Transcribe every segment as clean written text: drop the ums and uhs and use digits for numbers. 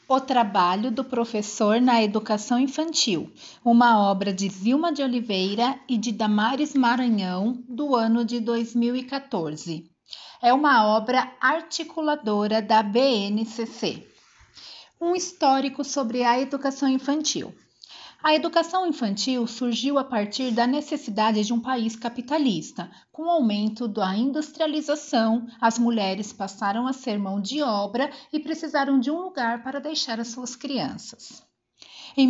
O trabalho do professor na educação infantil, uma obra de Vilma de Oliveira e de Damares Maranhão, do ano de 2014. É uma obra articuladora da BNCC. Um histórico sobre a educação infantil. A educação infantil surgiu a partir da necessidade de um país capitalista. Com o aumento da industrialização, as mulheres passaram a ser mão de obra e precisaram de um lugar para deixar as suas crianças. Em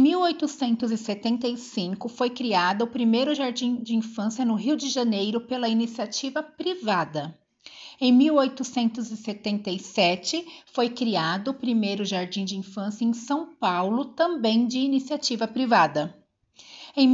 1875, foi criado o primeiro jardim de infância no Rio de Janeiro pela iniciativa privada. Em 1877, foi criado o primeiro jardim de infância em São Paulo, também de iniciativa privada. Em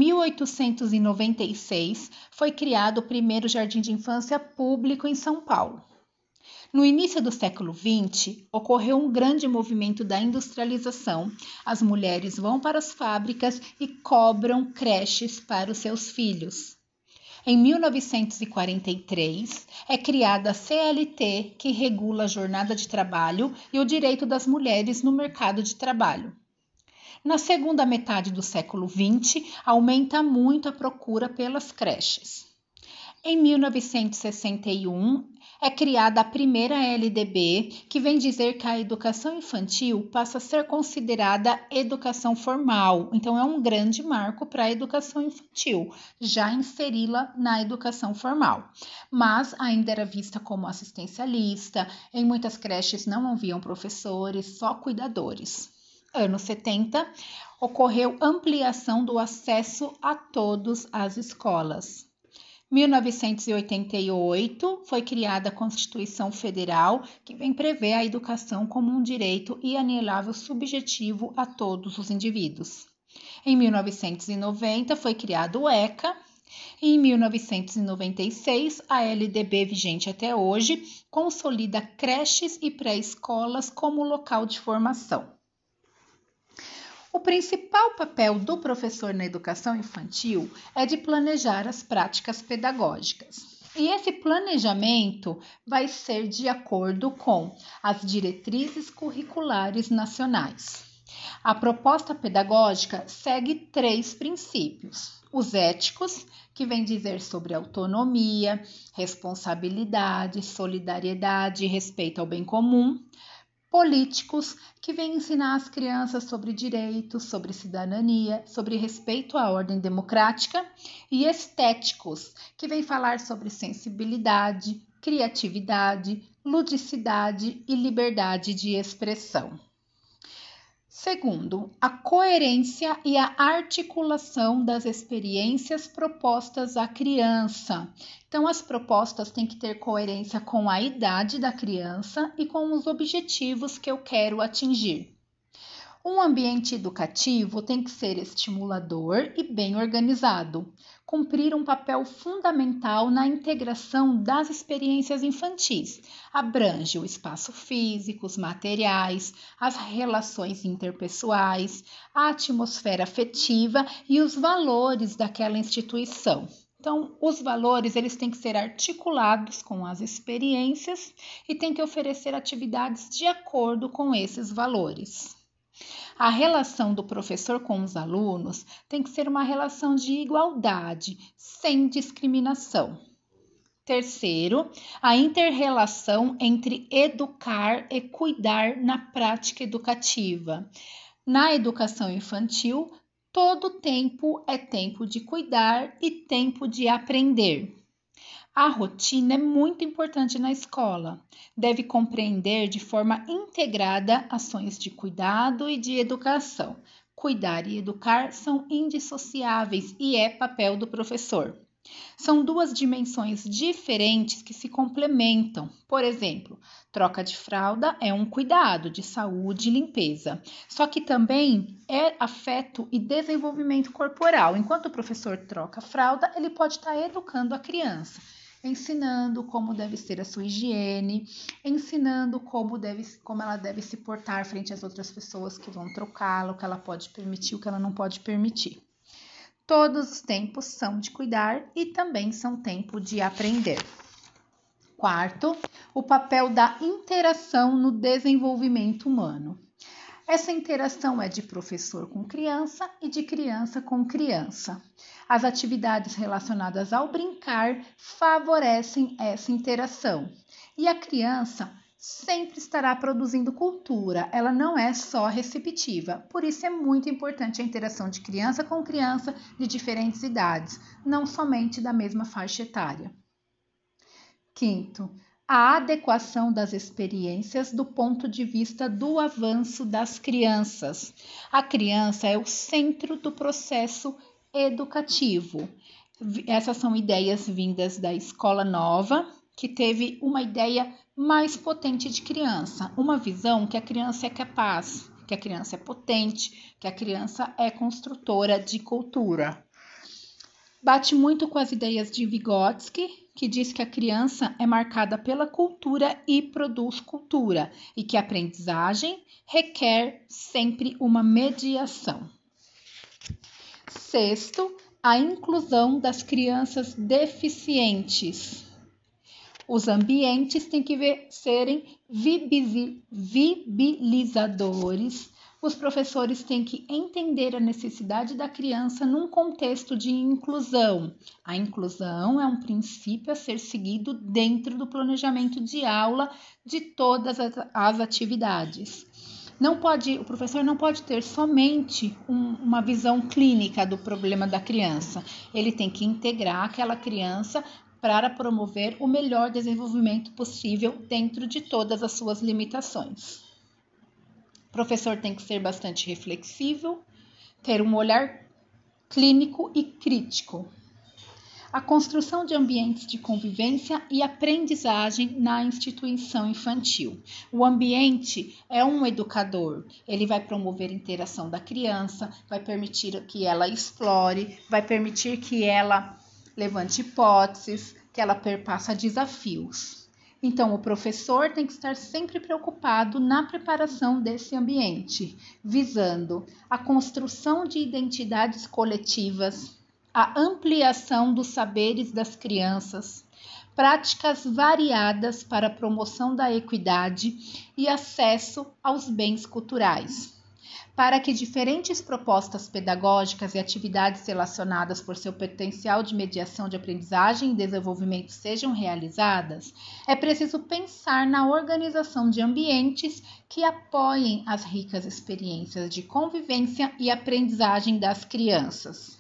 1896, foi criado o primeiro jardim de infância público em São Paulo. No início do século XX, ocorreu um grande movimento da industrialização. As mulheres vão para as fábricas e cobram creches para os seus filhos. Em 1943, é criada a CLT, que regula a jornada de trabalho e o direito das mulheres no mercado de trabalho. Na segunda metade do século XX, aumenta muito a procura pelas creches. Em 1961, é criada a primeira LDB, que vem dizer que a educação infantil passa a ser considerada educação formal. Então, é um grande marco para a educação infantil, já inseri-la na educação formal. Mas ainda era vista como assistencialista, em muitas creches não haviam professores, só cuidadores. Anos 70, ocorreu ampliação do acesso a todos às escolas. 1988, foi criada a Constituição Federal, que vem prever a educação como um direito inalienável subjetivo a todos os indivíduos. Em 1990, foi criado o ECA, e em 1996, a LDB, vigente até hoje, consolida creches e pré-escolas como local de formação. O principal papel do professor na educação infantil é de planejar as práticas pedagógicas. E esse planejamento vai ser de acordo com as diretrizes curriculares nacionais. A proposta pedagógica segue 3 princípios. Os éticos, que vem dizer sobre autonomia, responsabilidade, solidariedade e respeito ao bem comum. Políticos, que vêm ensinar as crianças sobre direitos, sobre cidadania, sobre respeito à ordem democrática, e estéticos, que vêm falar sobre sensibilidade, criatividade, ludicidade e liberdade de expressão. Segundo, a coerência e a articulação das experiências propostas à criança. Então, as propostas têm que ter coerência com a idade da criança e com os objetivos que eu quero atingir. Um ambiente educativo tem que ser estimulador e bem organizado, cumprir um papel fundamental na integração das experiências infantis. Abrange o espaço físico, os materiais, as relações interpessoais, a atmosfera afetiva e os valores daquela instituição. Então, os valores eles têm que ser articulados com as experiências e têm que oferecer atividades de acordo com esses valores. A relação do professor com os alunos tem que ser uma relação de igualdade, sem discriminação. Terceiro, a inter-relação entre educar e cuidar na prática educativa. Na educação infantil, todo tempo é tempo de cuidar e tempo de aprender. A rotina é muito importante na escola. Deve compreender de forma integrada ações de cuidado e de educação. Cuidar e educar são indissociáveis e é papel do professor. São 2 dimensões diferentes que se complementam. Por exemplo, troca de fralda é um cuidado de saúde e limpeza, só que também é afeto e desenvolvimento corporal. Enquanto o professor troca a fralda, ele pode estar educando a criança, ensinando como deve ser a sua higiene, ensinando como ela deve se portar frente às outras pessoas que vão trocá-la, o que ela pode permitir, o que ela não pode permitir. Todos os tempos são de cuidar e também são tempo de aprender. Quarto, o papel da interação no desenvolvimento humano. Essa interação é de professor com criança e de criança com criança. As atividades relacionadas ao brincar favorecem essa interação. E a criança sempre estará produzindo cultura, ela não é só receptiva. Por isso é muito importante a interação de criança com criança de diferentes idades, não somente da mesma faixa etária. Quinto, a adequação das experiências do ponto de vista do avanço das crianças. A criança é o centro do processo educativo. Essas são ideias vindas da Escola Nova, que teve uma ideia mais potente de criança, uma visão que a criança é capaz, que a criança é potente, que a criança é construtora de cultura. Bate muito com as ideias de Vygotsky, que diz que a criança é marcada pela cultura e produz cultura, e que a aprendizagem requer sempre uma mediação. Sexto, a inclusão das crianças deficientes. Os ambientes têm que serem viabilizadores. Os professores têm que entender a necessidade da criança num contexto de inclusão. A inclusão é um princípio a ser seguido dentro do planejamento de aula de todas as atividades. O professor não pode ter somente uma visão clínica do problema da criança. Ele tem que integrar aquela criança para promover o melhor desenvolvimento possível dentro de todas as suas limitações. O professor tem que ser bastante reflexível, ter um olhar clínico e crítico. A construção de ambientes de convivência e aprendizagem na instituição infantil. O ambiente é um educador, ele vai promover a interação da criança, vai permitir que ela explore, vai permitir que ela levante hipóteses, que ela perpassa desafios. Então, o professor tem que estar sempre preocupado na preparação desse ambiente, visando a construção de identidades coletivas, a ampliação dos saberes das crianças, práticas variadas para a promoção da equidade e acesso aos bens culturais. Para que diferentes propostas pedagógicas e atividades relacionadas por seu potencial de mediação de aprendizagem e desenvolvimento sejam realizadas, é preciso pensar na organização de ambientes que apoiem as ricas experiências de convivência e aprendizagem das crianças.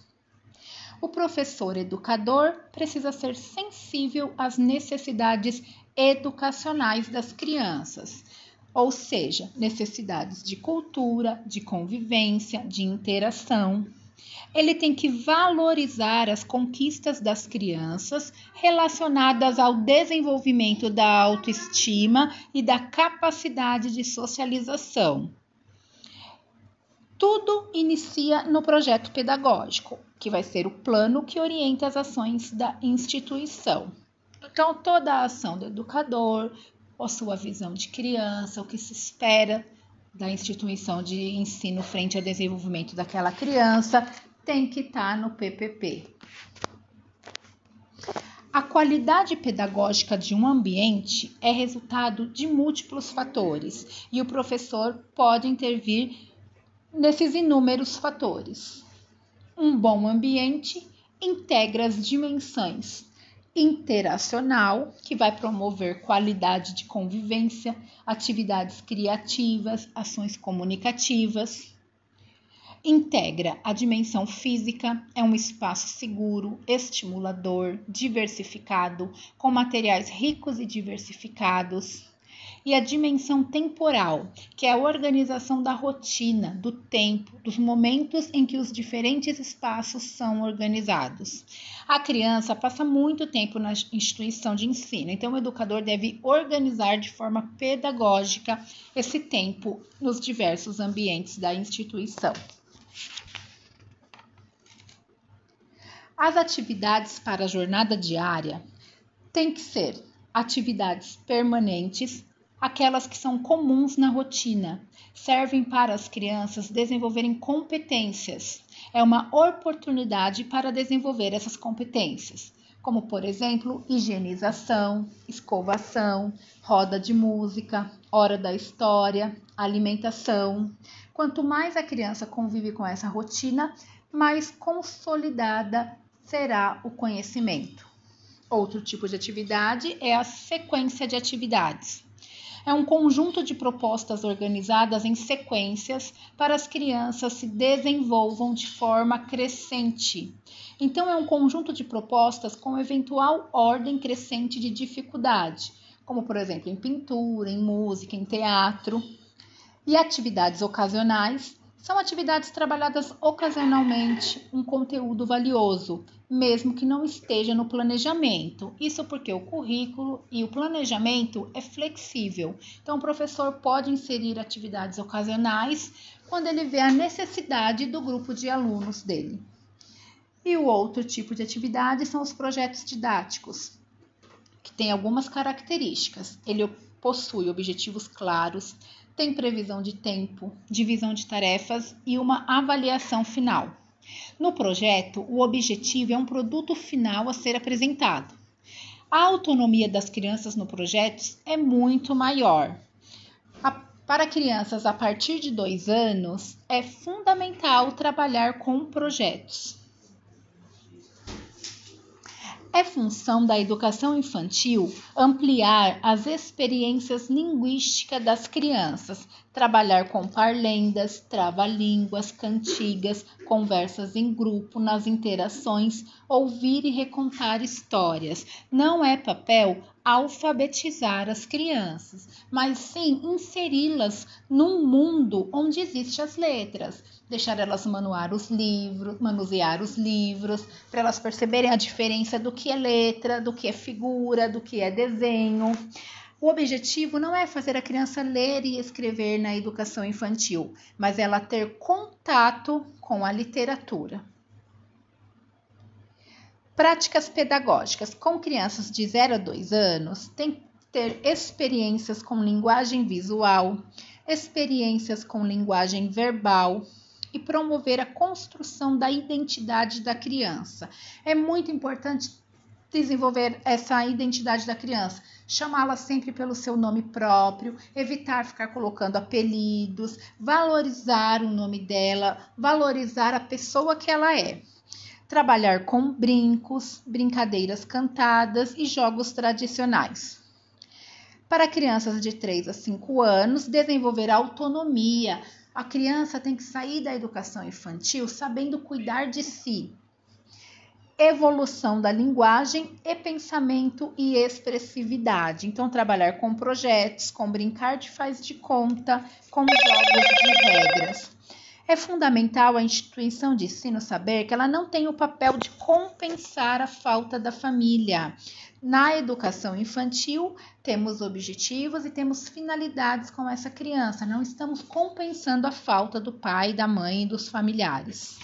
O professor educador precisa ser sensível às necessidades educacionais das crianças, ou seja, necessidades de cultura, de convivência, de interação. Ele tem que valorizar as conquistas das crianças relacionadas ao desenvolvimento da autoestima e da capacidade de socialização. Tudo inicia no projeto pedagógico, que vai ser o plano que orienta as ações da instituição. Então, toda a ação do educador, a sua visão de criança, o que se espera da instituição de ensino frente ao desenvolvimento daquela criança, tem que estar no PPP. A qualidade pedagógica de um ambiente é resultado de múltiplos fatores e o professor pode intervir nesses inúmeros fatores. Um bom ambiente integra as dimensões interacional, que vai promover qualidade de convivência, atividades criativas, ações comunicativas. Integra a dimensão física, é um espaço seguro, estimulador, diversificado, com materiais ricos e diversificados. E a dimensão temporal, que é a organização da rotina, do tempo, dos momentos em que os diferentes espaços são organizados. A criança passa muito tempo na instituição de ensino, então o educador deve organizar de forma pedagógica esse tempo nos diversos ambientes da instituição. As atividades para a jornada diária têm que ser atividades permanentes, aquelas que são comuns na rotina, servem para as crianças desenvolverem competências. É uma oportunidade para desenvolver essas competências. como, por exemplo, higienização, escovação, roda de música, hora da história, alimentação. Quanto mais a criança convive com essa rotina, mais consolidada será o conhecimento. Outro tipo de atividade é a sequência de atividades. É um conjunto de propostas organizadas em sequências para as crianças se desenvolvam de forma crescente. Então, é um conjunto de propostas com eventual ordem crescente de dificuldade, como, por exemplo, em pintura, em música, em teatro. E atividades ocasionais são atividades trabalhadas ocasionalmente, um conteúdo valioso, mesmo que não esteja no planejamento. Isso porque o currículo e o planejamento é flexível. Então, o professor pode inserir atividades ocasionais quando ele vê a necessidade do grupo de alunos dele. E o outro tipo de atividade são os projetos didáticos, que tem algumas características. Ele possui objetivos claros, tem previsão de tempo, divisão de tarefas e uma avaliação final. No projeto, o objetivo é um produto final a ser apresentado. A autonomia das crianças no projeto é muito maior. Para crianças a partir de 2 anos, é fundamental trabalhar com projetos. É função da educação infantil ampliar as experiências linguísticas das crianças, trabalhar com parlendas, trava-línguas, cantigas, conversas em grupo, nas interações, ouvir e recontar histórias. Não é papel alfabetizar as crianças, mas sim inseri-las num mundo onde existem as letras. Deixar elas manusear os livros, para elas perceberem a diferença do que é letra, do que é figura, do que é desenho. O objetivo não é fazer a criança ler e escrever na educação infantil, mas ela ter contato com a literatura. Práticas pedagógicas. Com crianças de 0 a 2 anos, tem que ter experiências com linguagem visual, experiências com linguagem verbal, e promover a construção da identidade da criança. É muito importante desenvolver essa identidade da criança, chamá-la sempre pelo seu nome próprio, evitar ficar colocando apelidos, valorizar o nome dela, valorizar a pessoa que ela é. Trabalhar com brincos, brincadeiras cantadas e jogos tradicionais. Para crianças de 3 a 5 anos, desenvolver autonomia. A criança tem que sair da educação infantil sabendo cuidar de si. Evolução da linguagem e pensamento e expressividade. Então, trabalhar com projetos, com brincar de faz de conta, com jogos de regras. É fundamental a instituição de ensino saber que ela não tem o papel de compensar a falta da família. Na educação infantil, temos objetivos e temos finalidades com essa criança. Não estamos compensando a falta do pai, da mãe e dos familiares.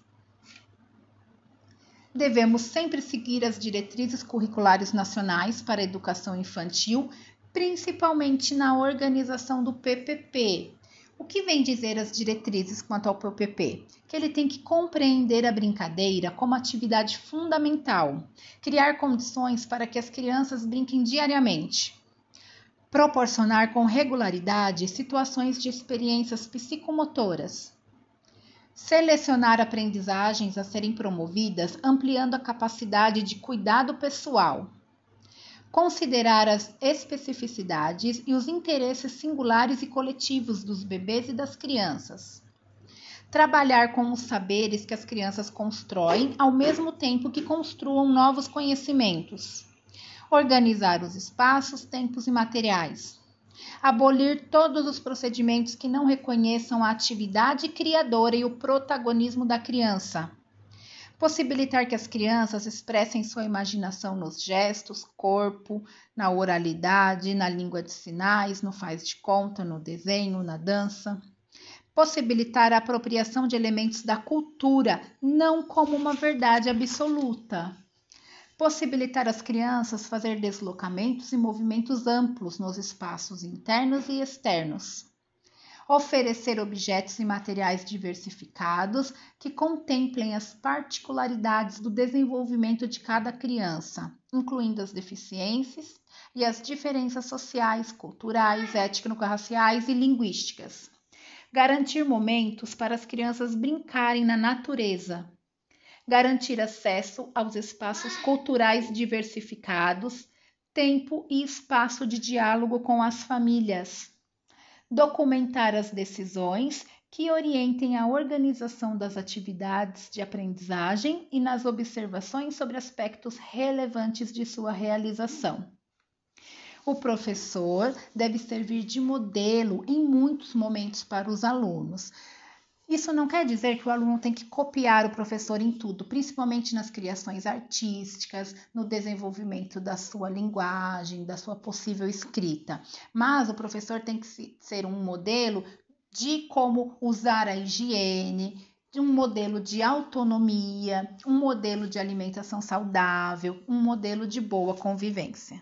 Devemos sempre seguir as diretrizes curriculares nacionais para a educação infantil, principalmente na organização do PPP. O que vem dizer as diretrizes quanto ao PPP? Que ele tem que compreender a brincadeira como atividade fundamental, criar condições para que as crianças brinquem diariamente, proporcionar com regularidade situações de experiências psicomotoras, selecionar aprendizagens a serem promovidas, ampliando a capacidade de cuidado pessoal, considerar as especificidades e os interesses singulares e coletivos dos bebês e das crianças. Trabalhar com os saberes que as crianças constroem, ao mesmo tempo que construam novos conhecimentos. Organizar os espaços, tempos e materiais. Abolir todos os procedimentos que não reconheçam a atividade criadora e o protagonismo da criança. Possibilitar que as crianças expressem sua imaginação nos gestos, corpo, na oralidade, na língua de sinais, no faz de conta, no desenho, na dança. Possibilitar a apropriação de elementos da cultura, não como uma verdade absoluta. Possibilitar às crianças fazer deslocamentos e movimentos amplos nos espaços internos e externos. Oferecer objetos e materiais diversificados que contemplem as particularidades do desenvolvimento de cada criança, incluindo as deficiências e as diferenças sociais, culturais, étnico-raciais e linguísticas. Garantir momentos para as crianças brincarem na natureza. Garantir acesso aos espaços culturais diversificados, tempo e espaço de diálogo com as famílias. Documentar as decisões que orientem a organização das atividades de aprendizagem e nas observações sobre aspectos relevantes de sua realização. O professor deve servir de modelo em muitos momentos para os alunos. Isso não quer dizer que o aluno tem que copiar o professor em tudo, principalmente nas criações artísticas, no desenvolvimento da sua linguagem, da sua possível escrita. Mas o professor tem que ser um modelo de como usar a higiene, de um modelo de autonomia, um modelo de alimentação saudável, um modelo de boa convivência.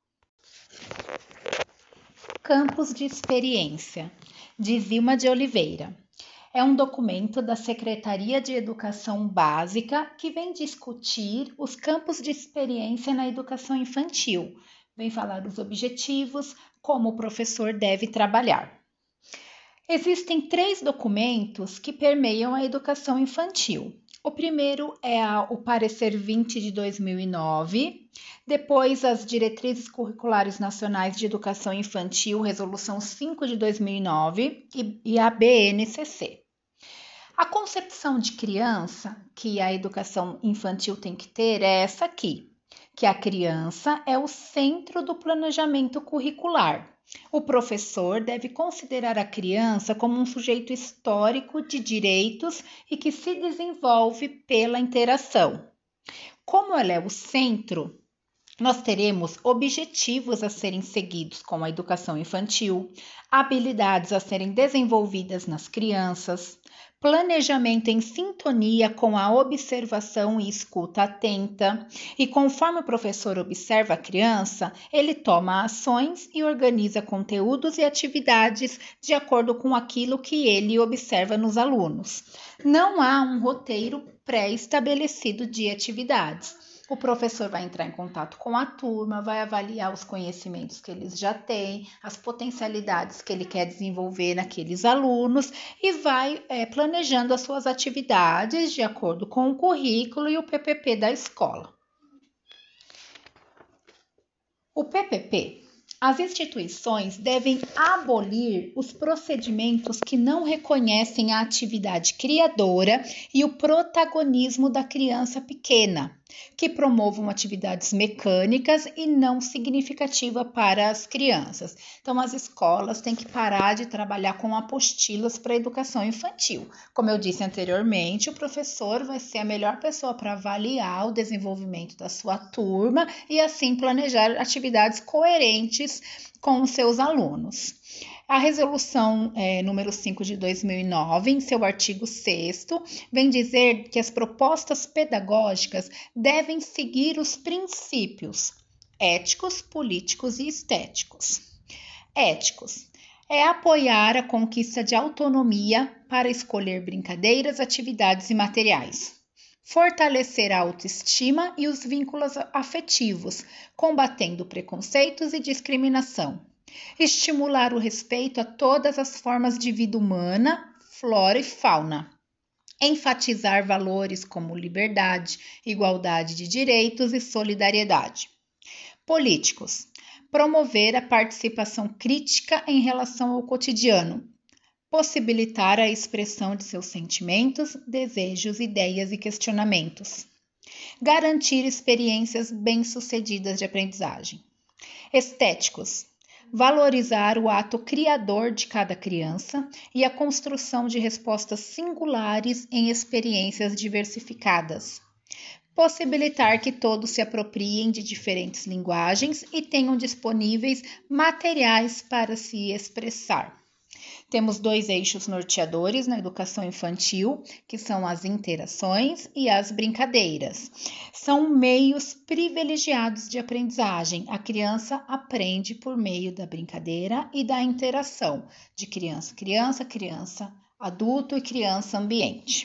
Campos de experiência, de Zilma de Oliveira. É um documento da Secretaria de Educação Básica que vem discutir os campos de experiência na educação infantil. Vem falar dos objetivos, como o professor deve trabalhar. Existem 3 documentos que permeiam a educação infantil. O primeiro é o Parecer 20 de 2009, depois as Diretrizes Curriculares Nacionais de Educação Infantil, Resolução 5 de 2009 e a BNCC. A concepção de criança que a educação infantil tem que ter é essa aqui, que a criança é o centro do planejamento curricular. O professor deve considerar a criança como um sujeito histórico de direitos e que se desenvolve pela interação. Como ela é o centro, nós teremos objetivos a serem seguidos com a educação infantil, habilidades a serem desenvolvidas nas crianças, planejamento em sintonia com a observação e escuta atenta, e conforme o professor observa a criança, ele toma ações e organiza conteúdos e atividades de acordo com aquilo que ele observa nos alunos. Não há um roteiro pré-estabelecido de atividades. O professor vai entrar em contato com a turma, vai avaliar os conhecimentos que eles já têm, as potencialidades que ele quer desenvolver naqueles alunos e vai planejando as suas atividades de acordo com o currículo e o PPP da escola. O PPP, as instituições devem abolir os procedimentos que não reconhecem a atividade criadora e o protagonismo da criança pequena, que promovam atividades mecânicas e não significativas para as crianças. Então, as escolas têm que parar de trabalhar com apostilas para a educação infantil. Como eu disse anteriormente, o professor vai ser a melhor pessoa para avaliar o desenvolvimento da sua turma e assim planejar atividades coerentes com os seus alunos. A resolução número 5 de 2009, em seu artigo 6º, vem dizer que as propostas pedagógicas devem seguir os princípios éticos, políticos e estéticos. Éticos é apoiar a conquista de autonomia para escolher brincadeiras, atividades e materiais. Fortalecer a autoestima e os vínculos afetivos, combatendo preconceitos e discriminação. Estimular o respeito a todas as formas de vida humana, flora e fauna. Enfatizar valores como liberdade, igualdade de direitos e solidariedade. Políticos. Promover a participação crítica em relação ao cotidiano. Possibilitar a expressão de seus sentimentos, desejos, ideias e questionamentos. Garantir experiências bem-sucedidas de aprendizagem. Estéticos. Valorizar o ato criador de cada criança e a construção de respostas singulares em experiências diversificadas. Possibilitar que todos se apropriem de diferentes linguagens e tenham disponíveis materiais para se expressar. Temos 2 eixos norteadores na educação infantil, que são as interações e as brincadeiras. São meios privilegiados de aprendizagem. A criança aprende por meio da brincadeira e da interação de criança, criança, adulto e criança ambiente.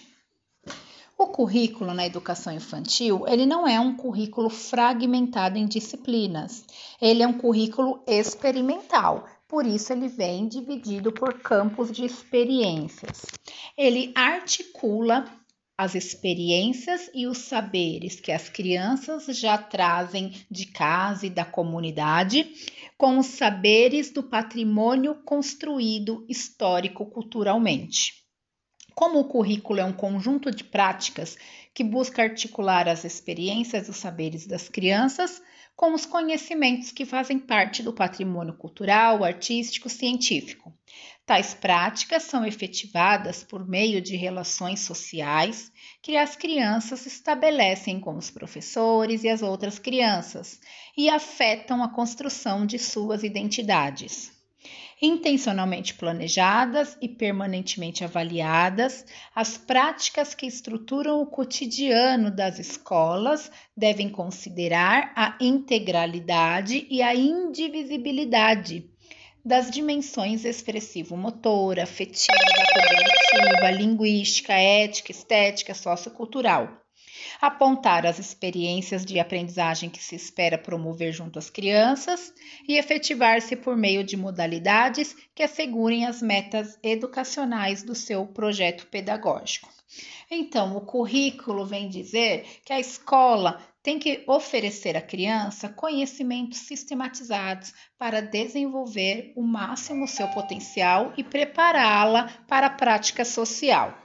O currículo na educação infantil, ele não é um currículo fragmentado em disciplinas. Ele é um currículo experimental. Por isso, ele vem dividido por campos de experiências. Ele articula as experiências e os saberes que as crianças já trazem de casa e da comunidade com os saberes do patrimônio construído histórico-culturalmente. Como o currículo é um conjunto de práticas que busca articular as experiências e os saberes das crianças com os conhecimentos que fazem parte do patrimônio cultural, artístico, científico. Tais práticas são efetivadas por meio de relações sociais que as crianças estabelecem com os professores e as outras crianças e afetam a construção de suas identidades. Intencionalmente planejadas e permanentemente avaliadas, as práticas que estruturam o cotidiano das escolas devem considerar a integralidade e a indivisibilidade das dimensões expressivo-motora, afetiva, cognitiva, linguística, ética, estética, sociocultural. Apontar as experiências de aprendizagem que se espera promover junto às crianças e efetivar-se por meio de modalidades que assegurem as metas educacionais do seu projeto pedagógico. Então, o currículo vem dizer que a escola tem que oferecer à criança conhecimentos sistematizados para desenvolver o máximo o seu potencial e prepará-la para a prática social.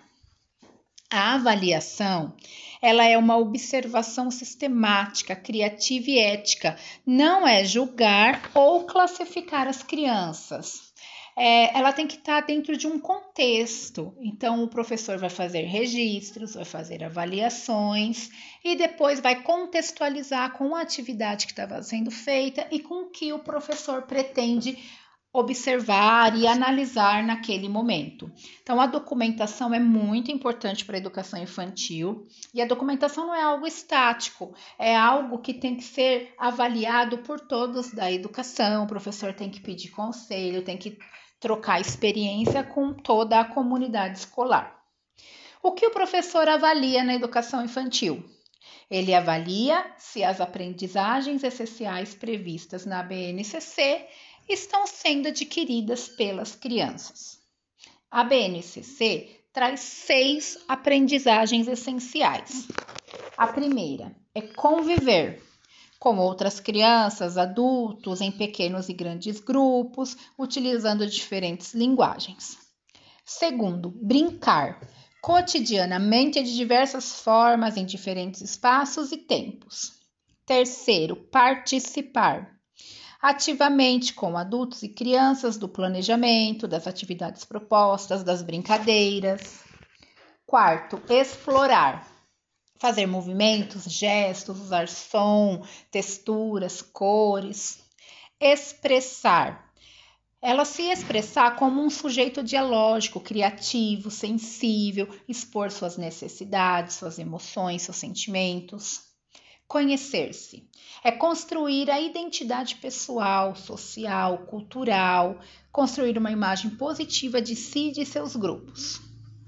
A avaliação, ela é uma observação sistemática, criativa e ética. Não é julgar ou classificar as crianças. Ela tem que estar dentro de um contexto. Então, o professor vai fazer registros, vai fazer avaliações e depois vai contextualizar com a atividade que estava sendo feita e com o que o professor pretende observar e analisar naquele momento. Então, a documentação é muito importante para a educação infantil e a documentação não é algo estático, é algo que tem que ser avaliado por todos da educação. O professor tem que pedir conselho, tem que trocar experiência com toda a comunidade escolar. O que o professor avalia na educação infantil? Ele avalia se as aprendizagens essenciais previstas na BNCC estão sendo adquiridas pelas crianças. A BNCC traz 6 aprendizagens essenciais. A primeira é conviver com outras crianças, adultos, em pequenos e grandes grupos, utilizando diferentes linguagens. Segundo, brincar cotidianamente de diversas formas, em diferentes espaços e tempos. Terceiro, participar ativamente com adultos e crianças do planejamento, das atividades propostas, das brincadeiras. Quarto, explorar. Fazer movimentos, gestos, usar som, texturas, cores. Expressar. Ela se expressar como um sujeito dialógico, criativo, sensível, expor suas necessidades, suas emoções, seus sentimentos. Conhecer-se é construir a identidade pessoal, social, cultural, construir uma imagem positiva de si e de seus grupos.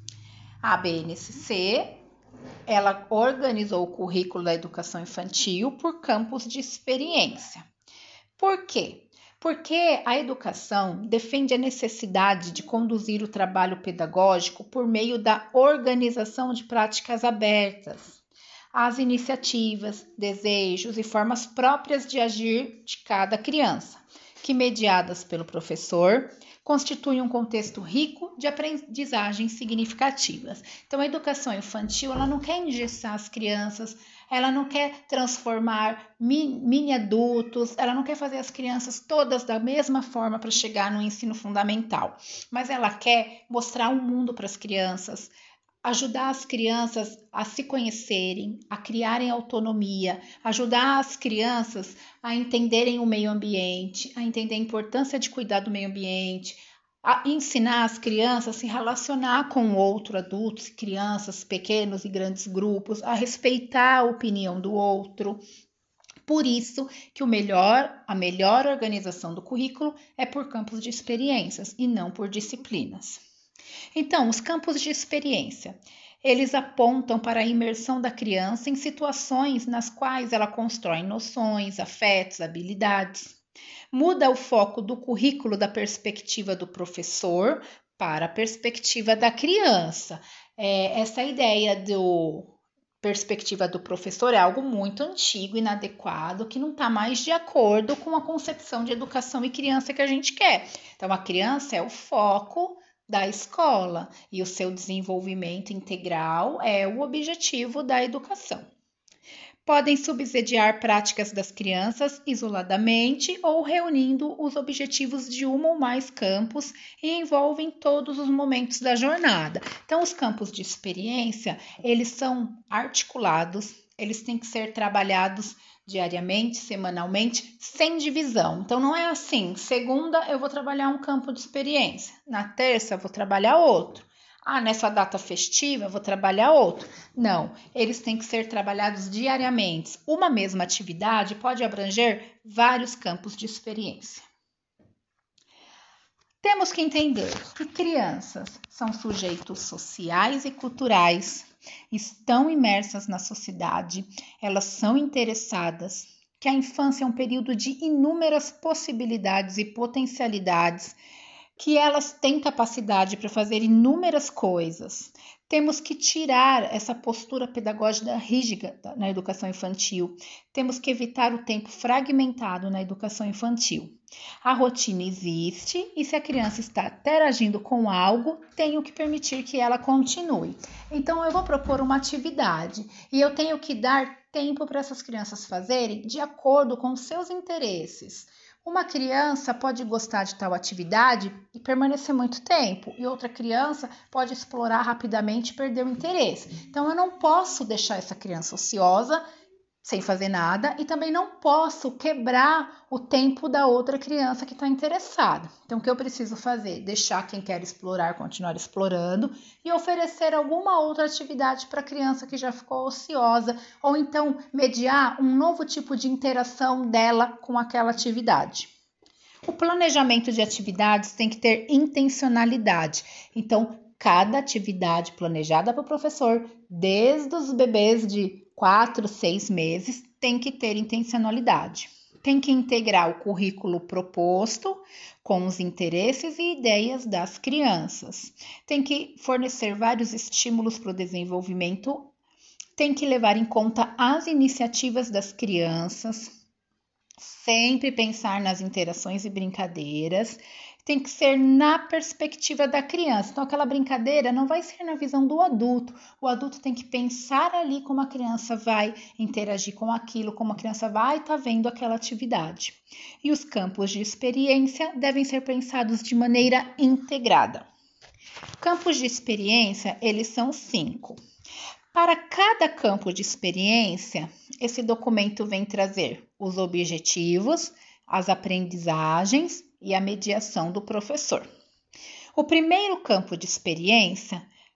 A BNCC, ela organizou o currículo da educação infantil por campos de experiência. Por quê? Porque a educação defende a necessidade de conduzir o trabalho pedagógico por meio da organização de práticas abertas às iniciativas, desejos e formas próprias de agir de cada criança, que, mediadas pelo professor, constituem um contexto rico de aprendizagens significativas. Então, a educação infantil, ela não quer engessar as crianças, ela não quer transformar mini adultos, ela não quer fazer as crianças todas da mesma forma para chegar no ensino fundamental, mas ela quer mostrar um mundo para as crianças, ajudar as crianças a se conhecerem, a criarem autonomia, ajudar as crianças a entenderem o meio ambiente, a entender a importância de cuidar do meio ambiente, a ensinar as crianças a se relacionar com outro, adultos, crianças, pequenos e grandes grupos, a respeitar a opinião do outro. Por isso que a melhor organização do currículo é por campos de experiências e não por disciplinas. Então, os campos de experiência, eles apontam para a imersão da criança em situações nas quais ela constrói noções, afetos, habilidades. Muda o foco do currículo da perspectiva do professor para a perspectiva da criança. Essa ideia do perspectiva do professor é algo muito antigo, inadequado, que não está mais de acordo com a concepção de educação e criança que a gente quer. Então, a criança é o foco da escola e o seu desenvolvimento integral é o objetivo da educação. Podem subsidiar práticas das crianças isoladamente ou reunindo os objetivos de uma ou mais campos e envolvem todos os momentos da jornada. Então, os campos de experiência, eles são articulados, eles têm que ser trabalhados diariamente, semanalmente, sem divisão. Então, não é assim, segunda eu vou trabalhar um campo de experiência, na terça eu vou trabalhar outro. Nessa data festiva eu vou trabalhar outro. Não, eles têm que ser trabalhados diariamente. Uma mesma atividade pode abranger vários campos de experiência. Temos que entender que crianças são sujeitos sociais e culturais, estão imersas na sociedade, elas são interessadas, que a infância é um período de inúmeras possibilidades e potencialidades, que elas têm capacidade para fazer inúmeras coisas. Temos que tirar essa postura pedagógica rígida na educação infantil. Temos que evitar o tempo fragmentado na educação infantil. A rotina existe e se a criança está interagindo com algo, tenho que permitir que ela continue. Então, eu vou propor uma atividade e eu tenho que dar tempo para essas crianças fazerem de acordo com seus interesses. Uma criança pode gostar de tal atividade e permanecer muito tempo, e outra criança pode explorar rapidamente e perder o interesse. Então, eu não posso deixar essa criança ociosa, sem fazer nada, e também não posso quebrar o tempo da outra criança que está interessada. Então, o que eu preciso fazer? Deixar quem quer explorar continuar explorando e oferecer alguma outra atividade para a criança que já ficou ociosa, ou então mediar um novo tipo de interação dela com aquela atividade. O planejamento de atividades tem que ter intencionalidade. Então, cada atividade planejada para o professor, desde os bebês de 4, 6 meses, tem que ter intencionalidade. Tem que integrar o currículo proposto com os interesses e ideias das crianças. Tem que fornecer vários estímulos para o desenvolvimento. Tem que levar em conta as iniciativas das crianças. Sempre pensar nas interações e brincadeiras. Tem que ser na perspectiva da criança. Então, aquela brincadeira não vai ser na visão do adulto. O adulto tem que pensar ali como a criança vai interagir com aquilo, como a criança vai estar vendo aquela atividade. E os campos de experiência devem ser pensados de maneira integrada. Campos de experiência, eles são 5. Para cada campo de experiência, esse documento vem trazer os objetivos, as aprendizagens e a mediação do professor. O primeiro campo de experiência,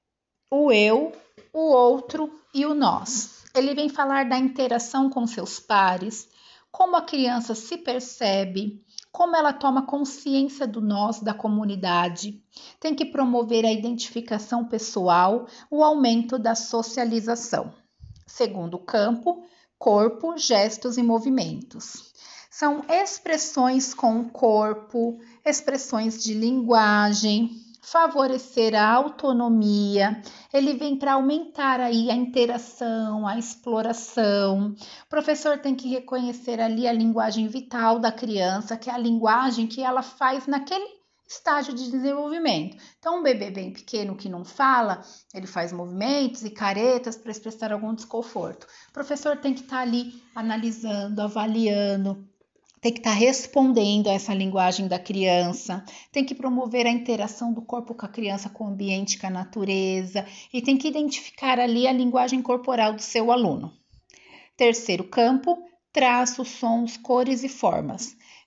o eu, o outro e o nós. Ele vem falar da interação com seus pares, como a criança se percebe, como ela toma consciência do nós da comunidade. Tem que promover a identificação pessoal, o aumento da socialização. Segundo campo, corpo, gestos e movimentos. São expressões com o corpo, expressões de linguagem, favorecer a autonomia. Ele vem para aumentar aí a interação, a exploração. O professor tem que reconhecer ali a linguagem vital da criança, que é a linguagem que ela faz naquele estágio de desenvolvimento. Então, um bebê bem pequeno que não fala, ele faz movimentos e caretas para expressar algum desconforto. O professor tem que estar ali analisando, avaliando, tem que estar respondendo a essa linguagem da criança, tem que promover a interação do corpo com a criança, com o ambiente, com a natureza, e tem que identificar ali a linguagem corporal do seu aluno. Terceiro campo, traços, sons, cores e formas.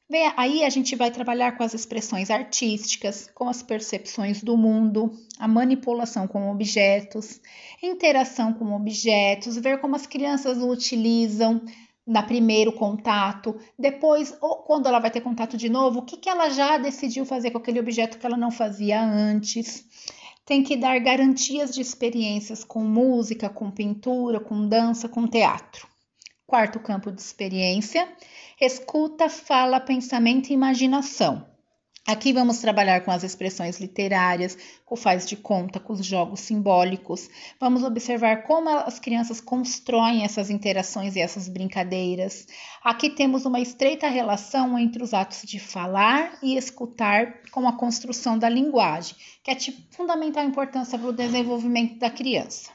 Aí a gente vai trabalhar com as expressões artísticas, com as percepções do mundo, a manipulação com objetos, interação com objetos, ver como as crianças o utilizam no primeiro contato, depois, ou quando ela vai ter contato de novo, o que ela já decidiu fazer com aquele objeto que ela não fazia antes. Tem que dar garantias de experiências com música, com pintura, com dança, com teatro. Quarto campo de experiência, escuta, fala, pensamento e imaginação. Aqui vamos trabalhar com as expressões literárias, com o faz de conta, com os jogos simbólicos. Vamos observar como as crianças constroem essas interações e essas brincadeiras. Aqui temos uma estreita relação entre os atos de falar e escutar com a construção da linguagem, que é de fundamental importância para o desenvolvimento da criança.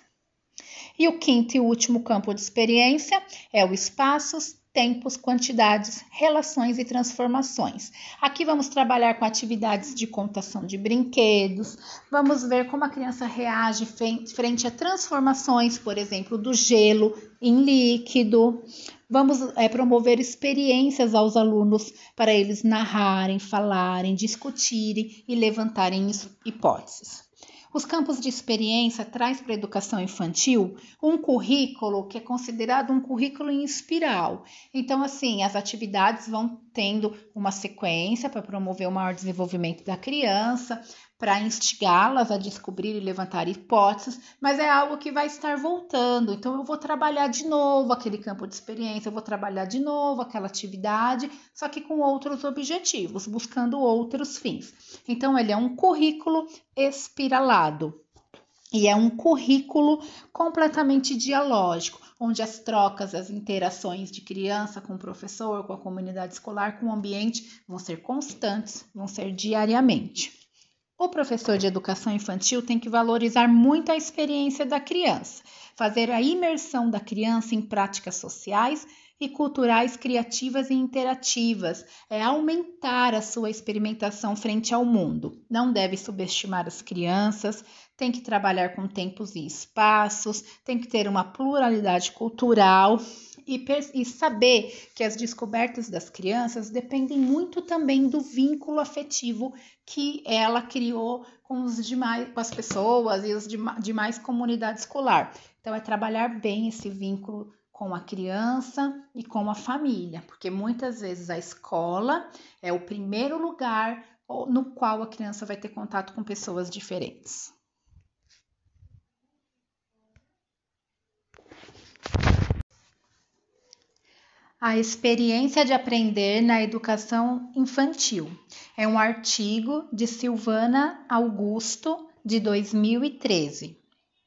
E o quinto e último campo de experiência é o espaços, tempos, quantidades, relações e transformações. Aqui vamos trabalhar com atividades de contação de brinquedos, vamos ver como a criança reage frente a transformações, por exemplo, do gelo em líquido. Vamos promover experiências aos alunos para eles narrarem, falarem, discutirem e levantarem hipóteses. Os campos de experiência traz para a educação infantil um currículo que é considerado um currículo em espiral. Então, assim, as atividades vão tendo uma sequência para promover o maior desenvolvimento da criança, para instigá-las a descobrir e levantar hipóteses, mas é algo que vai estar voltando. Então, eu vou trabalhar de novo aquele campo de experiência, eu vou trabalhar de novo aquela atividade, só que com outros objetivos, buscando outros fins. Então, ele é um currículo espiralado e é um currículo completamente dialógico, onde as trocas, as interações de criança com o professor, com a comunidade escolar, com o ambiente, vão ser constantes, vão ser diariamente. O professor de educação infantil tem que valorizar muito a experiência da criança, fazer a imersão da criança em práticas sociais e culturais criativas e interativas, aumentar a sua experimentação frente ao mundo. Não deve subestimar as crianças, tem que trabalhar com tempos e espaços, tem que ter uma pluralidade cultural e saber que as descobertas das crianças dependem muito também do vínculo afetivo que ela criou com as pessoas e as demais comunidade escolar. Então, é trabalhar bem esse vínculo com a criança e com a família, porque muitas vezes a escola é o primeiro lugar no qual a criança vai ter contato com pessoas diferentes. A experiência de aprender na educação infantil. É um artigo de Silvana Augusto, de 2013.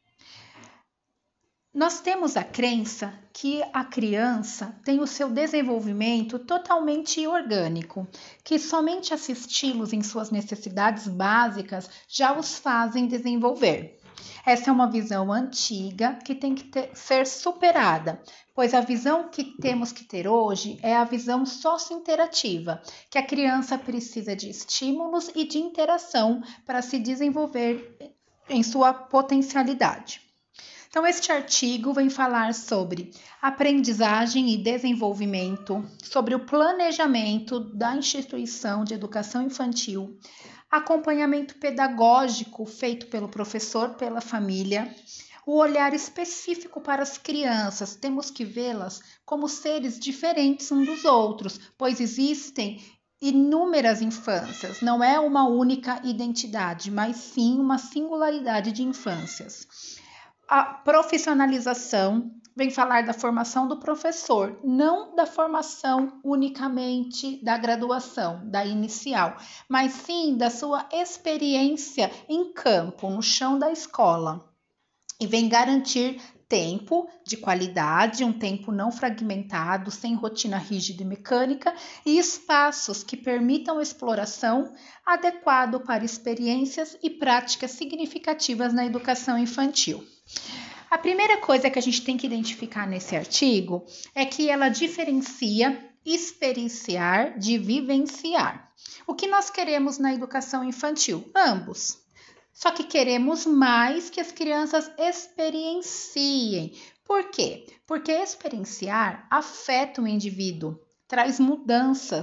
Nós temos a crença que a criança tem o seu desenvolvimento totalmente orgânico, que somente assisti-los em suas necessidades básicas já os fazem desenvolver. Essa é uma visão antiga que tem que ser superada, pois a visão que temos que ter hoje é a visão socio-interativa, que a criança precisa de estímulos e de interação para se desenvolver em sua potencialidade. Então, este artigo vem falar sobre aprendizagem e desenvolvimento, sobre o planejamento da instituição de educação infantil, acompanhamento pedagógico feito pelo professor, pela família, o olhar específico para as crianças. Temos que vê-las como seres diferentes uns dos outros, pois existem inúmeras infâncias, não é uma única identidade, mas sim uma singularidade de infâncias. A profissionalização vem falar da formação do professor, não da formação unicamente da graduação, da inicial, mas sim da sua experiência em campo, no chão da escola. E vem garantir tempo de qualidade, um tempo não fragmentado, sem rotina rígida e mecânica, e espaços que permitam exploração adequado para experiências e práticas significativas na educação infantil. A primeira coisa que a gente tem que identificar nesse artigo é que ela diferencia experienciar de vivenciar. O que nós queremos na educação infantil? Ambos. Só que queremos mais que as crianças experienciem. Por quê? Porque experienciar afeta o indivíduo, traz mudanças,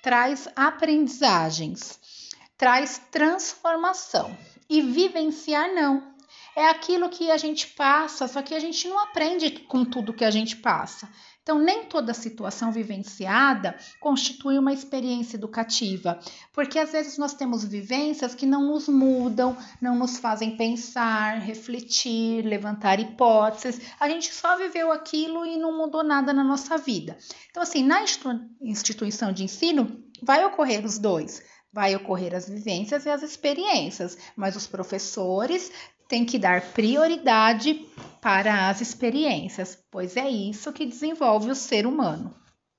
traz aprendizagens, traz transformação. E vivenciar não. É aquilo que a gente passa, só que a gente não aprende com tudo que a gente passa. Então, nem toda situação vivenciada constitui uma experiência educativa, porque às vezes nós temos vivências que não nos mudam, não nos fazem pensar, refletir, levantar hipóteses. A gente só viveu aquilo e não mudou nada na nossa vida. Então, assim, na instituição de ensino, vai ocorrer os dois. Vai ocorrer as vivências e as experiências, mas os professores têm que dar prioridade para as experiências, pois é isso que desenvolve o ser humano.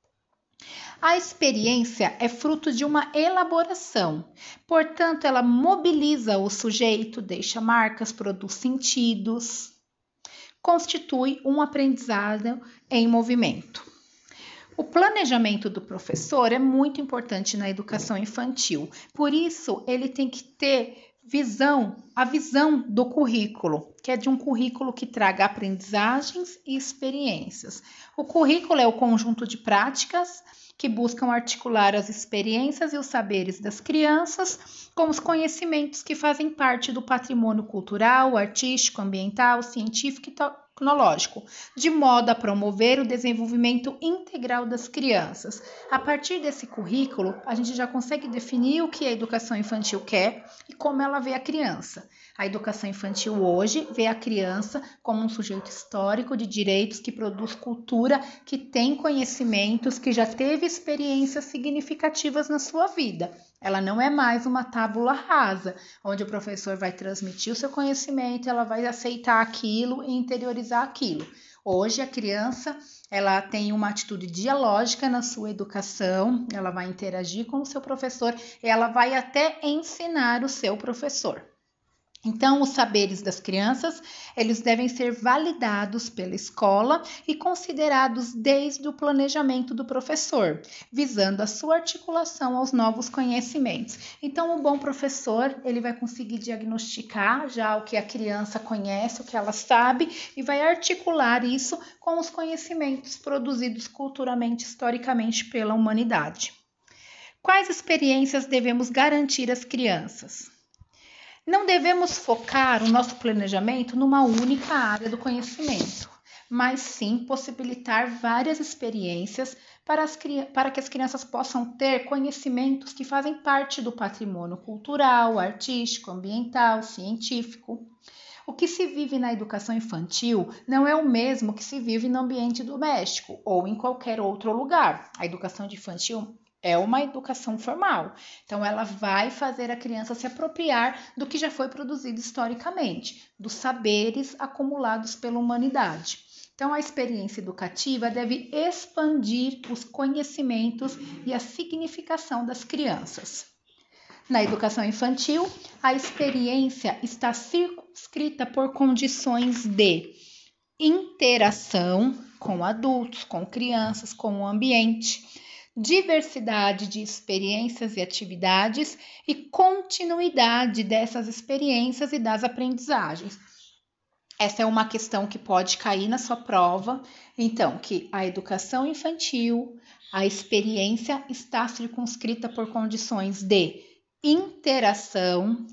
A experiência é fruto de uma elaboração, portanto, ela mobiliza o sujeito, deixa marcas, produz sentidos, constitui um aprendizado em movimento. O planejamento do professor é muito importante na educação infantil, por isso ele tem que ter a visão do currículo, que é de um currículo que traga aprendizagens e experiências. O currículo é o conjunto de práticas que buscam articular as experiências e os saberes das crianças com os conhecimentos que fazem parte do patrimônio cultural, artístico, ambiental, científico e tecnológico, de modo a promover o desenvolvimento integral das crianças. A partir desse currículo, a gente já consegue definir o que a educação infantil quer e como ela vê a criança. A educação infantil hoje vê a criança como um sujeito histórico de direitos que produz cultura, que tem conhecimentos, que já teve experiências significativas na sua vida. Ela não é mais uma tábula rasa, onde o professor vai transmitir o seu conhecimento, ela vai aceitar aquilo e interiorizar aquilo. Hoje a criança, ela tem uma atitude dialógica na sua educação, ela vai interagir com o seu professor e ela vai até ensinar o seu professor. Então, os saberes das crianças, eles devem ser validados pela escola e considerados desde o planejamento do professor, visando a sua articulação aos novos conhecimentos. Então, o bom professor, ele vai conseguir diagnosticar já o que a criança conhece, o que ela sabe, e vai articular isso com os conhecimentos produzidos culturalmente, historicamente pela humanidade. Quais experiências devemos garantir às crianças? Não devemos focar o nosso planejamento numa única área do conhecimento, mas sim possibilitar várias experiências para que as crianças possam ter conhecimentos que fazem parte do patrimônio cultural, artístico, ambiental, científico. O que se vive na educação infantil não é o mesmo que se vive no ambiente doméstico ou em qualquer outro lugar. A educação infantil é uma educação formal, então ela vai fazer a criança se apropriar do que já foi produzido historicamente, dos saberes acumulados pela humanidade. Então a experiência educativa deve expandir os conhecimentos e a significação das crianças. Na educação infantil, a experiência está circunscrita por condições de interação com adultos, com crianças, com o ambiente, diversidade de experiências e atividades e continuidade dessas experiências e das aprendizagens. Essa é uma questão que pode cair na sua prova. Então, que a educação infantil, a experiência está circunscrita por condições de interação,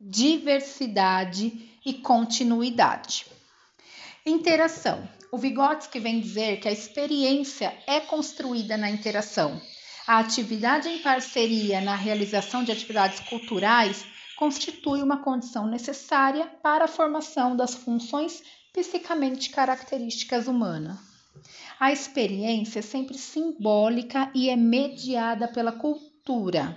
diversidade e continuidade. Interação. O Vygotsky vem dizer que a experiência é construída na interação. A atividade em parceria na realização de atividades culturais constitui uma condição necessária para a formação das funções psicamente características humanas. A experiência é sempre simbólica e é mediada pela cultura.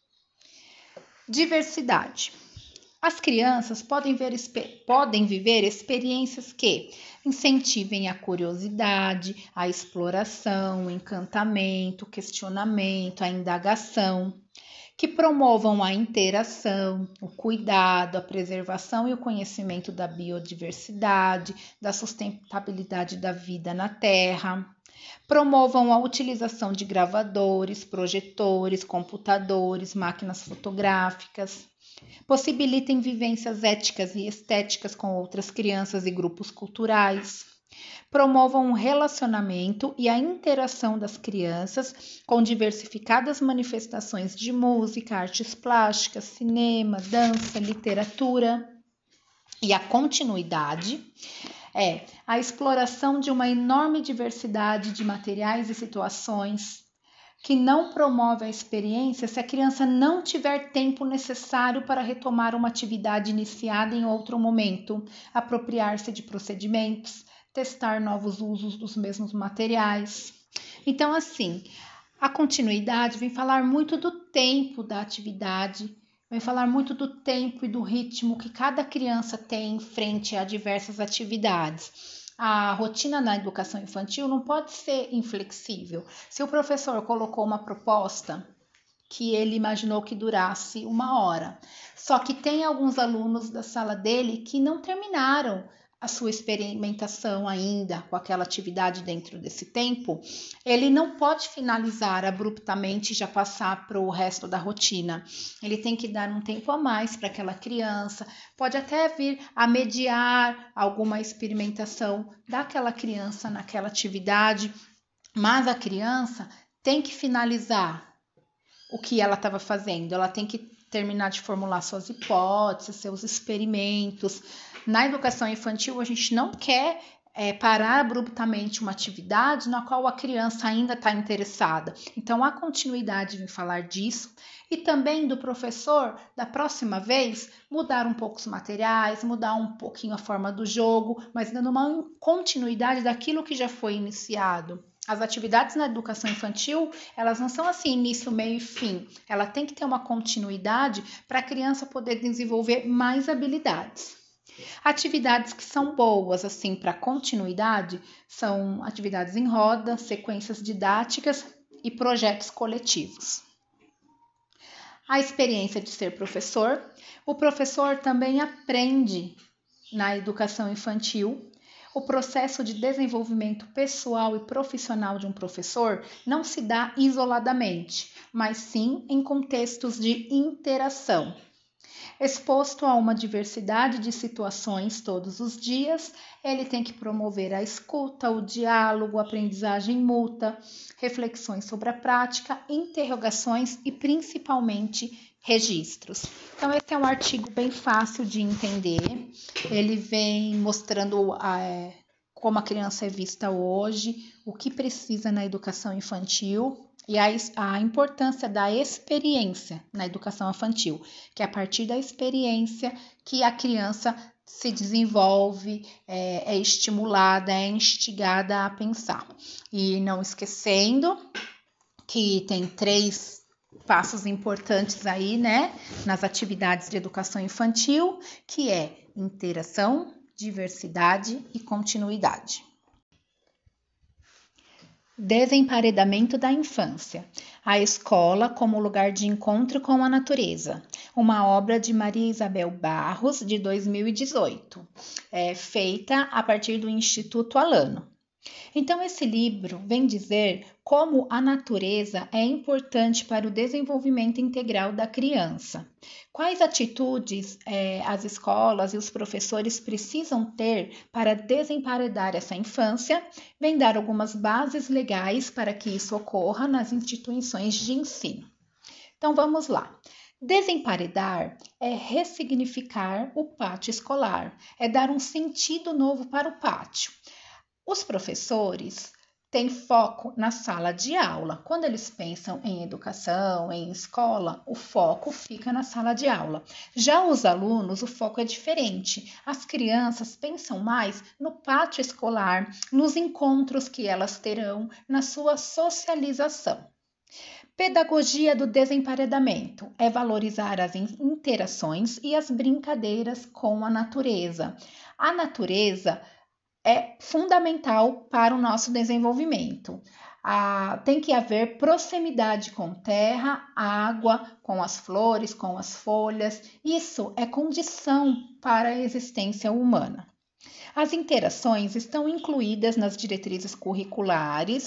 Diversidade. As crianças podem viver experiências que incentivem a curiosidade, a exploração, o encantamento, o questionamento, a indagação, que promovam a interação, o cuidado, a preservação e o conhecimento da biodiversidade, da sustentabilidade da vida na Terra. Promovam a utilização de gravadores, projetores, computadores, máquinas fotográficas. Possibilitem vivências éticas e estéticas com outras crianças e grupos culturais. Promovam o relacionamento e a interação das crianças com diversificadas manifestações de música, artes plásticas, cinema, dança, literatura. E a continuidade é a exploração de uma enorme diversidade de materiais e situações que não promove a experiência se a criança não tiver tempo necessário para retomar uma atividade iniciada em outro momento, apropriar-se de procedimentos, testar novos usos dos mesmos materiais. Então, assim, a continuidade vem falar muito do tempo da atividade, vem falar muito do tempo e do ritmo que cada criança tem em frente a diversas atividades. A rotina na educação infantil não pode ser inflexível. Se o professor colocou uma proposta que ele imaginou que durasse 1 hora, só que tem alguns alunos da sala dele que não terminaram a sua experimentação ainda com aquela atividade dentro desse tempo, ele não pode finalizar abruptamente e já passar para o resto da rotina. Ele tem que dar um tempo a mais para aquela criança, pode até vir a mediar alguma experimentação daquela criança naquela atividade, mas a criança tem que finalizar o que ela estava fazendo, ela tem que terminar de formular suas hipóteses, seus experimentos. Na educação infantil, a gente não quer parar abruptamente uma atividade na qual a criança ainda está interessada. Então, a continuidade vem falar disso e também do professor, da próxima vez, mudar um pouco os materiais, mudar um pouquinho a forma do jogo, mas dando uma continuidade daquilo que já foi iniciado. As atividades na educação infantil, elas não são assim, início, meio e fim. Ela tem que ter uma continuidade para a criança poder desenvolver mais habilidades. Atividades que são boas, assim, para continuidade, são atividades em roda, sequências didáticas e projetos coletivos. A experiência de ser professor. O professor também aprende na educação infantil. O processo de desenvolvimento pessoal e profissional de um professor não se dá isoladamente, mas sim em contextos de interação. Exposto a uma diversidade de situações todos os dias, ele tem que promover a escuta, o diálogo, a aprendizagem mútua, reflexões sobre a prática, interrogações e principalmente registros. Então, esse é um artigo bem fácil de entender. Ele vem mostrando como a criança é vista hoje, o que precisa na educação infantil e a importância da experiência na educação infantil, que é a partir da experiência que a criança se desenvolve, é estimulada, é instigada a pensar. E não esquecendo que tem 3 passos importantes aí, né, nas atividades de educação infantil, que é interação, diversidade e continuidade. Desemparedamento da infância. A escola como lugar de encontro com a natureza. Uma obra de Maria Isabel Barros, de 2018, feita a partir do Instituto Alano. Então, esse livro vem dizer como a natureza é importante para o desenvolvimento integral da criança. Quais atitudes as escolas e os professores precisam ter para desemparedar essa infância? Vem dar algumas bases legais para que isso ocorra nas instituições de ensino. Então, vamos lá. Desemparedar é ressignificar o pátio escolar, é dar um sentido novo para o pátio. Os professores têm foco na sala de aula. Quando eles pensam em educação, em escola, o foco fica na sala de aula. Já os alunos, o foco é diferente. As crianças pensam mais no pátio escolar, nos encontros que elas terão, na sua socialização. Pedagogia do desemparedamento é valorizar as interações e as brincadeiras com a natureza. A natureza é fundamental para o nosso desenvolvimento. Tem que haver proximidade com terra, água, com as flores, com as folhas. Isso é condição para a existência humana. As interações estão incluídas nas diretrizes curriculares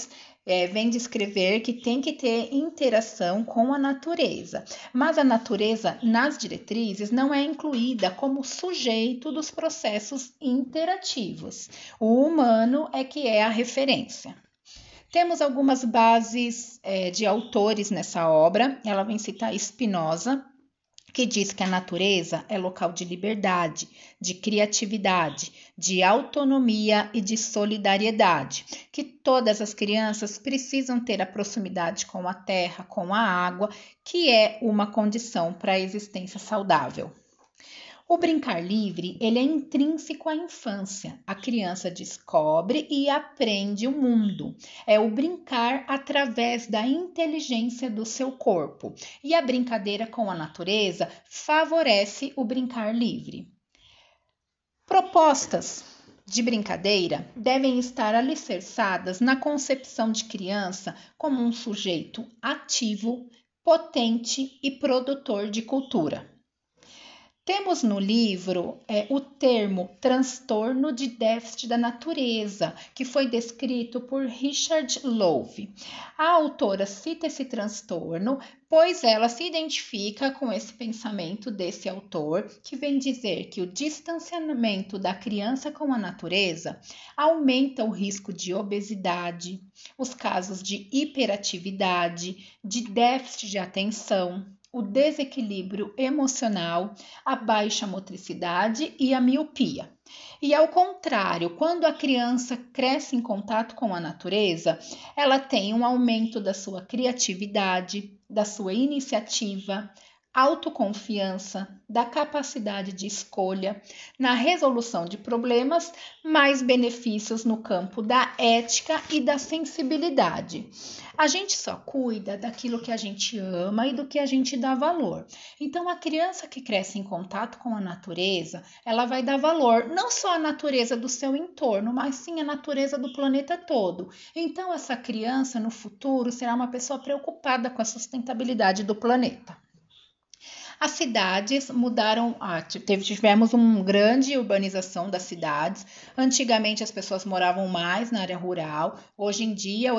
vem descrever que tem que ter interação com a natureza, mas a natureza nas diretrizes não é incluída como sujeito dos processos interativos. O humano é que é a referência. Temos algumas bases de autores nessa obra. Ela vem citar Spinoza, que diz que a natureza é local de liberdade, de criatividade, de autonomia e de solidariedade, que todas as crianças precisam ter a proximidade com a terra, com a água, que é uma condição para a existência saudável. O brincar livre, ele é intrínseco à infância. A criança descobre e aprende o mundo. É o brincar através da inteligência do seu corpo. E a brincadeira com a natureza favorece o brincar livre. Propostas de brincadeira devem estar alicerçadas na concepção de criança como um sujeito ativo, potente e produtor de cultura. Temos no livro o termo transtorno de déficit da natureza, que foi descrito por Richard Louv. A autora cita esse transtorno, pois ela se identifica com esse pensamento desse autor, que vem dizer que o distanciamento da criança com a natureza aumenta o risco de obesidade, os casos de hiperatividade, de déficit de atenção, o desequilíbrio emocional, a baixa motricidade e a miopia. E ao contrário, quando a criança cresce em contato com a natureza, ela tem um aumento da sua criatividade, da sua iniciativa, autoconfiança, da capacidade de escolha, na resolução de problemas, mais benefícios no campo da ética e da sensibilidade. A gente só cuida daquilo que a gente ama e do que a gente dá valor. Então, a criança que cresce em contato com a natureza, ela vai dar valor não só à natureza do seu entorno, mas sim à natureza do planeta todo. Então, essa criança, no futuro, será uma pessoa preocupada com a sustentabilidade do planeta. As cidades mudaram, tivemos uma grande urbanização das cidades. Antigamente as pessoas moravam mais na área rural. Hoje em dia,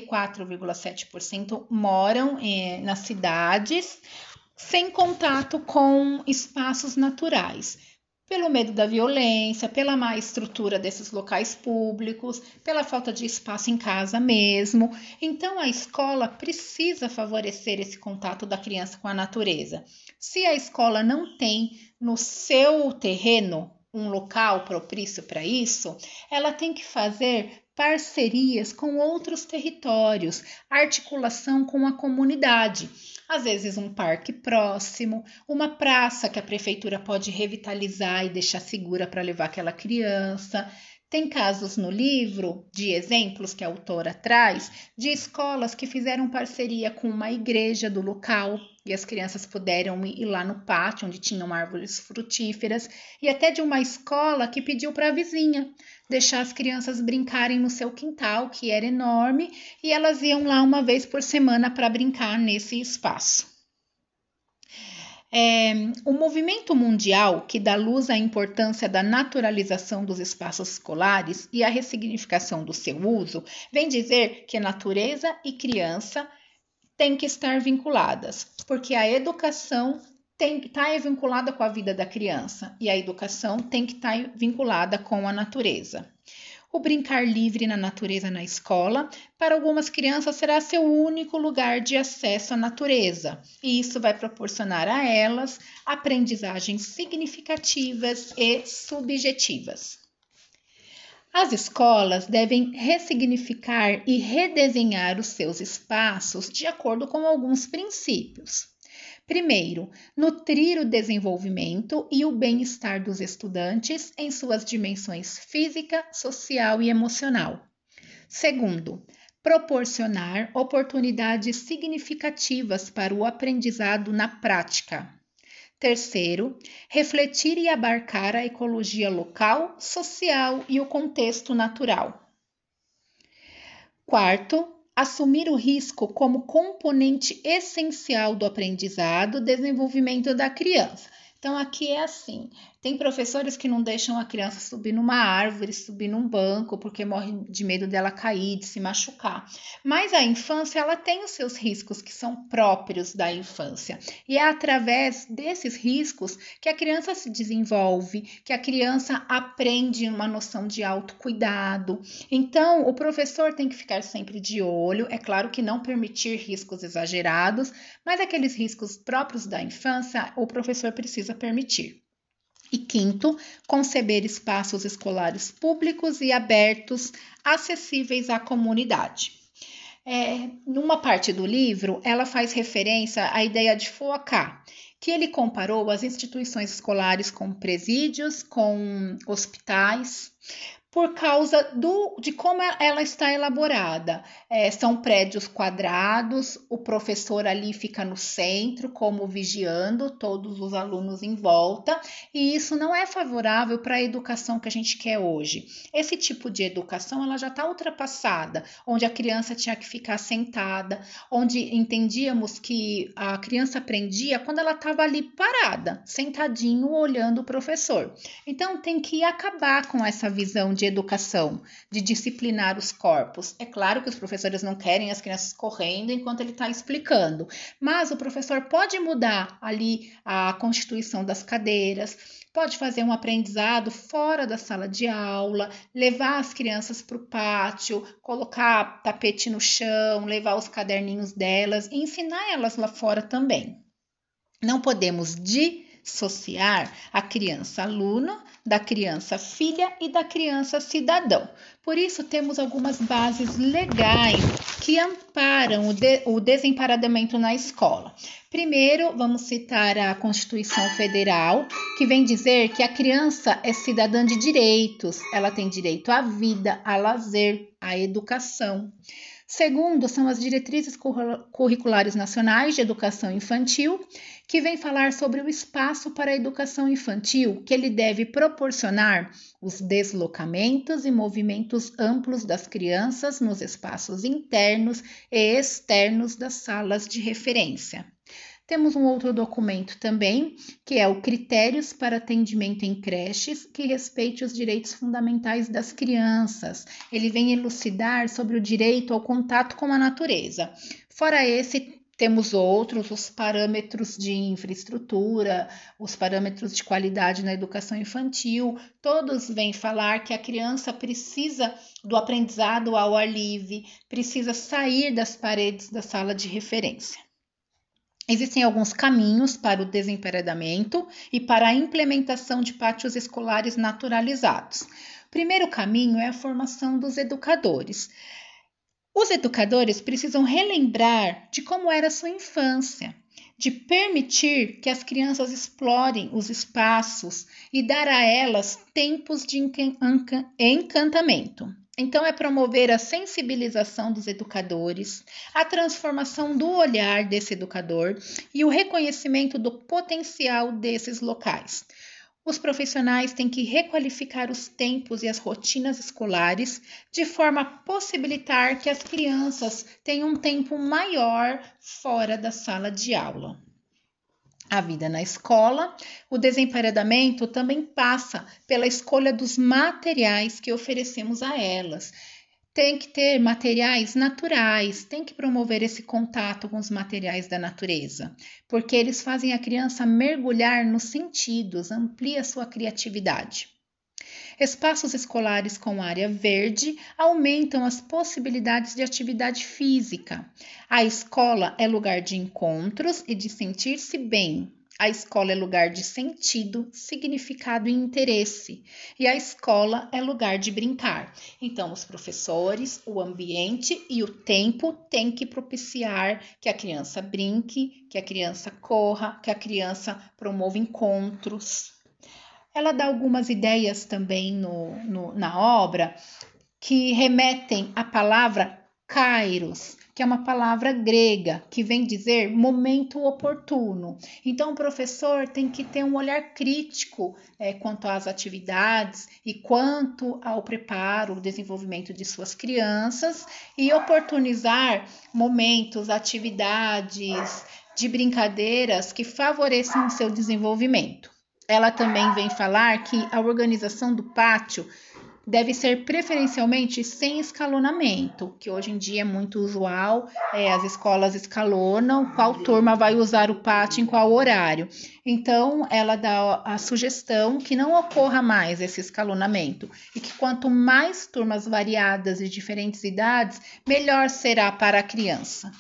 84,7% moram nas cidades, sem contato com espaços naturais. Pelo medo da violência, pela má estrutura desses locais públicos, pela falta de espaço em casa mesmo. Então, a escola precisa favorecer esse contato da criança com a natureza. Se a escola não tem no seu terreno um local propício para isso, ela tem que fazer parcerias com outros territórios, articulação com a comunidade. Às vezes um parque próximo, uma praça que a prefeitura pode revitalizar e deixar segura para levar aquela criança. Tem casos no livro de exemplos que a autora traz de escolas que fizeram parceria com uma igreja do local e as crianças puderam ir lá no pátio onde tinham árvores frutíferas, e até de uma escola que pediu para a vizinha deixar as crianças brincarem no seu quintal, que era enorme, e elas iam lá uma vez por semana para brincar nesse espaço. O movimento mundial, que dá luz à importância da naturalização dos espaços escolares e a ressignificação do seu uso, vem dizer que natureza e criança têm que estar vinculadas, porque a educação tem que estar vinculada com a vida da criança e a educação tem que estar vinculada com a natureza. O brincar livre na natureza na escola, para algumas crianças, será seu único lugar de acesso à natureza, e isso vai proporcionar a elas aprendizagens significativas e subjetivas. As escolas devem ressignificar e redesenhar os seus espaços de acordo com alguns princípios. Primeiro, nutrir o desenvolvimento e o bem-estar dos estudantes em suas dimensões física, social e emocional. Segundo, proporcionar oportunidades significativas para o aprendizado na prática. Terceiro, refletir e abarcar a ecologia local, social e o contexto natural. Quarto, assumir o risco como componente essencial do aprendizado e desenvolvimento da criança. Então, aqui é assim, Tem professores que não deixam a criança subir numa árvore, subir num banco, porque morre de medo dela cair, de se machucar. Mas a infância, ela tem os seus riscos que são próprios da infância. E é através desses riscos que a criança se desenvolve, que a criança aprende uma noção de autocuidado. Então, o professor tem que ficar sempre de olho. É claro que não permitir riscos exagerados, mas aqueles riscos próprios da infância, o professor precisa permitir. E quinto, conceber espaços escolares públicos e abertos, acessíveis à comunidade. Numa parte do livro, ela faz referência à ideia de Foucault, que ele comparou as instituições escolares com presídios, com hospitais, por causa de como ela está elaborada. São prédios quadrados, o professor ali fica no centro, como vigiando todos os alunos em volta, e isso não é favorável para a educação que a gente quer hoje. Esse tipo de educação ela já está ultrapassada, onde a criança tinha que ficar sentada, onde entendíamos que a criança aprendia quando ela estava ali parada, sentadinho, olhando o professor. Então tem que acabar com essa visão de educação, de disciplinar os corpos. É claro que os professores não querem as crianças correndo enquanto ele está explicando, mas o professor pode mudar ali a constituição das cadeiras, pode fazer um aprendizado fora da sala de aula, levar as crianças para o pátio, colocar tapete no chão, levar os caderninhos delas e ensinar elas lá fora também. Não podemos dissociar a criança aluno da criança filha e da criança cidadão. Por isso, temos algumas bases legais que amparam o desemparedamento na escola. Primeiro, vamos citar a Constituição Federal, que vem dizer que a criança é cidadã de direitos, ela tem direito à vida, a lazer, à educação. Segundo, são as diretrizes curriculares nacionais de educação infantil, que vem falar sobre o espaço para a educação infantil, que ele deve proporcionar os deslocamentos e movimentos amplos das crianças nos espaços internos e externos das salas de referência. Temos um outro documento também, que é o Critérios para Atendimento em Creches, que respeite os direitos fundamentais das crianças. Ele vem elucidar sobre o direito ao contato com a natureza. Fora esse, temos outros, os parâmetros de infraestrutura, os parâmetros de qualidade na educação infantil, todos vêm falar que a criança precisa do aprendizado ao ar livre, precisa sair das paredes da sala de referência. Existem alguns caminhos para o desemparedamento e para a implementação de pátios escolares naturalizados. O primeiro caminho é a formação dos educadores. Os educadores precisam relembrar de como era a sua infância, de permitir que as crianças explorem os espaços e dar a elas tempos de encantamento. Então, é promover a sensibilização dos educadores, a transformação do olhar desse educador e o reconhecimento do potencial desses locais. Os profissionais têm que requalificar os tempos e as rotinas escolares de forma a possibilitar que as crianças tenham um tempo maior fora da sala de aula. A vida na escola, o desemparedamento também passa pela escolha dos materiais que oferecemos a elas. Tem que ter materiais naturais, tem que promover esse contato com os materiais da natureza, porque eles fazem a criança mergulhar nos sentidos, amplia sua criatividade. Espaços escolares com área verde aumentam as possibilidades de atividade física. A escola é lugar de encontros e de sentir-se bem. A escola é lugar de sentido, significado e interesse. E a escola é lugar de brincar. Então, os professores, o ambiente e o tempo têm que propiciar que a criança brinque, que a criança corra, que a criança promova encontros. Ela dá algumas ideias também na obra que remetem à palavra kairos, que é uma palavra grega que vem dizer momento oportuno. Então, o professor tem que ter um olhar crítico quanto às atividades e quanto ao preparo, o desenvolvimento de suas crianças e oportunizar momentos, atividades de brincadeiras que favoreçam o seu desenvolvimento. Ela também vem falar que a organização do pátio deve ser preferencialmente sem escalonamento, que hoje em dia é muito usual, as escolas escalonam qual turma vai usar o pátio em qual horário. Então, ela dá a sugestão que não ocorra mais esse escalonamento e que quanto mais turmas variadas de diferentes idades, melhor será para a criança.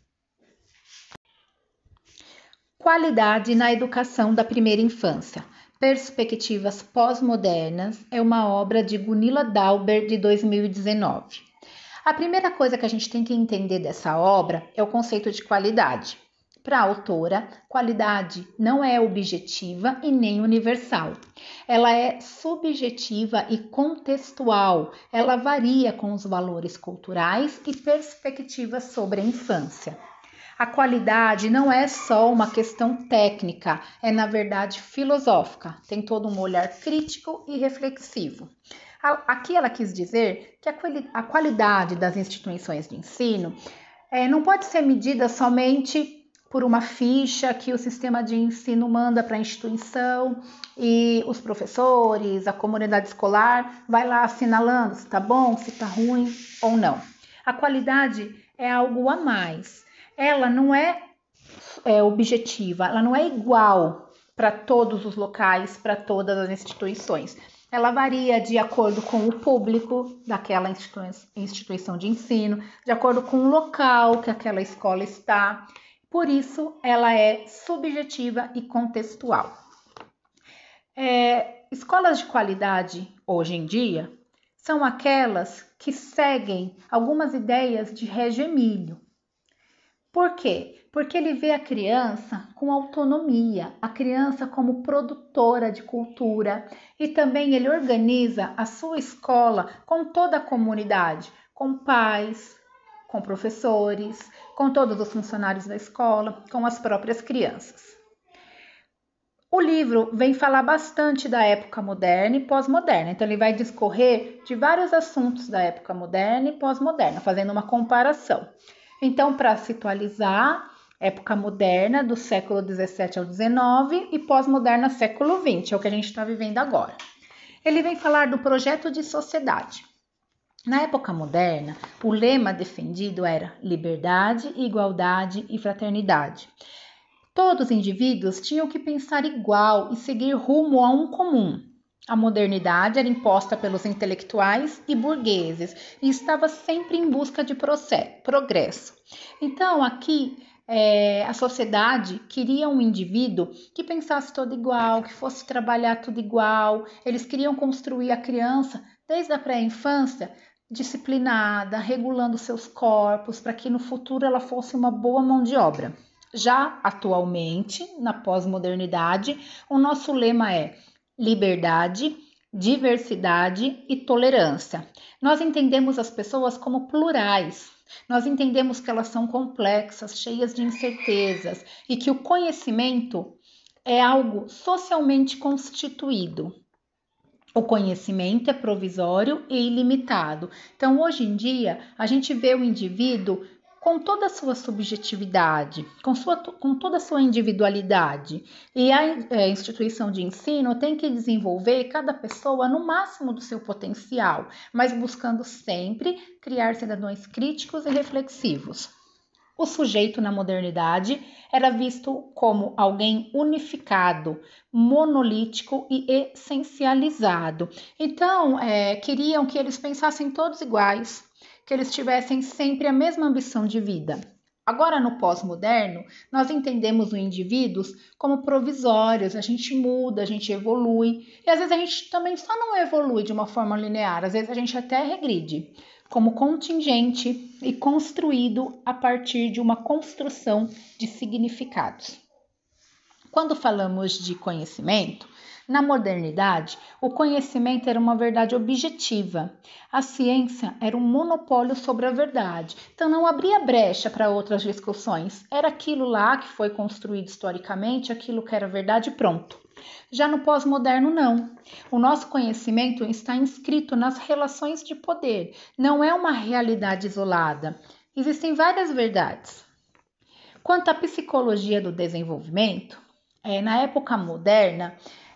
Qualidade na educação da primeira infância. Perspectivas Pós-Modernas é uma obra de Gunilla Dauber, de 2019. A primeira coisa que a gente tem que entender dessa obra é o conceito de qualidade. Para a autora, qualidade não é objetiva e nem universal. Ela é subjetiva e contextual. Ela varia com os valores culturais e perspectivas sobre a infância. A qualidade não é só uma questão técnica, é na verdade filosófica, tem todo um olhar crítico e reflexivo. Aqui ela quis dizer que a qualidade das instituições de ensino não pode ser medida somente por uma ficha que o sistema de ensino manda para a instituição e os professores, a comunidade escolar vai lá assinalando se está bom, se está ruim ou não. A qualidade é algo a mais. Ela não é objetiva, ela não é igual para todos os locais, para todas as instituições. Ela varia de acordo com o público daquela instituição de ensino, de acordo com o local que aquela escola está. Por isso, ela é subjetiva e contextual. Escolas de qualidade, hoje em dia, são aquelas que seguem algumas ideias de Reggio Emílio. Por quê? Porque ele vê a criança com autonomia, a criança como produtora de cultura e também ele organiza a sua escola com toda a comunidade, com pais, com professores, com todos os funcionários da escola, com as próprias crianças. O livro vem falar bastante da época moderna e pós-moderna, então ele vai discorrer de vários assuntos da época moderna e pós-moderna, fazendo uma comparação. Então, para situalizar, época moderna do século XVII ao XIX e pós-moderna século XX, é o que a gente está vivendo agora. Ele vem falar do projeto de sociedade. Na época moderna, o lema defendido era liberdade, igualdade e fraternidade. Todos os indivíduos tinham que pensar igual e seguir rumo a um comum. A modernidade era imposta pelos intelectuais e burgueses e estava sempre em busca de progresso. Então, aqui, a sociedade queria um indivíduo que pensasse todo igual, que fosse trabalhar tudo igual. Eles queriam construir a criança desde a pré-infância disciplinada, regulando seus corpos, para que no futuro ela fosse uma boa mão de obra. Já atualmente, na pós-modernidade, o nosso lema é liberdade, diversidade e tolerância. Nós entendemos as pessoas como plurais. Nós entendemos que elas são complexas, cheias de incertezas e que o conhecimento é algo socialmente constituído. O conhecimento é provisório e ilimitado. Então, hoje em dia, a gente vê o indivíduo com toda a sua subjetividade, com toda a sua individualidade. E a instituição de ensino tem que desenvolver cada pessoa no máximo do seu potencial, mas buscando sempre criar cidadãos críticos e reflexivos. O sujeito na modernidade era visto como alguém unificado, monolítico e essencializado. Então, queriam que eles pensassem todos iguais, que eles tivessem sempre a mesma ambição de vida. Agora, no pós-moderno, nós entendemos os indivíduos como provisórios, a gente muda, a gente evolui, e às vezes a gente também só não evolui de uma forma linear, às vezes a gente até regride, como contingente e construído a partir de uma construção de significados. Quando falamos de conhecimento, na modernidade, o conhecimento era uma verdade objetiva. A ciência era um monopólio sobre a verdade, então não abria brecha para outras discussões. Era aquilo lá que foi construído historicamente, aquilo que era verdade, pronto. Já no pós-moderno, não. O nosso conhecimento está inscrito nas relações de poder, não é uma realidade isolada. Existem várias verdades. Quanto à psicologia do desenvolvimento, na época moderna,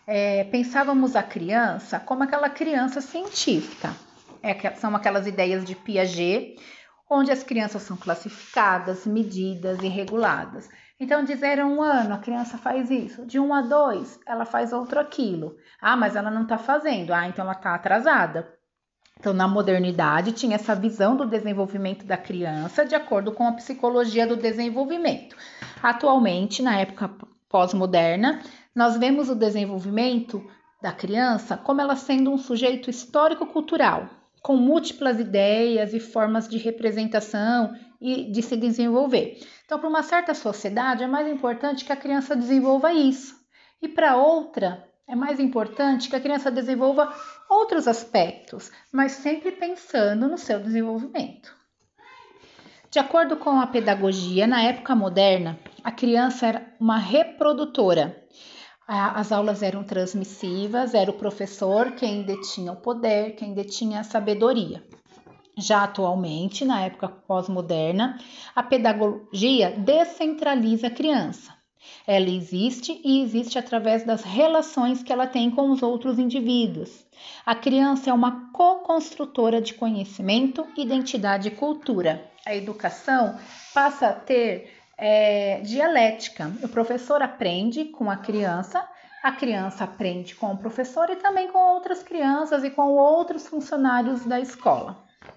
pensávamos a criança como aquela criança científica. São aquelas ideias de Piaget, onde as crianças são classificadas, medidas e reguladas. Então, de 0 a 1 ano, a criança faz isso. De 1 a 2, ela faz outro aquilo. Ah, mas ela não está fazendo. Ah, então ela está atrasada. Então, na modernidade, tinha essa visão do desenvolvimento da criança de acordo com a psicologia do desenvolvimento. Atualmente, na época pós-moderna, nós vemos o desenvolvimento da criança como ela sendo um sujeito histórico-cultural, com múltiplas ideias e formas de representação e de se desenvolver. Então, para uma certa sociedade, é mais importante que a criança desenvolva isso. E para outra, é mais importante que a criança desenvolva outros aspectos, mas sempre pensando no seu desenvolvimento. De acordo com a pedagogia, na época moderna, a criança era uma reprodutora. As aulas eram transmissivas, era o professor quem detinha o poder, quem detinha a sabedoria. Já atualmente, na época pós-moderna, a pedagogia descentraliza a criança. Ela existe e existe através das relações que ela tem com os outros indivíduos. A criança é uma co-construtora de conhecimento, identidade e cultura. A educação passa a ter dialética. O professor aprende com a criança aprende com o professor e também com outras crianças e com outros funcionários da escola.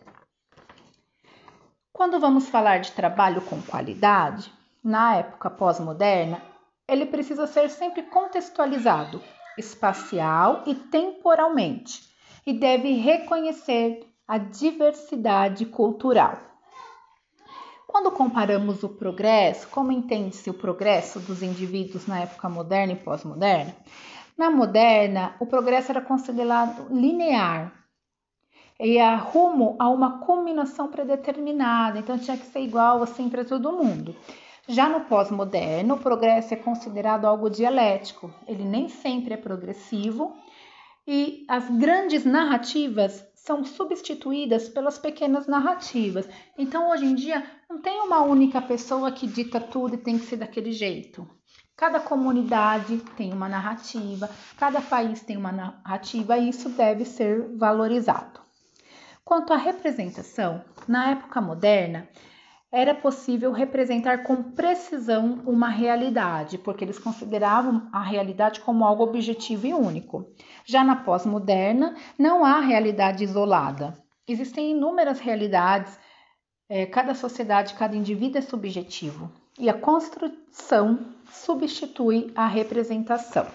Quando vamos falar de trabalho com qualidade, na época pós-moderna, ele precisa ser sempre contextualizado, espacial e temporalmente, e deve reconhecer a diversidade cultural. Quando comparamos o progresso, como entende-se o progresso dos indivíduos na época moderna e pós-moderna? Na moderna, o progresso era considerado linear, e rumo a uma culminação predeterminada, então tinha que ser igual assim para todo mundo. Já no pós-moderno, o progresso é considerado algo dialético, ele nem sempre é progressivo e as grandes narrativas são substituídas pelas pequenas narrativas. Então, hoje em dia, não tem uma única pessoa que dita tudo e tem que ser daquele jeito. Cada comunidade tem uma narrativa, cada país tem uma narrativa e isso deve ser valorizado. Quanto à representação, na época moderna, era possível representar com precisão uma realidade, porque eles consideravam a realidade como algo objetivo e único. Já na pós-moderna, não há realidade isolada. Existem inúmeras realidades, cada sociedade, cada indivíduo é subjetivo. E a construção substitui a representação.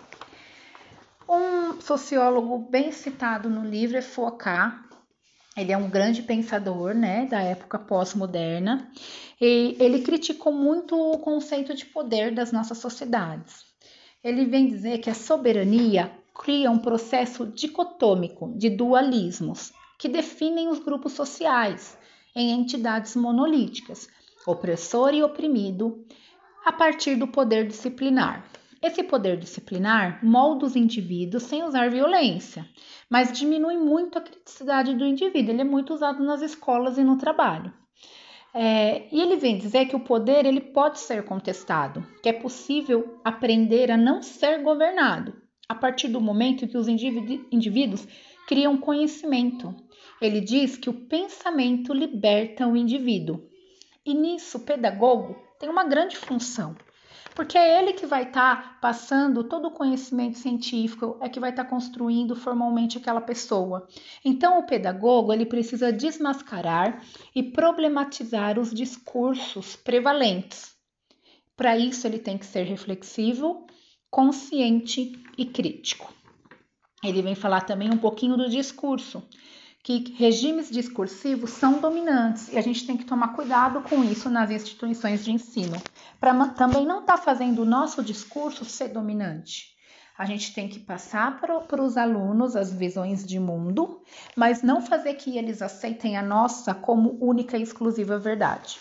Um sociólogo bem citado no livro é Foucault. Ele é um grande pensador, da época pós-moderna, e ele criticou muito o conceito de poder das nossas sociedades. Ele vem dizer que a soberania cria um processo dicotômico de dualismos que definem os grupos sociais em entidades monolíticas, opressor e oprimido, a partir do poder disciplinar. Esse poder disciplinar molda os indivíduos sem usar violência, mas diminui muito a criticidade do indivíduo. Ele é muito usado nas escolas e no trabalho. E ele vem dizer que o poder ele pode ser contestado, que é possível aprender a não ser governado, a partir do momento que os indivíduos criam conhecimento. Ele diz que o pensamento liberta o indivíduo. E nisso o pedagogo tem uma grande função. Porque é ele que vai estar passando todo o conhecimento científico, é que vai estar construindo formalmente aquela pessoa. Então, o pedagogo ele precisa desmascarar e problematizar os discursos prevalentes. Para isso, ele tem que ser reflexivo, consciente e crítico. Ele vem falar também um pouquinho do discurso, que regimes discursivos são dominantes e a gente tem que tomar cuidado com isso nas instituições de ensino, para também não estar fazendo o nosso discurso ser dominante. A gente tem que passar para os alunos as visões de mundo, mas não fazer que eles aceitem a nossa como única e exclusiva verdade.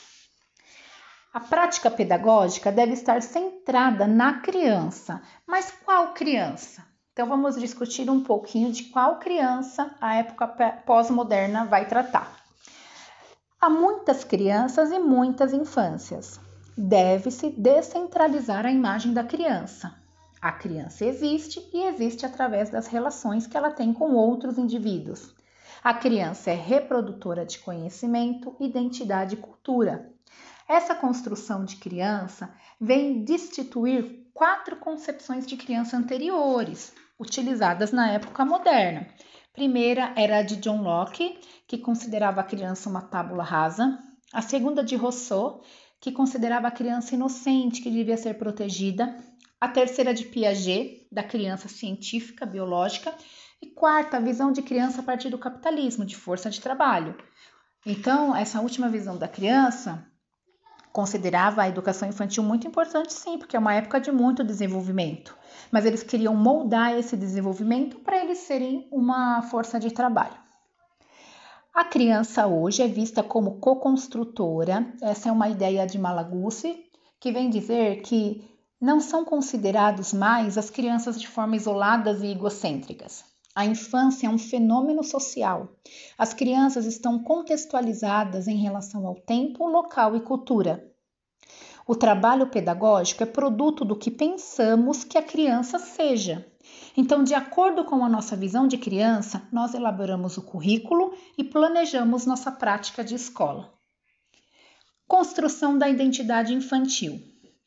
A prática pedagógica deve estar centrada na criança, mas qual criança? Então, vamos discutir um pouquinho de qual criança a época pós-moderna vai tratar. Há muitas crianças e muitas infâncias. Deve-se descentralizar a imagem da criança. A criança existe e existe através das relações que ela tem com outros indivíduos. A criança é reprodutora de conhecimento, identidade e cultura. Essa construção de criança vem destituir 4 concepções de criança anteriores, utilizadas na época moderna. Primeira era a de John Locke, que considerava a criança uma tábula rasa. A segunda de Rousseau, que considerava a criança inocente, que devia ser protegida. A terceira de Piaget, da criança científica, biológica. E quarta, a visão de criança a partir do capitalismo, de força de trabalho. Então, essa última visão da criança considerava a educação infantil muito importante, sim, porque é uma época de muito desenvolvimento. Mas eles queriam moldar esse desenvolvimento para eles serem uma força de trabalho. A criança hoje é vista como co-construtora. Essa é uma ideia de Malaguzzi, que vem dizer que não são considerados mais as crianças de forma isoladas e egocêntricas. A infância é um fenômeno social. As crianças estão contextualizadas em relação ao tempo, local e cultura. O trabalho pedagógico é produto do que pensamos que a criança seja. Então, de acordo com a nossa visão de criança, nós elaboramos o currículo e planejamos nossa prática de escola. Construção da identidade infantil.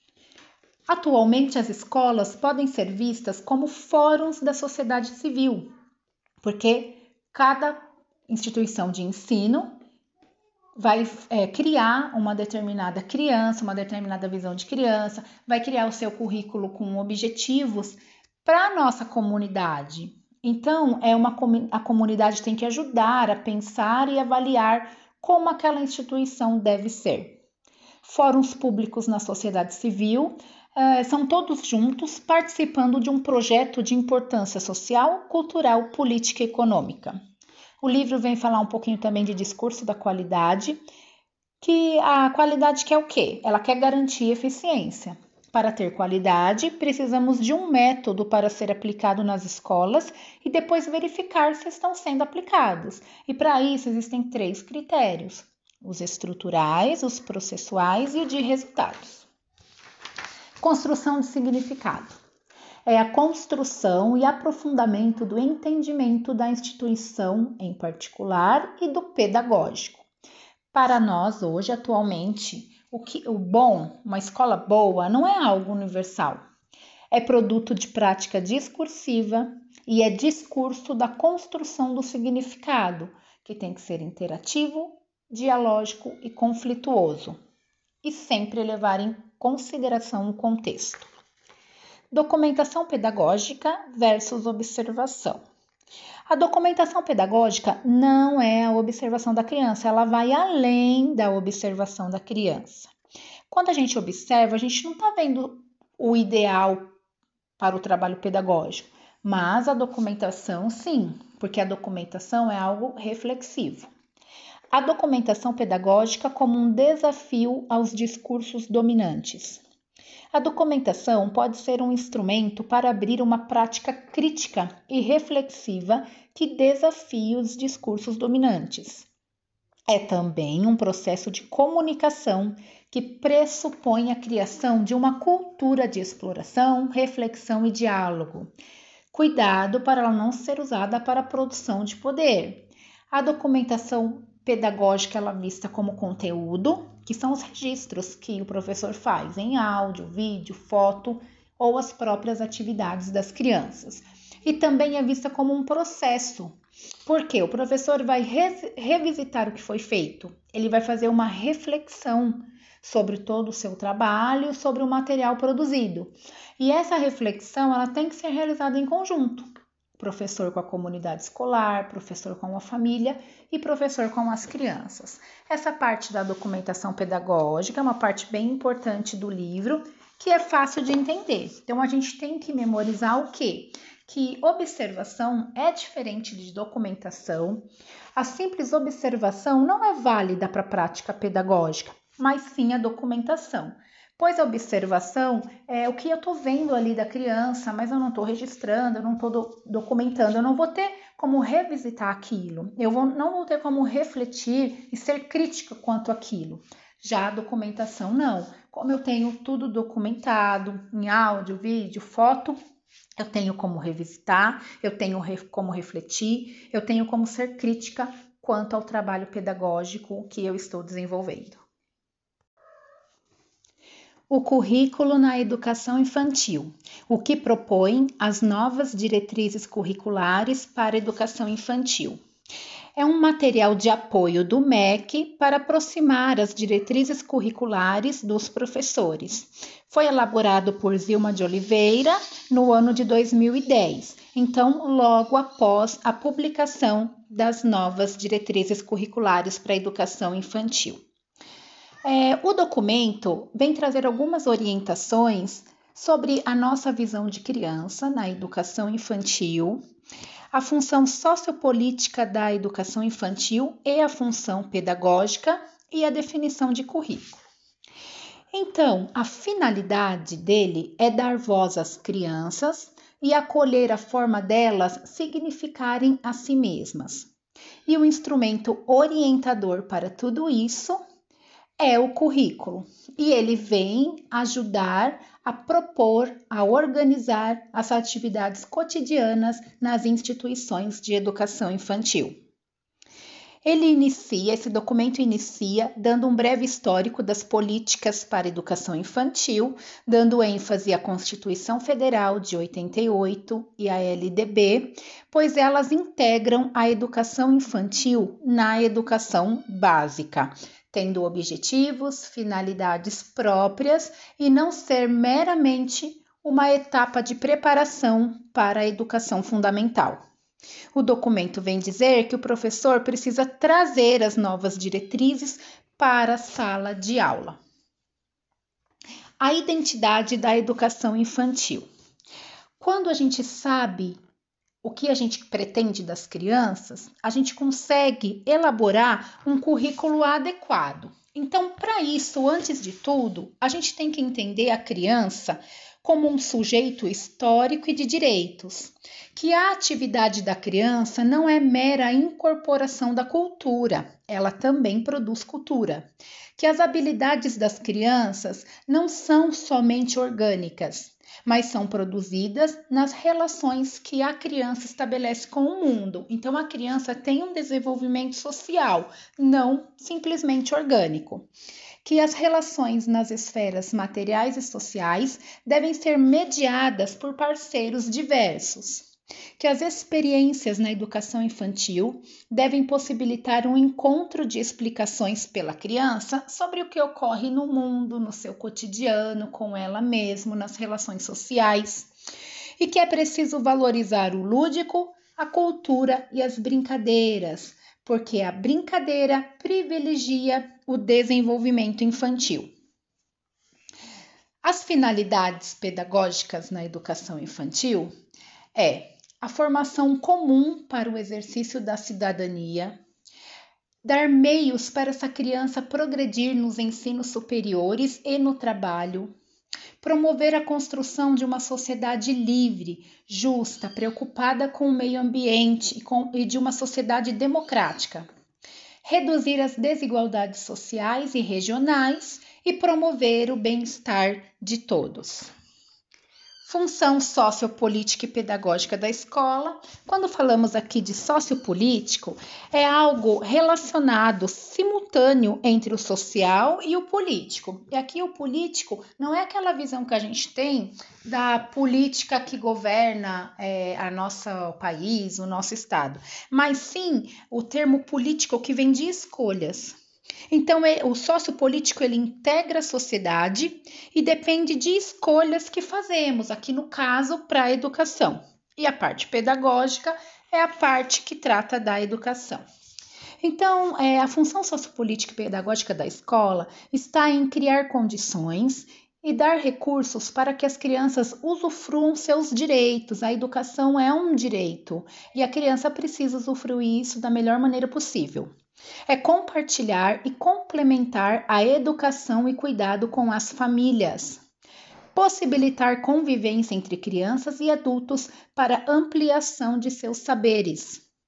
Atualmente, as escolas podem ser vistas como fóruns da sociedade civil, porque cada instituição de ensino vai criar uma determinada criança, uma determinada visão de criança, vai criar o seu currículo com objetivos para a nossa comunidade. Então, a comunidade tem que ajudar a pensar e avaliar como aquela instituição deve ser. Fóruns públicos na sociedade civil são todos juntos participando de um projeto de importância social, cultural, política e econômica. O livro vem falar um pouquinho também de discurso da qualidade, que a qualidade quer o quê? Ela quer garantir eficiência. Para ter qualidade, precisamos de um método para ser aplicado nas escolas e depois verificar se estão sendo aplicados. E para isso existem 3 critérios: os estruturais, os processuais e o de resultados. Construção de significado. É a construção e aprofundamento do entendimento da instituição em particular e do pedagógico. Para nós, hoje, atualmente, uma escola boa não é algo universal. É produto de prática discursiva e é discurso da construção do significado, que tem que ser interativo, dialógico e conflituoso, e sempre levar em consideração o contexto. Documentação pedagógica versus observação. A documentação pedagógica não é a observação da criança, ela vai além da observação da criança. Quando a gente observa, a gente não está vendo o ideal para o trabalho pedagógico, mas a documentação sim, porque a documentação é algo reflexivo. A documentação pedagógica como um desafio aos discursos dominantes. A documentação pode ser um instrumento para abrir uma prática crítica e reflexiva que desafie os discursos dominantes. É também um processo de comunicação que pressupõe a criação de uma cultura de exploração, reflexão e diálogo. Cuidado para ela não ser usada para a produção de poder. A documentação pedagógica ela é vista como conteúdo, que são os registros que o professor faz em áudio, vídeo, foto ou as próprias atividades das crianças. E também é vista como um processo, porque o professor vai revisitar o que foi feito, ele vai fazer uma reflexão sobre todo o seu trabalho, sobre o material produzido. E essa reflexão ela tem que ser realizada em conjunto. Professor com a comunidade escolar, professor com a família e professor com as crianças. Essa parte da documentação pedagógica é uma parte bem importante do livro, que é fácil de entender. Então, a gente tem que memorizar o quê? Que observação é diferente de documentação. A simples observação não é válida para a prática pedagógica, mas sim a documentação. Pois a observação é o que eu estou vendo ali da criança, mas eu não estou registrando, eu não estou documentando, eu não vou ter como revisitar aquilo, não vou ter como refletir e ser crítica quanto àquilo. Já a documentação não, como eu tenho tudo documentado em áudio, vídeo, foto, eu tenho como revisitar, eu tenho como refletir, eu tenho como ser crítica quanto ao trabalho pedagógico que eu estou desenvolvendo. O currículo na educação infantil, o que propõe as novas diretrizes curriculares para a educação infantil. É um material de apoio do MEC para aproximar as diretrizes curriculares dos professores. Foi elaborado por Zilma de Oliveira no ano de 2010, então logo após a publicação das novas diretrizes curriculares para a educação infantil. O documento vem trazer algumas orientações sobre a nossa visão de criança na educação infantil, a função sociopolítica da educação infantil e a função pedagógica e a definição de currículo. Então, a finalidade dele é dar voz às crianças e acolher a forma delas significarem a si mesmas. E o instrumento orientador para tudo isso é o currículo, e ele vem ajudar a propor, a organizar as atividades cotidianas nas instituições de educação infantil. Esse documento inicia dando um breve histórico das políticas para a educação infantil, dando ênfase à Constituição Federal de 88 e à LDB, pois elas integram a educação infantil na educação básica, tendo objetivos, finalidades próprias e não ser meramente uma etapa de preparação para a educação fundamental. O documento vem dizer que o professor precisa trazer as novas diretrizes para a sala de aula. A identidade da educação infantil. Quando a gente sabe o que a gente pretende das crianças, a gente consegue elaborar um currículo adequado. Então, para isso, antes de tudo, a gente tem que entender a criança como um sujeito histórico e de direitos, que a atividade da criança não é mera incorporação da cultura, ela também produz cultura, que as habilidades das crianças não são somente orgânicas, mas são produzidas nas relações que a criança estabelece com o mundo. Então, a criança tem um desenvolvimento social, não simplesmente orgânico. Que as relações nas esferas materiais e sociais devem ser mediadas por parceiros diversos. Que as experiências na educação infantil devem possibilitar um encontro de explicações pela criança sobre o que ocorre no mundo, no seu cotidiano, com ela mesma, nas relações sociais. E que é preciso valorizar o lúdico, a cultura e as brincadeiras, porque a brincadeira privilegia o desenvolvimento infantil. As finalidades pedagógicas na educação infantil é a formação comum para o exercício da cidadania, dar meios para essa criança progredir nos ensinos superiores e no trabalho, promover a construção de uma sociedade livre, justa, preocupada com o meio ambiente e de uma sociedade democrática, reduzir as desigualdades sociais e regionais e promover o bem-estar de todos. Função sociopolítica e pedagógica da escola. Quando falamos aqui de sociopolítico, é algo relacionado, simultâneo entre o social e o político. E aqui o político não é aquela visão que a gente tem da política que governa o nosso país, o nosso estado, mas sim o termo político que vem de escolhas. Então, o sociopolítico ele integra a sociedade e depende de escolhas que fazemos, aqui no caso, para a educação. E a parte pedagógica é a parte que trata da educação. Então, a função sociopolítica e pedagógica da escola está em criar condições e dar recursos para que as crianças usufruam seus direitos. A educação é um direito e a criança precisa usufruir isso da melhor maneira possível. É compartilhar e complementar a educação e cuidado com as famílias. Possibilitar convivência entre crianças e adultos para ampliação de seus saberes.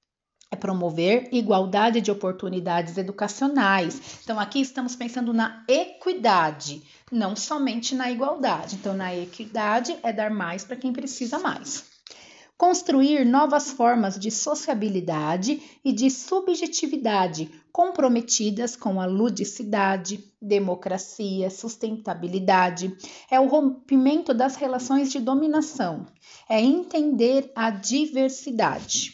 é promover igualdade de oportunidades educacionais. Então, aqui estamos pensando na equidade, não somente na igualdade. Então, na equidade é dar mais para quem precisa mais. Construir novas formas de sociabilidade e de subjetividade comprometidas com a ludicidade, democracia, sustentabilidade. É o rompimento das relações de dominação. É entender a diversidade.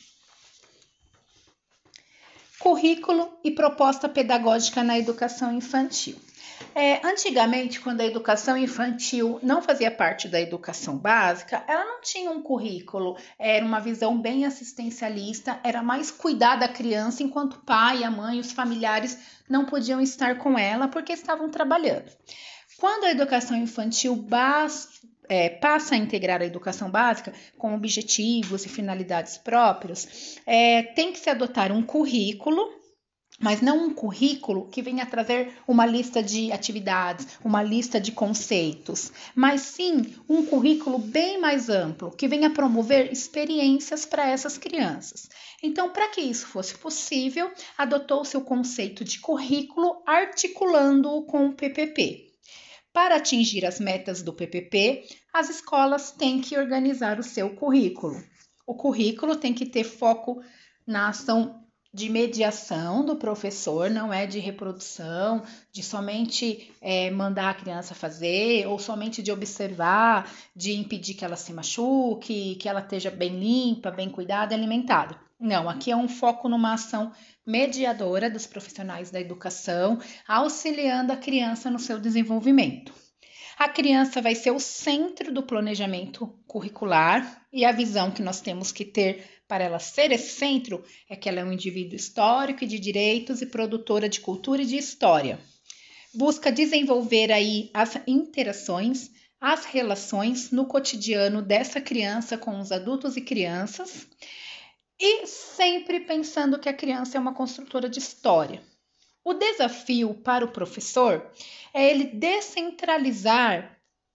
Currículo e proposta pedagógica na educação infantil. Antigamente, quando a educação infantil não fazia parte da educação básica, ela não tinha um currículo, era uma visão bem assistencialista, era mais cuidar da criança enquanto o pai, a mãe, os familiares não podiam estar com ela porque estavam trabalhando. Quando a educação infantil passa a integrar a educação básica com objetivos e finalidades próprios, tem que se adotar um currículo, mas não um currículo que venha trazer uma lista de atividades, uma lista de conceitos, mas sim um currículo bem mais amplo, que venha promover experiências para essas crianças. Então, para que isso fosse possível, adotou-se o conceito de currículo articulando-o com o PPP. Para atingir as metas do PPP, as escolas têm que organizar o seu currículo. O currículo tem que ter foco na ação de mediação do professor, não é de reprodução, de somente mandar a criança fazer, ou somente de observar, de impedir que ela se machuque, que ela esteja bem limpa, bem cuidada e alimentada. Não, aqui é um foco numa ação mediadora dos profissionais da educação, auxiliando a criança no seu desenvolvimento. A criança vai ser o centro do planejamento curricular e a visão que nós temos que ter para ela ser esse centro é que ela é um indivíduo histórico e de direitos e produtora de cultura e de história. Busca desenvolver aí as interações, as relações no cotidiano dessa criança com os adultos e crianças e sempre pensando que a criança é uma construtora de história. O desafio para o professor é ele descentralizar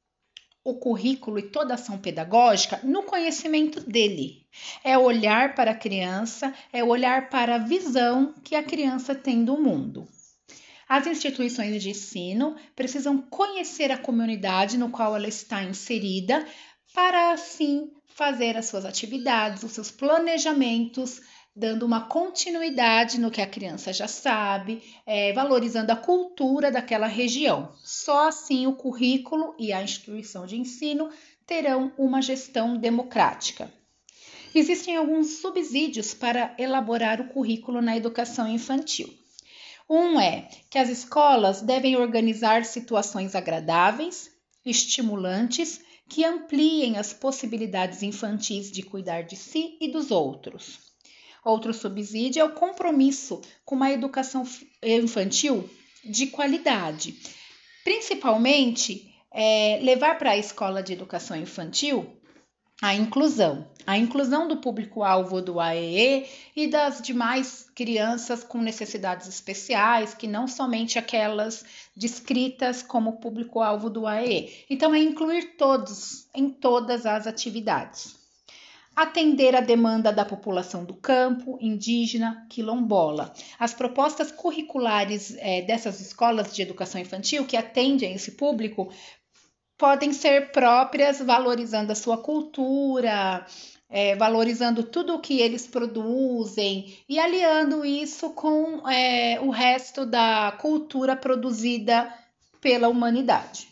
o currículo e toda a ação pedagógica no conhecimento dele. É olhar para a criança, é olhar para a visão que a criança tem do mundo. As instituições de ensino precisam conhecer a comunidade no qual ela está inserida para assim fazer as suas atividades, os seus planejamentos, dando uma continuidade no que a criança já sabe, valorizando a cultura daquela região. Só assim o currículo e a instituição de ensino terão uma gestão democrática. Existem alguns subsídios para elaborar o currículo na educação infantil. Um é que as escolas devem organizar situações agradáveis, estimulantes, que ampliem as possibilidades infantis de cuidar de si e dos outros. Outro subsídio é o compromisso com uma educação infantil de qualidade. Principalmente, levar para a escola de educação infantil a inclusão do público-alvo do AEE e das demais crianças com necessidades especiais, que não somente aquelas descritas como público-alvo do AEE. Então, é incluir todos em todas as atividades. Atender a demanda da população do campo, indígena, quilombola. As propostas curriculares dessas escolas de educação infantil que atendem esse público podem ser próprias, valorizando a sua cultura, valorizando tudo o que eles produzem e aliando isso com o resto da cultura produzida pela humanidade.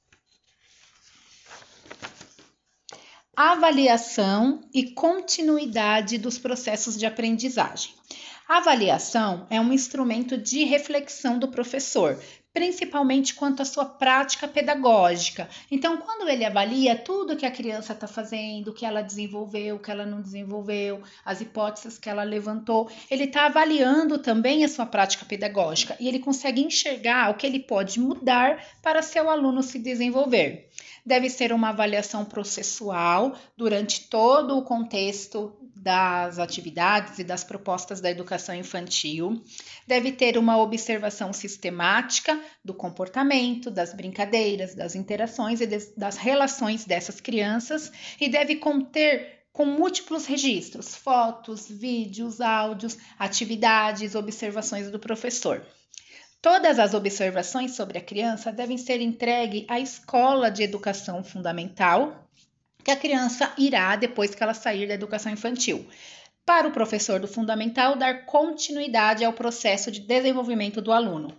Avaliação e continuidade dos processos de aprendizagem. A avaliação é um instrumento de reflexão do professor, principalmente quanto à sua prática pedagógica. Então, quando ele avalia tudo que a criança está fazendo, o que ela desenvolveu, o que ela não desenvolveu, as hipóteses que ela levantou, ele está avaliando também a sua prática pedagógica e ele consegue enxergar o que ele pode mudar para seu aluno se desenvolver. Deve ser uma avaliação processual durante todo o contexto das atividades e das propostas da educação infantil. Deve ter uma observação sistemática do comportamento, das brincadeiras, das interações e das relações dessas crianças e deve conter com múltiplos registros, fotos, vídeos, áudios, atividades, observações do professor. Todas as observações sobre a criança devem ser entregues à escola de educação fundamental, que a criança irá depois que ela sair da educação infantil, para o professor do fundamental dar continuidade ao processo de desenvolvimento do aluno.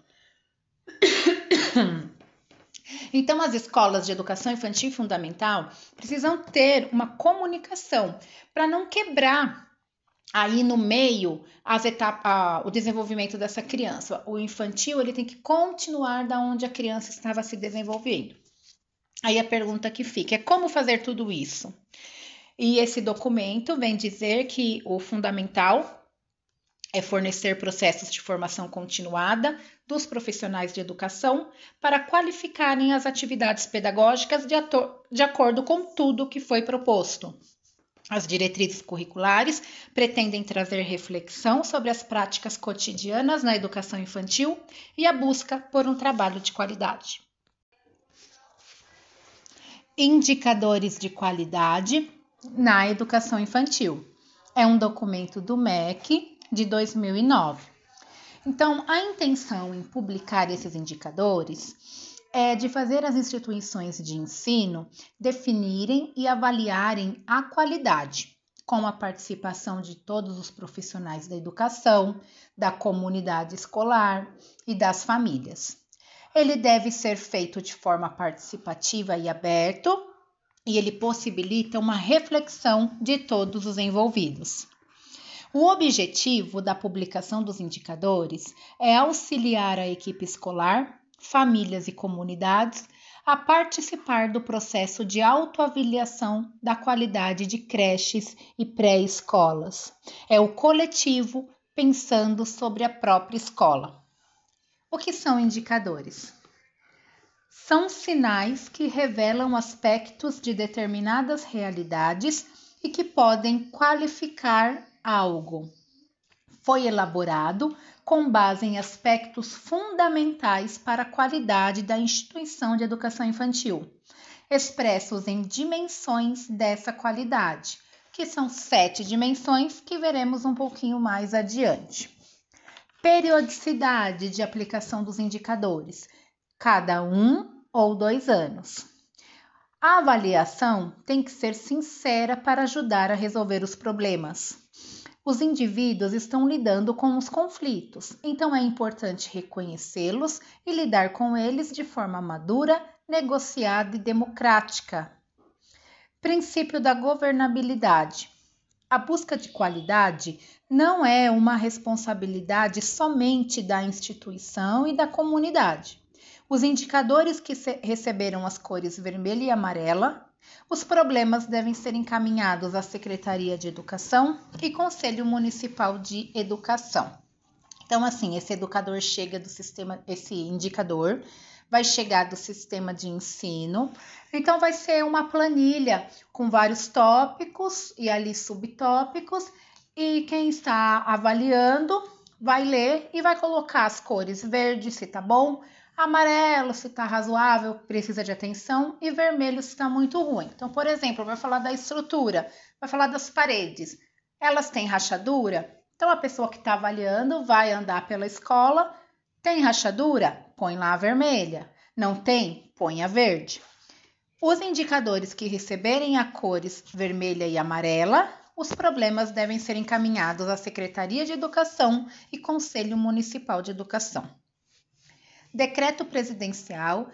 Então, as escolas de educação infantil e fundamental precisam ter uma comunicação para não quebrar aí no meio o desenvolvimento dessa criança. O infantil ele tem que continuar da onde a criança estava se desenvolvendo. Aí a pergunta que fica é como fazer tudo isso? E esse documento vem dizer que o fundamental é fornecer processos de formação continuada dos profissionais de educação para qualificarem as atividades pedagógicas de acordo com tudo que foi proposto. As diretrizes curriculares pretendem trazer reflexão sobre as práticas cotidianas na educação infantil e a busca por um trabalho de qualidade. Indicadores de qualidade na educação infantil. É um documento do MEC de 2009. Então, a intenção em publicar esses indicadores é de fazer as instituições de ensino definirem e avaliarem a qualidade, com a participação de todos os profissionais da educação, da comunidade escolar e das famílias. Ele deve ser feito de forma participativa e aberto, e ele possibilita uma reflexão de todos os envolvidos. O objetivo da publicação dos indicadores é auxiliar a equipe escolar, famílias e comunidades a participar do processo de autoavaliação da qualidade de creches e pré-escolas. É o coletivo pensando sobre a própria escola. O que são indicadores? São sinais que revelam aspectos de determinadas realidades e que podem qualificar algo. Foi elaborado com base em aspectos fundamentais para a qualidade da instituição de educação infantil, expressos em dimensões dessa qualidade, que são 7 dimensões que veremos um pouquinho mais adiante. Periodicidade de aplicação dos indicadores, cada 1 ou 2 anos. A avaliação tem que ser sincera para ajudar a resolver os problemas. Os indivíduos estão lidando com os conflitos, então é importante reconhecê-los e lidar com eles de forma madura, negociada e democrática. Princípio da governabilidade. A busca de qualidade não é uma responsabilidade somente da instituição e da comunidade. Os indicadores que receberam as cores vermelha e amarela, os problemas devem ser encaminhados à Secretaria de Educação e Conselho Municipal de Educação. Então, assim, esse educador chega do sistema, esse indicador vai chegar do sistema de ensino. Então, vai ser uma planilha com vários tópicos e ali subtópicos, e quem está avaliando vai ler e vai colocar as cores verde se tá bom, amarelo se está razoável, precisa de atenção, e vermelho se está muito ruim. Então, por exemplo, vai falar da estrutura, vai falar das paredes. Elas têm rachadura? Então, a pessoa que está avaliando vai andar pela escola. Tem rachadura? Põe lá a vermelha. Não tem? Põe a verde. Os indicadores que receberem a cores vermelha e amarela, os problemas devem ser encaminhados à Secretaria de Educação e Conselho Municipal de Educação. Decreto Presidencial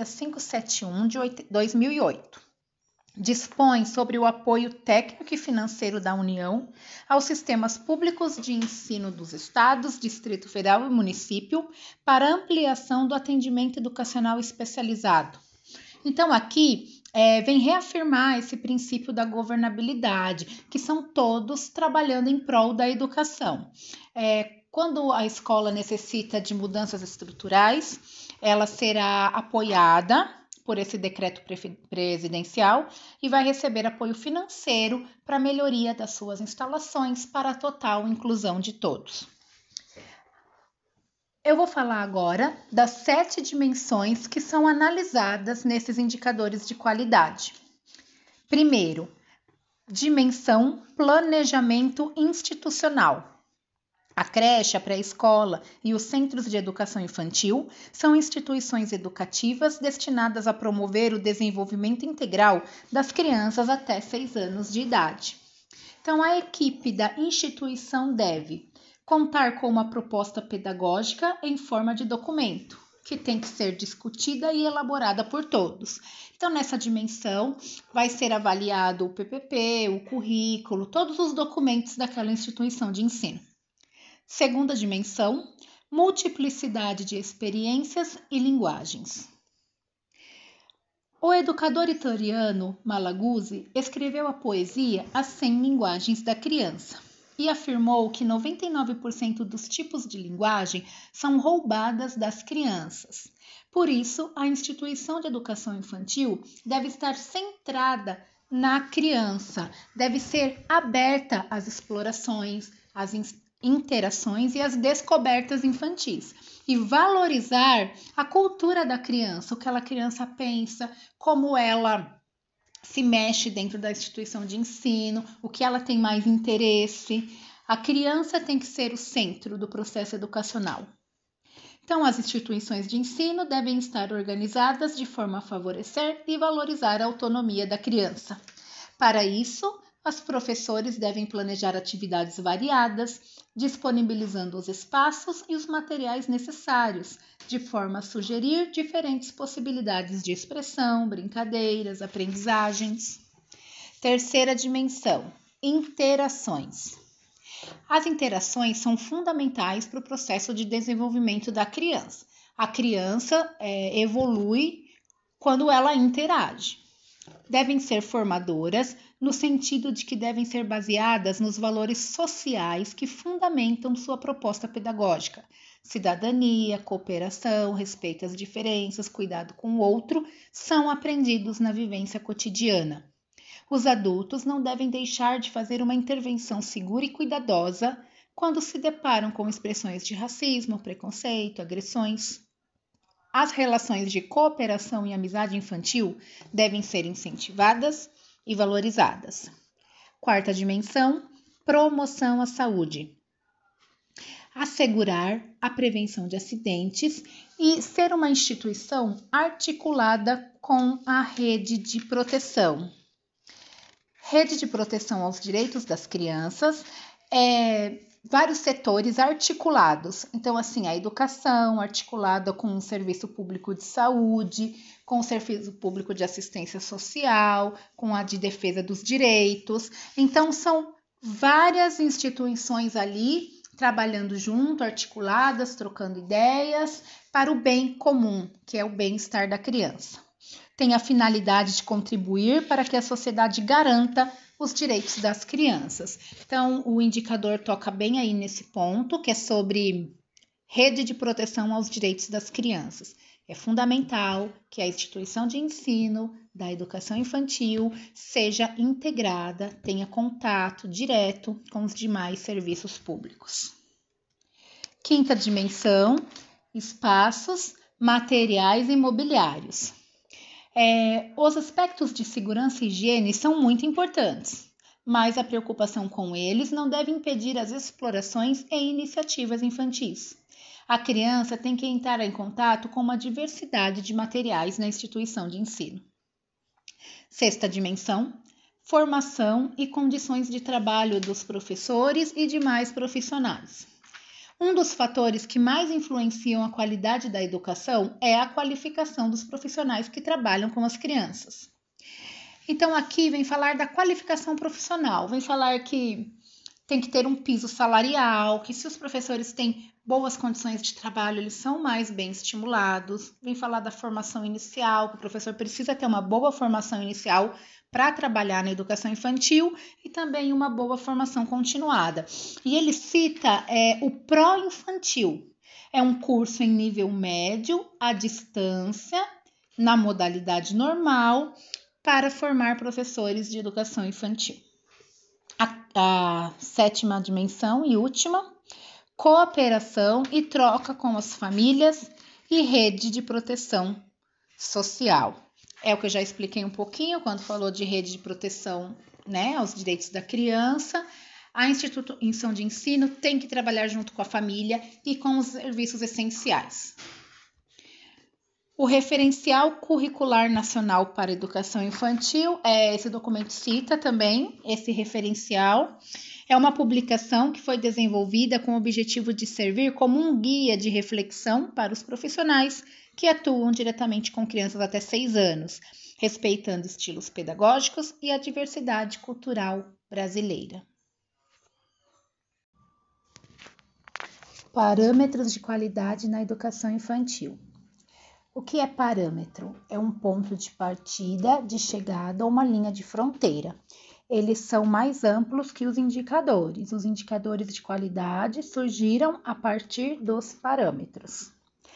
6571 de 2008 dispõe sobre o apoio técnico e financeiro da União aos sistemas públicos de ensino dos estados, Distrito Federal e município para ampliação do atendimento educacional especializado. Então, aqui vem reafirmar esse princípio da governabilidade, que são todos trabalhando em prol da educação. Quando a escola necessita de mudanças estruturais, ela será apoiada por esse decreto presidencial e vai receber apoio financeiro para a melhoria das suas instalações para a total inclusão de todos. Eu vou falar agora das 7 dimensões que são analisadas nesses indicadores de qualidade. Primeiro, Dimensão: planejamento institucional. A creche, a pré-escola e os centros de educação infantil são instituições educativas destinadas a promover o desenvolvimento integral das crianças até 6 anos de idade. Então, a equipe da instituição deve contar com uma proposta pedagógica em forma de documento, que tem que ser discutida e elaborada por todos. Então, nessa dimensão, vai ser avaliado o PPP, o currículo, todos os documentos daquela instituição de ensino. Segunda dimensão, multiplicidade de experiências e linguagens. O educador italiano Malaguzzi escreveu a poesia As 100 Linguagens da Criança e afirmou que 99% dos tipos de linguagem são roubadas das crianças. Por isso, a instituição de educação infantil deve estar centrada na criança, deve ser aberta às explorações, às interações e às descobertas infantis e valorizar a cultura da criança, o que aquela criança pensa, como ela se mexe dentro da instituição de ensino, o que ela tem mais interesse. A criança tem que ser o centro do processo educacional. Então, as instituições de ensino devem estar organizadas de forma a favorecer e valorizar a autonomia da criança. Para isso, os professores devem planejar atividades variadas, disponibilizando os espaços e os materiais necessários, de forma a sugerir diferentes possibilidades de expressão, brincadeiras, aprendizagens. Terceira dimensão, interações. As interações são fundamentais para o processo de desenvolvimento da criança. A criança evolui quando ela interage. Devem ser formadoras, no sentido de que devem ser baseadas nos valores sociais que fundamentam sua proposta pedagógica. Cidadania, cooperação, respeito às diferenças, cuidado com o outro, são aprendidos na vivência cotidiana. Os adultos não devem deixar de fazer uma intervenção segura e cuidadosa quando se deparam com expressões de racismo, preconceito, agressões. As relações de cooperação e amizade infantil devem ser incentivadas e valorizadas. Quarta dimensão, promoção à saúde. Assegurar a prevenção de acidentes e ser uma instituição articulada com a rede de proteção. Rede de proteção aos direitos das crianças vários setores articulados. Então, assim, a educação articulada com o serviço público de saúde, com o serviço público de assistência social, com a de defesa dos direitos. Então, são várias instituições ali trabalhando junto, articuladas, trocando ideias para o bem comum, que é o bem-estar da criança. Tem a finalidade de contribuir para que a sociedade garanta os direitos das crianças. Então, o indicador toca bem aí nesse ponto, que é sobre rede de proteção aos direitos das crianças. É fundamental que a instituição de ensino da educação infantil seja integrada, tenha contato direto com os demais serviços públicos. Quinta dimensão, espaços, materiais e mobiliários. Os aspectos de segurança e higiene são muito importantes, mas a preocupação com eles não deve impedir as explorações e iniciativas infantis. A criança tem que entrar em contato com uma diversidade de materiais na instituição de ensino. Sexta dimensão, formação e condições de trabalho dos professores e demais profissionais. Um dos fatores que mais influenciam a qualidade da educação é a qualificação dos profissionais que trabalham com as crianças. Então, aqui vem falar da qualificação profissional, vem falar que tem que ter um piso salarial, que se os professores têm boas condições de trabalho, eles são mais bem estimulados. Vem falar da formação inicial, que o professor precisa ter uma boa formação inicial para trabalhar na educação infantil e também uma boa formação continuada. E ele cita o pró-infantil. É um curso em nível médio, à distância, na modalidade normal, para formar professores de educação infantil. A sétima dimensão e última, cooperação e troca com as famílias e rede de proteção social. É o que eu já expliquei um pouquinho quando falou de rede de proteção né, aos direitos da criança, a instituição de ensino tem que trabalhar junto com a família e com os serviços essenciais. O Referencial Curricular Nacional para a Educação Infantil, esse documento cita também esse referencial. É uma publicação que foi desenvolvida com o objetivo de servir como um guia de reflexão para os profissionais que atuam diretamente com crianças até 6 anos, respeitando estilos pedagógicos e a diversidade cultural brasileira. Parâmetros de qualidade na educação infantil. O que é parâmetro? É um ponto de partida, de chegada ou uma linha de fronteira. Eles são mais amplos que os indicadores. Os indicadores de qualidade surgiram a partir dos parâmetros.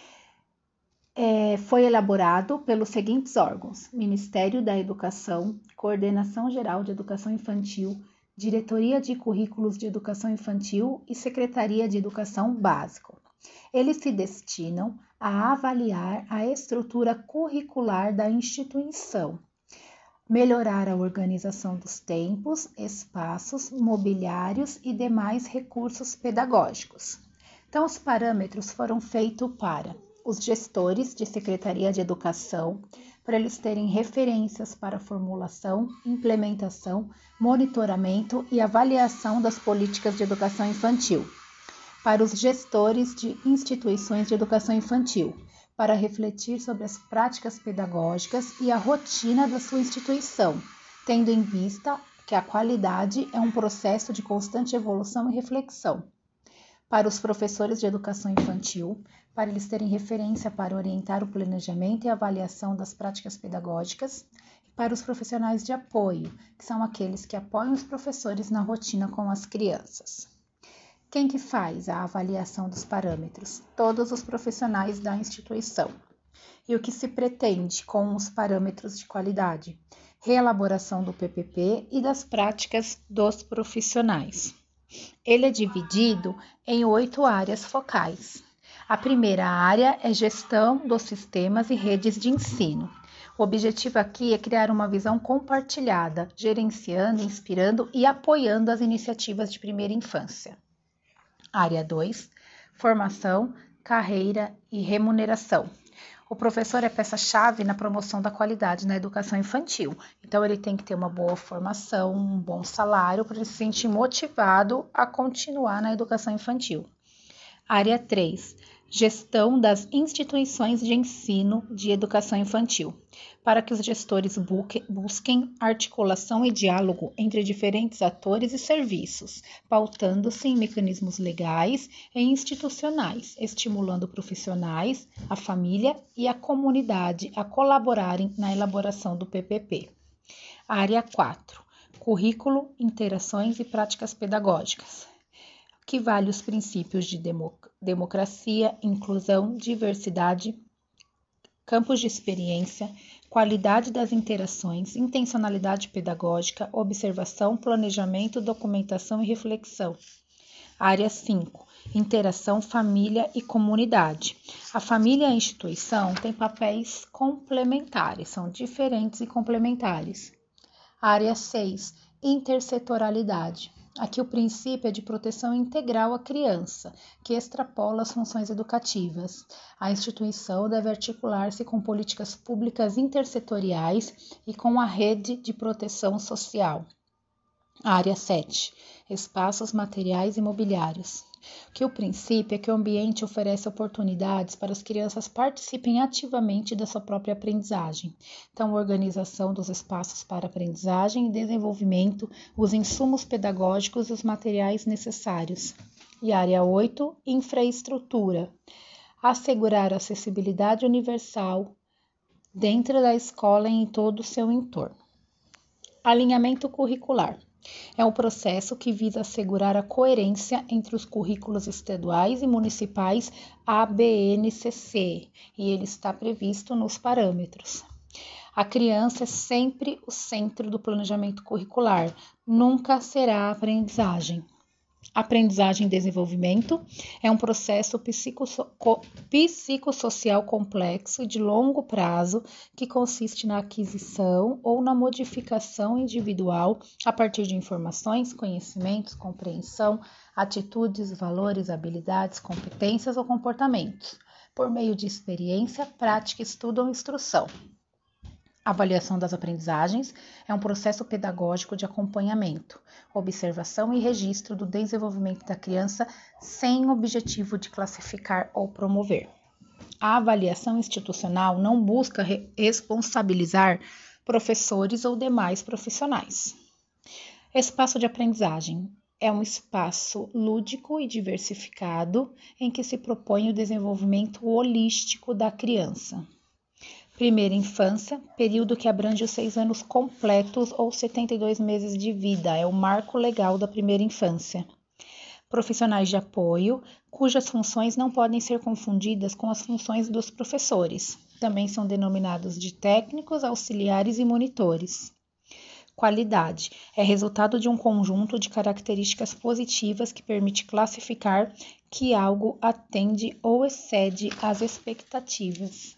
Foi elaborado pelos seguintes órgãos: Ministério da Educação, Coordenação Geral de Educação Infantil, Diretoria de Currículos de Educação Infantil e Secretaria de Educação Básica. Eles se destinam a avaliar a estrutura curricular da instituição, melhorar a organização dos tempos, espaços, mobiliários e demais recursos pedagógicos. Então, os parâmetros foram feitos para os gestores de Secretaria de Educação, para eles terem referências para formulação, implementação, monitoramento e avaliação das políticas de educação infantil. Para os gestores de instituições de educação infantil, para refletir sobre as práticas pedagógicas e a rotina da sua instituição, tendo em vista que a qualidade é um processo de constante evolução e reflexão. Para os professores de educação infantil, para eles terem referência para orientar o planejamento e avaliação das práticas pedagógicas, e para os profissionais de apoio, que são aqueles que apoiam os professores na rotina com as crianças. Quem que faz a avaliação dos parâmetros? Todos os profissionais da instituição. E o que se pretende com os parâmetros de qualidade? Reelaboração do PPP e das práticas dos profissionais. Ele é dividido em 8 áreas focais. A primeira área é gestão dos sistemas e redes de ensino. O objetivo aqui é criar uma visão compartilhada, gerenciando, inspirando e apoiando as iniciativas de primeira infância. Área 2, formação, carreira e remuneração. O professor é peça-chave na promoção da qualidade na educação infantil. Então, ele tem que ter uma boa formação, um bom salário para ele se sentir motivado a continuar na educação infantil. Área 3, gestão das instituições de ensino de educação infantil, para que os gestores busquem articulação e diálogo entre diferentes atores e serviços, pautando-se em mecanismos legais e institucionais, estimulando profissionais, a família e a comunidade a colaborarem na elaboração do PPP. Área 4, currículo, interações e práticas pedagógicas, que vale os princípios de democracia, inclusão, diversidade, campos de experiência, qualidade das interações, intencionalidade pedagógica, observação, planejamento, documentação e reflexão. Área 5, interação, família e comunidade. A família e a instituição têm papéis complementares, são diferentes e complementares. Área 6, intersetoralidade. Aqui o princípio é de proteção integral à criança, que extrapola as funções educativas. A instituição deve articular-se com políticas públicas intersetoriais e com a rede de proteção social. Área 7. Espaços materiais e mobiliários. Que o princípio é que o ambiente oferece oportunidades para as crianças participem ativamente da sua própria aprendizagem. Então, organização dos espaços para aprendizagem e desenvolvimento, os insumos pedagógicos e os materiais necessários. E área 8, infraestrutura. Assegurar acessibilidade universal dentro da escola e em todo o seu entorno. Alinhamento curricular. É um processo que visa assegurar a coerência entre os currículos estaduais e municipais ABNCC, e ele está previsto nos parâmetros. A criança é sempre o centro do planejamento curricular, nunca será a aprendizagem. Aprendizagem e desenvolvimento é um processo psicossocial complexo de longo prazo que consiste na aquisição ou na modificação individual a partir de informações, conhecimentos, compreensão, atitudes, valores, habilidades, competências ou comportamentos, por meio de experiência, prática, estudo ou instrução. A avaliação das aprendizagens é um processo pedagógico de acompanhamento, observação e registro do desenvolvimento da criança sem objetivo de classificar ou promover. A avaliação institucional não busca responsabilizar professores ou demais profissionais. Espaço de aprendizagem é um espaço lúdico e diversificado em que se propõe o desenvolvimento holístico da criança. Primeira infância, período que abrange os 6 anos completos ou 72 meses de vida, é o marco legal da primeira infância. Profissionais de apoio, cujas funções não podem ser confundidas com as funções dos professores. Também são denominados de técnicos, auxiliares e monitores. Qualidade é resultado de um conjunto de características positivas que permite classificar que algo atende ou excede as expectativas.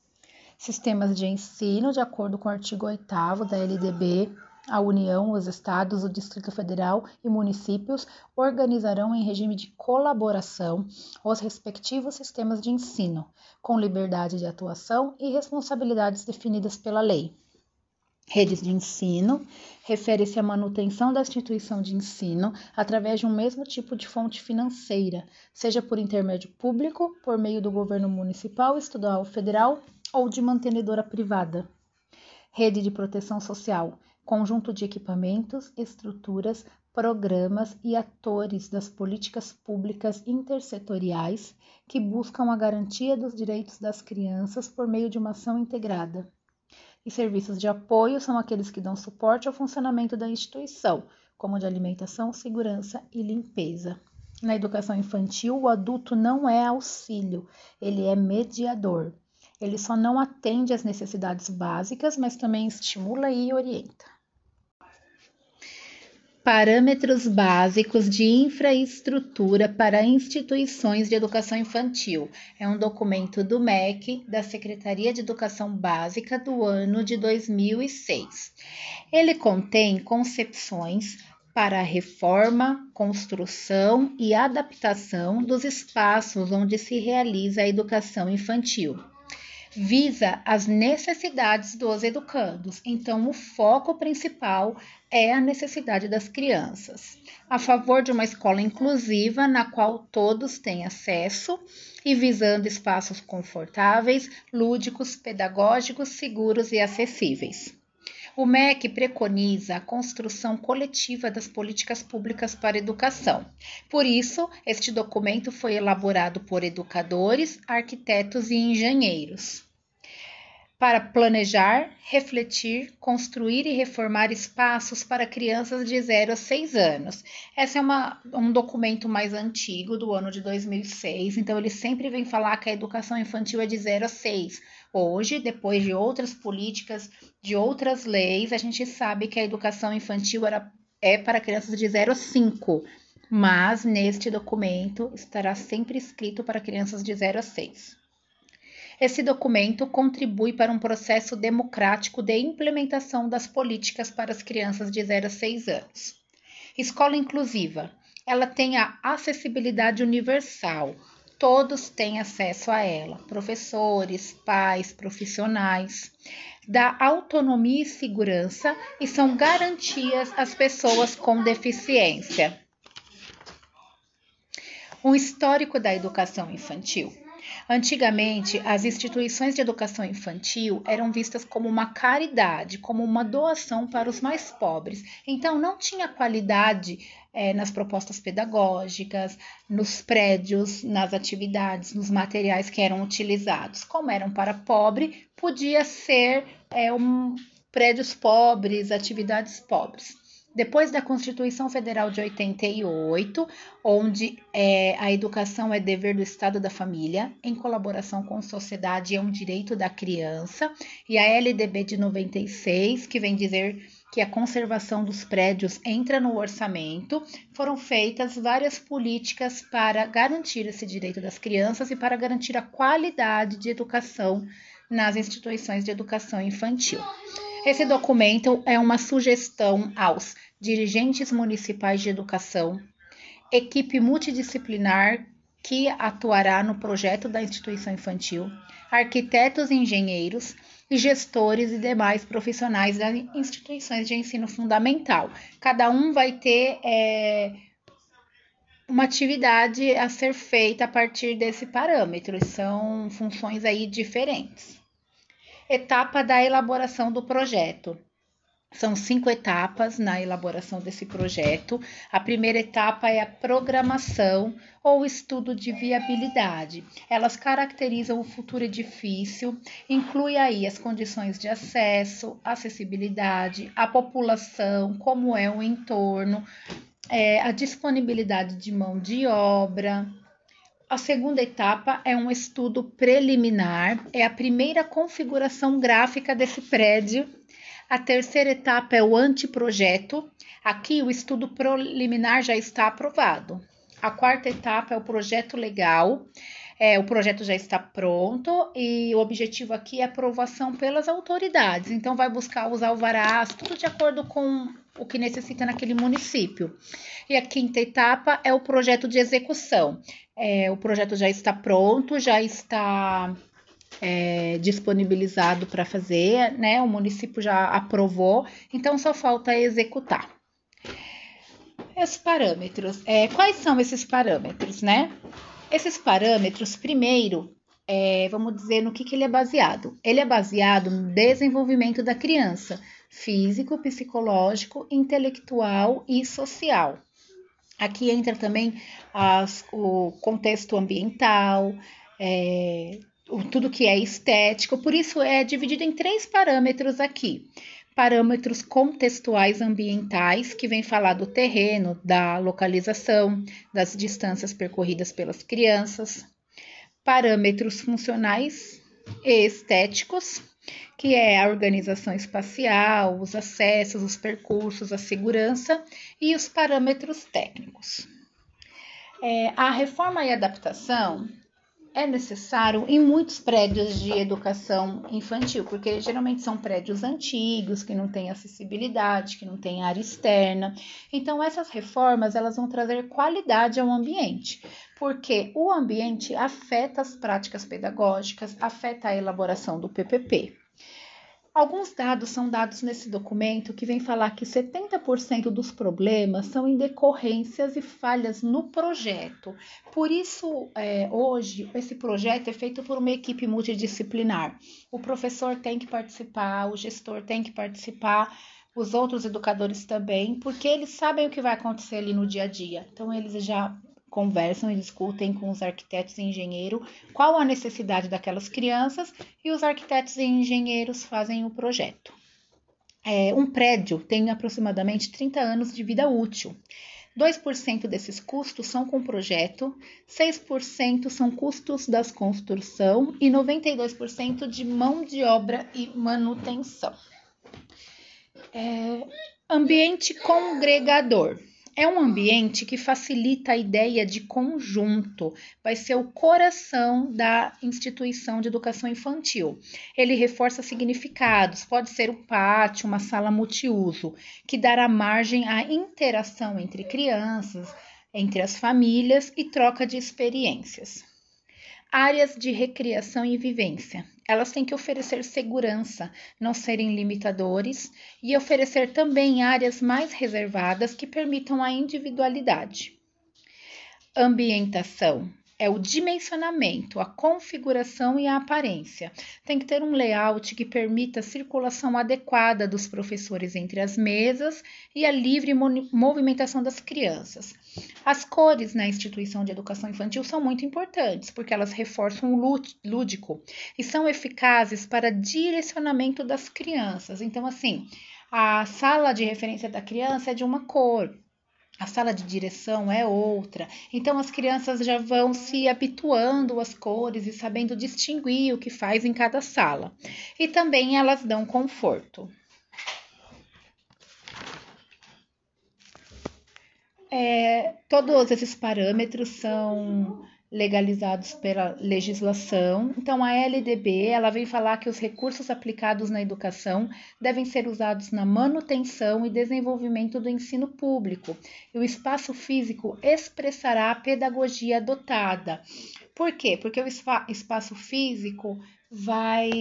Sistemas de ensino, de acordo com o artigo 8º da LDB, a União, os Estados, o Distrito Federal e municípios organizarão em regime de colaboração os respectivos sistemas de ensino, com liberdade de atuação e responsabilidades definidas pela lei. Redes de ensino refere-se à manutenção da instituição de ensino através de um mesmo tipo de fonte financeira, seja por intermédio público, por meio do governo municipal, estadual, federal ou de mantenedora privada. Rede de proteção social, conjunto de equipamentos, estruturas, programas e atores das políticas públicas intersetoriais que buscam a garantia dos direitos das crianças por meio de uma ação integrada. E serviços de apoio são aqueles que dão suporte ao funcionamento da instituição, como de alimentação, segurança e limpeza. Na educação infantil, o adulto não é auxílio, ele é mediador. Ele só não atende às necessidades básicas, mas também estimula e orienta. Parâmetros básicos de infraestrutura para instituições de educação infantil. É um documento do MEC, da Secretaria de Educação Básica, do ano de 2006. Ele contém concepções para a reforma, construção e adaptação dos espaços onde se realiza a educação infantil. Visa as necessidades dos educandos, então o foco principal é a necessidade das crianças, a favor de uma escola inclusiva na qual todos têm acesso e visando espaços confortáveis, lúdicos, pedagógicos, seguros e acessíveis. O MEC preconiza a construção coletiva das políticas públicas para a educação. Por isso, este documento foi elaborado por educadores, arquitetos e engenheiros para planejar, refletir, construir e reformar espaços para crianças de 0 a 6 anos. Esse é um documento mais antigo, do ano de 2006, então ele sempre vem falar que a educação infantil é de 0 a 6. Hoje, depois de outras políticas, de outras leis, a gente sabe que a educação infantil é para crianças de 0 a 5, mas neste documento estará sempre escrito para crianças de 0 a 6. Esse documento contribui para um processo democrático de implementação das políticas para as crianças de 0 a 6 anos. Escola inclusiva. Ela tem a acessibilidade universal. Todos têm acesso a ela. Professores, pais, profissionais. Dá autonomia e segurança e são garantias às pessoas com deficiência. Um histórico da educação infantil. Antigamente, as instituições de educação infantil eram vistas como uma caridade, como uma doação para os mais pobres. Então, não tinha qualidade nas propostas pedagógicas, nos prédios, nas atividades, nos materiais que eram utilizados. Como eram para pobre, podia ser prédios pobres, atividades pobres. Depois da Constituição Federal de 88, onde a educação é dever do Estado da família, em colaboração com a sociedade, é um direito da criança, e a LDB de 96, que vem dizer que a conservação dos prédios entra no orçamento, foram feitas várias políticas para garantir esse direito das crianças e para garantir a qualidade de educação nas instituições de educação infantil. Esse documento é uma sugestão aos dirigentes municipais de educação, equipe multidisciplinar que atuará no projeto da instituição infantil, arquitetos e engenheiros e gestores e demais profissionais das instituições de ensino fundamental. Cada um vai ter uma atividade a ser feita a partir desse parâmetro, são funções aí diferentes. Etapa da elaboração do projeto. São 5 etapas na elaboração desse projeto. A primeira etapa é a programação ou estudo de viabilidade. Elas caracterizam o futuro edifício, inclui aí as condições de acesso, acessibilidade, a população, como é o entorno, a disponibilidade de mão de obra. A segunda etapa é um estudo preliminar, é a primeira configuração gráfica desse prédio. A terceira etapa é o anteprojeto. Aqui o estudo preliminar já está aprovado. A quarta etapa é o projeto legal. O projeto já está pronto e o objetivo aqui é aprovação pelas autoridades. Então, vai buscar os alvarás, tudo de acordo com o que necessita naquele município. E a quinta etapa é o projeto de execução. O projeto já está pronto, já está disponibilizado para fazer, né? O município já aprovou, então só falta executar. Os parâmetros. Quais são esses parâmetros, né? Esses parâmetros, primeiro, vamos dizer no que ele é baseado. Ele é baseado no desenvolvimento da criança, físico, psicológico, intelectual e social. Aqui entra também o contexto ambiental, tudo que é estético, por isso é dividido em 3 parâmetros aqui. Parâmetros contextuais ambientais, que vem falar do terreno, da localização, das distâncias percorridas pelas crianças. Parâmetros funcionais e estéticos, que é a organização espacial, os acessos, os percursos, a segurança e os parâmetros técnicos. A reforma e adaptação é necessário em muitos prédios de educação infantil, porque geralmente são prédios antigos, que não têm acessibilidade, que não têm área externa. Então, essas reformas elas vão trazer qualidade ao ambiente, porque o ambiente afeta as práticas pedagógicas, afeta a elaboração do PPP. Alguns dados são dados nesse documento que vem falar que 70% dos problemas são em decorrências e falhas no projeto. Por isso, hoje, esse projeto é feito por uma equipe multidisciplinar. O professor tem que participar, o gestor tem que participar, os outros educadores também, porque eles sabem o que vai acontecer ali no dia a dia. Então, eles já conversam e discutem com os arquitetos e engenheiros qual a necessidade daquelas crianças e os arquitetos e engenheiros fazem o projeto. Um prédio tem aproximadamente 30 anos de vida útil. 2% desses custos são com projeto, 6% são custos das construção e 92% de mão de obra e manutenção. Ambiente congregador. É um ambiente que facilita a ideia de conjunto, vai ser o coração da instituição de educação infantil. Ele reforça significados, pode ser um pátio, uma sala multiuso, que dará margem à interação entre crianças, entre as famílias e troca de experiências. Áreas de recreação e vivência. Elas têm que oferecer segurança, não serem limitadores e oferecer também áreas mais reservadas que permitam a individualidade. Ambientação. É o dimensionamento, a configuração e a aparência. Tem que ter um layout que permita a circulação adequada dos professores entre as mesas e a livre movimentação das crianças. As cores na instituição de educação infantil são muito importantes, porque elas reforçam o lúdico e são eficazes para direcionamento das crianças. Então, assim, a sala de referência da criança é de uma cor, a sala de direção é outra. Então, as crianças já vão se habituando às cores e sabendo distinguir o que faz em cada sala. E também elas dão conforto. Todos esses parâmetros são legalizados pela legislação. Então, a LDB, ela vem falar que os recursos aplicados na educação devem ser usados na manutenção e desenvolvimento do ensino público. E o espaço físico expressará a pedagogia adotada. Por quê? Porque o espaço físico vai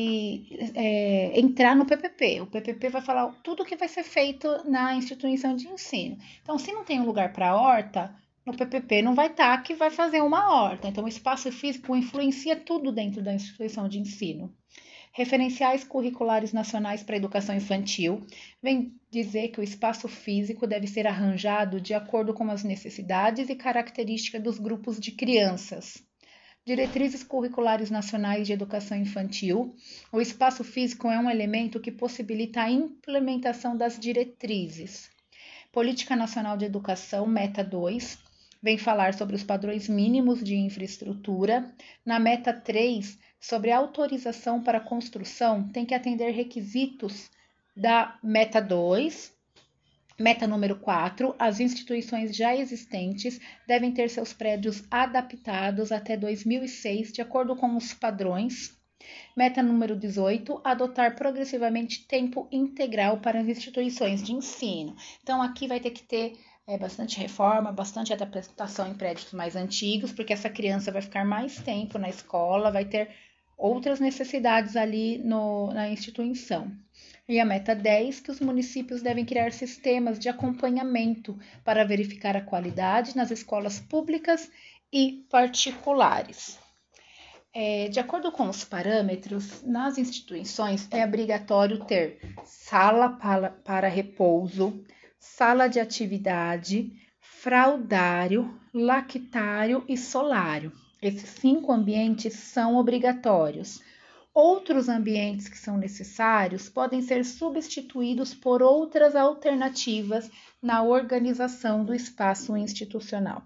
entrar no PPP. O PPP vai falar tudo o que vai ser feito na instituição de ensino. Então, se não tem um lugar para horta, no PPP não vai estar que vai fazer uma horta. Então, o espaço físico influencia tudo dentro da instituição de ensino. Referenciais curriculares nacionais para a educação infantil vem dizer que o espaço físico deve ser arranjado de acordo com as necessidades e características dos grupos de crianças. Diretrizes curriculares nacionais de educação infantil. O espaço físico é um elemento que possibilita a implementação das diretrizes. Política Nacional de Educação, Meta 2, vem falar sobre os padrões mínimos de infraestrutura. Na Meta 3, sobre a autorização para construção, tem que atender requisitos da Meta 2. Meta número 4, as instituições já existentes devem ter seus prédios adaptados até 2006, de acordo com os padrões. Meta número 18, adotar progressivamente tempo integral para as instituições de ensino. Então, aqui vai ter que ter bastante reforma, bastante adaptação em prédios mais antigos, porque essa criança vai ficar mais tempo na escola, vai ter outras necessidades ali na instituição. E a meta 10, que os municípios devem criar sistemas de acompanhamento para verificar a qualidade nas escolas públicas e particulares. De acordo com os parâmetros, nas instituições é obrigatório ter sala para repouso, sala de atividade, fraldário, lactário e solário. Esses 5 ambientes são obrigatórios. Outros ambientes que são necessários podem ser substituídos por outras alternativas na organização do espaço institucional.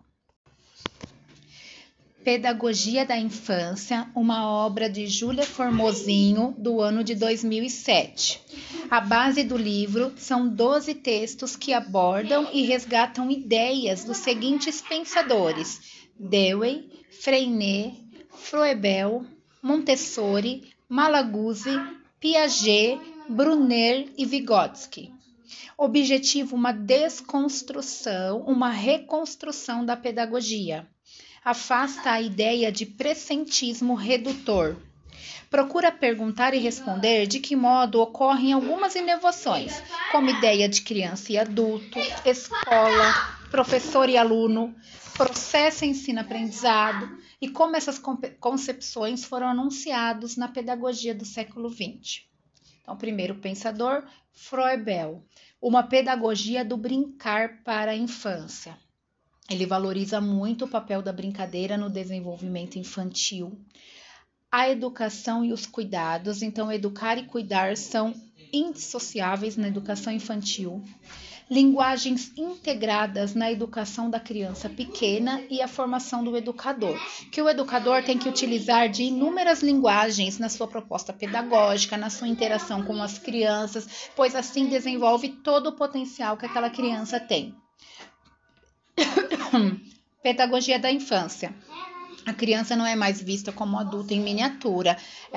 Pedagogia da Infância, uma obra de Júlia Formosinho, do ano de 2007. A base do livro são 12 textos que abordam e resgatam ideias dos seguintes pensadores: Dewey, Freinet, Froebel, Montessori, Malaguzzi, Piaget, Brunner e Vygotsky. Objetivo: uma desconstrução, uma reconstrução da pedagogia. Afasta a ideia de pressentismo redutor. Procura perguntar e responder de que modo ocorrem algumas inovações, como ideia de criança e adulto, escola, professor e aluno, processo ensino-aprendizado e como essas concepções foram anunciados na pedagogia do século XX. Então, primeiro pensador, Froebel, uma pedagogia do brincar para a infância. Ele valoriza muito o papel da brincadeira no desenvolvimento infantil. A educação e os cuidados, então educar e cuidar são indissociáveis na educação infantil. Linguagens integradas na educação da criança pequena e a formação do educador, que o educador tem que utilizar de inúmeras linguagens na sua proposta pedagógica, na sua interação com as crianças, pois assim desenvolve todo o potencial que aquela criança tem. Pedagogia da infância. A criança não é mais vista como adulta em miniatura.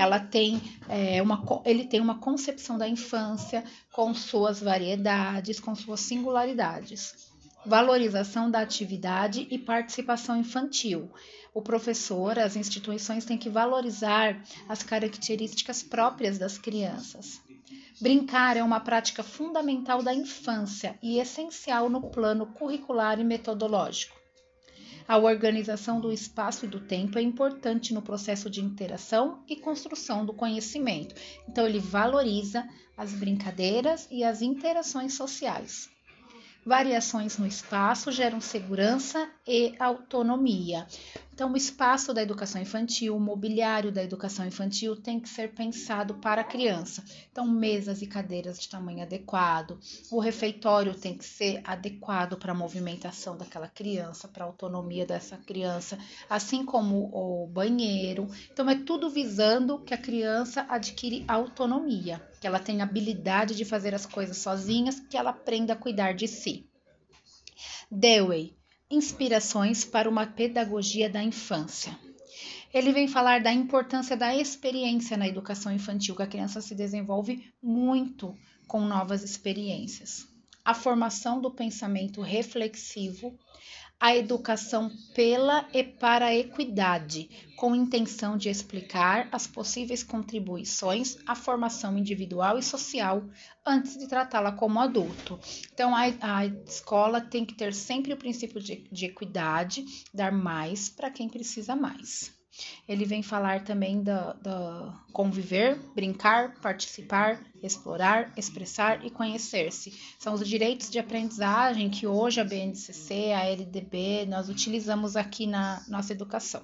Ele tem uma concepção da infância com suas variedades, com suas singularidades. Valorização da atividade e participação infantil. O professor, as instituições têm que valorizar as características próprias das crianças. Brincar é uma prática fundamental da infância e essencial no plano curricular e metodológico. A organização do espaço e do tempo é importante no processo de interação e construção do conhecimento. Então, ele valoriza as brincadeiras e as interações sociais. Variações no espaço geram segurança e autonomia. Então, o espaço da educação infantil, o mobiliário da educação infantil tem que ser pensado para a criança. Então, mesas e cadeiras de tamanho adequado. O refeitório tem que ser adequado para a movimentação daquela criança, para a autonomia dessa criança, assim como o banheiro. Então, é tudo visando que a criança adquire autonomia, que ela tenha habilidade de fazer as coisas sozinhas, que ela aprenda a cuidar de si. Dewey, Inspirações para uma pedagogia da infância. Ele vem falar da importância da experiência na educação infantil, que a criança se desenvolve muito com novas experiências. A formação do pensamento reflexivo, a educação pela e para a equidade, com intenção de explicar as possíveis contribuições à formação individual e social antes de tratá-la como adulto. Então, a escola tem que ter sempre o princípio de equidade, dar mais para quem precisa mais. Ele vem falar também da conviver, brincar, participar, explorar, expressar e conhecer-se. São os direitos de aprendizagem que hoje a BNCC, a LDB, nós utilizamos aqui na nossa educação.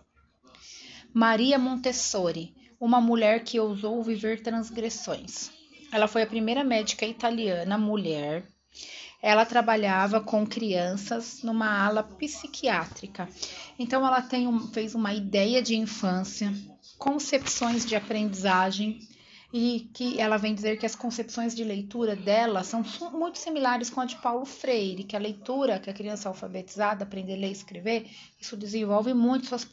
Maria Montessori, uma mulher que ousou viver transgressões. Ela foi a primeira médica italiana mulher. Ela trabalhava com crianças numa ala psiquiátrica. Então, ela fez uma ideia de infância, concepções de aprendizagem, e que ela vem dizer que as concepções de leitura dela são muito similares com a de Paulo Freire, que a leitura, que a criança alfabetizada aprender a ler e escrever, isso desenvolve muito suas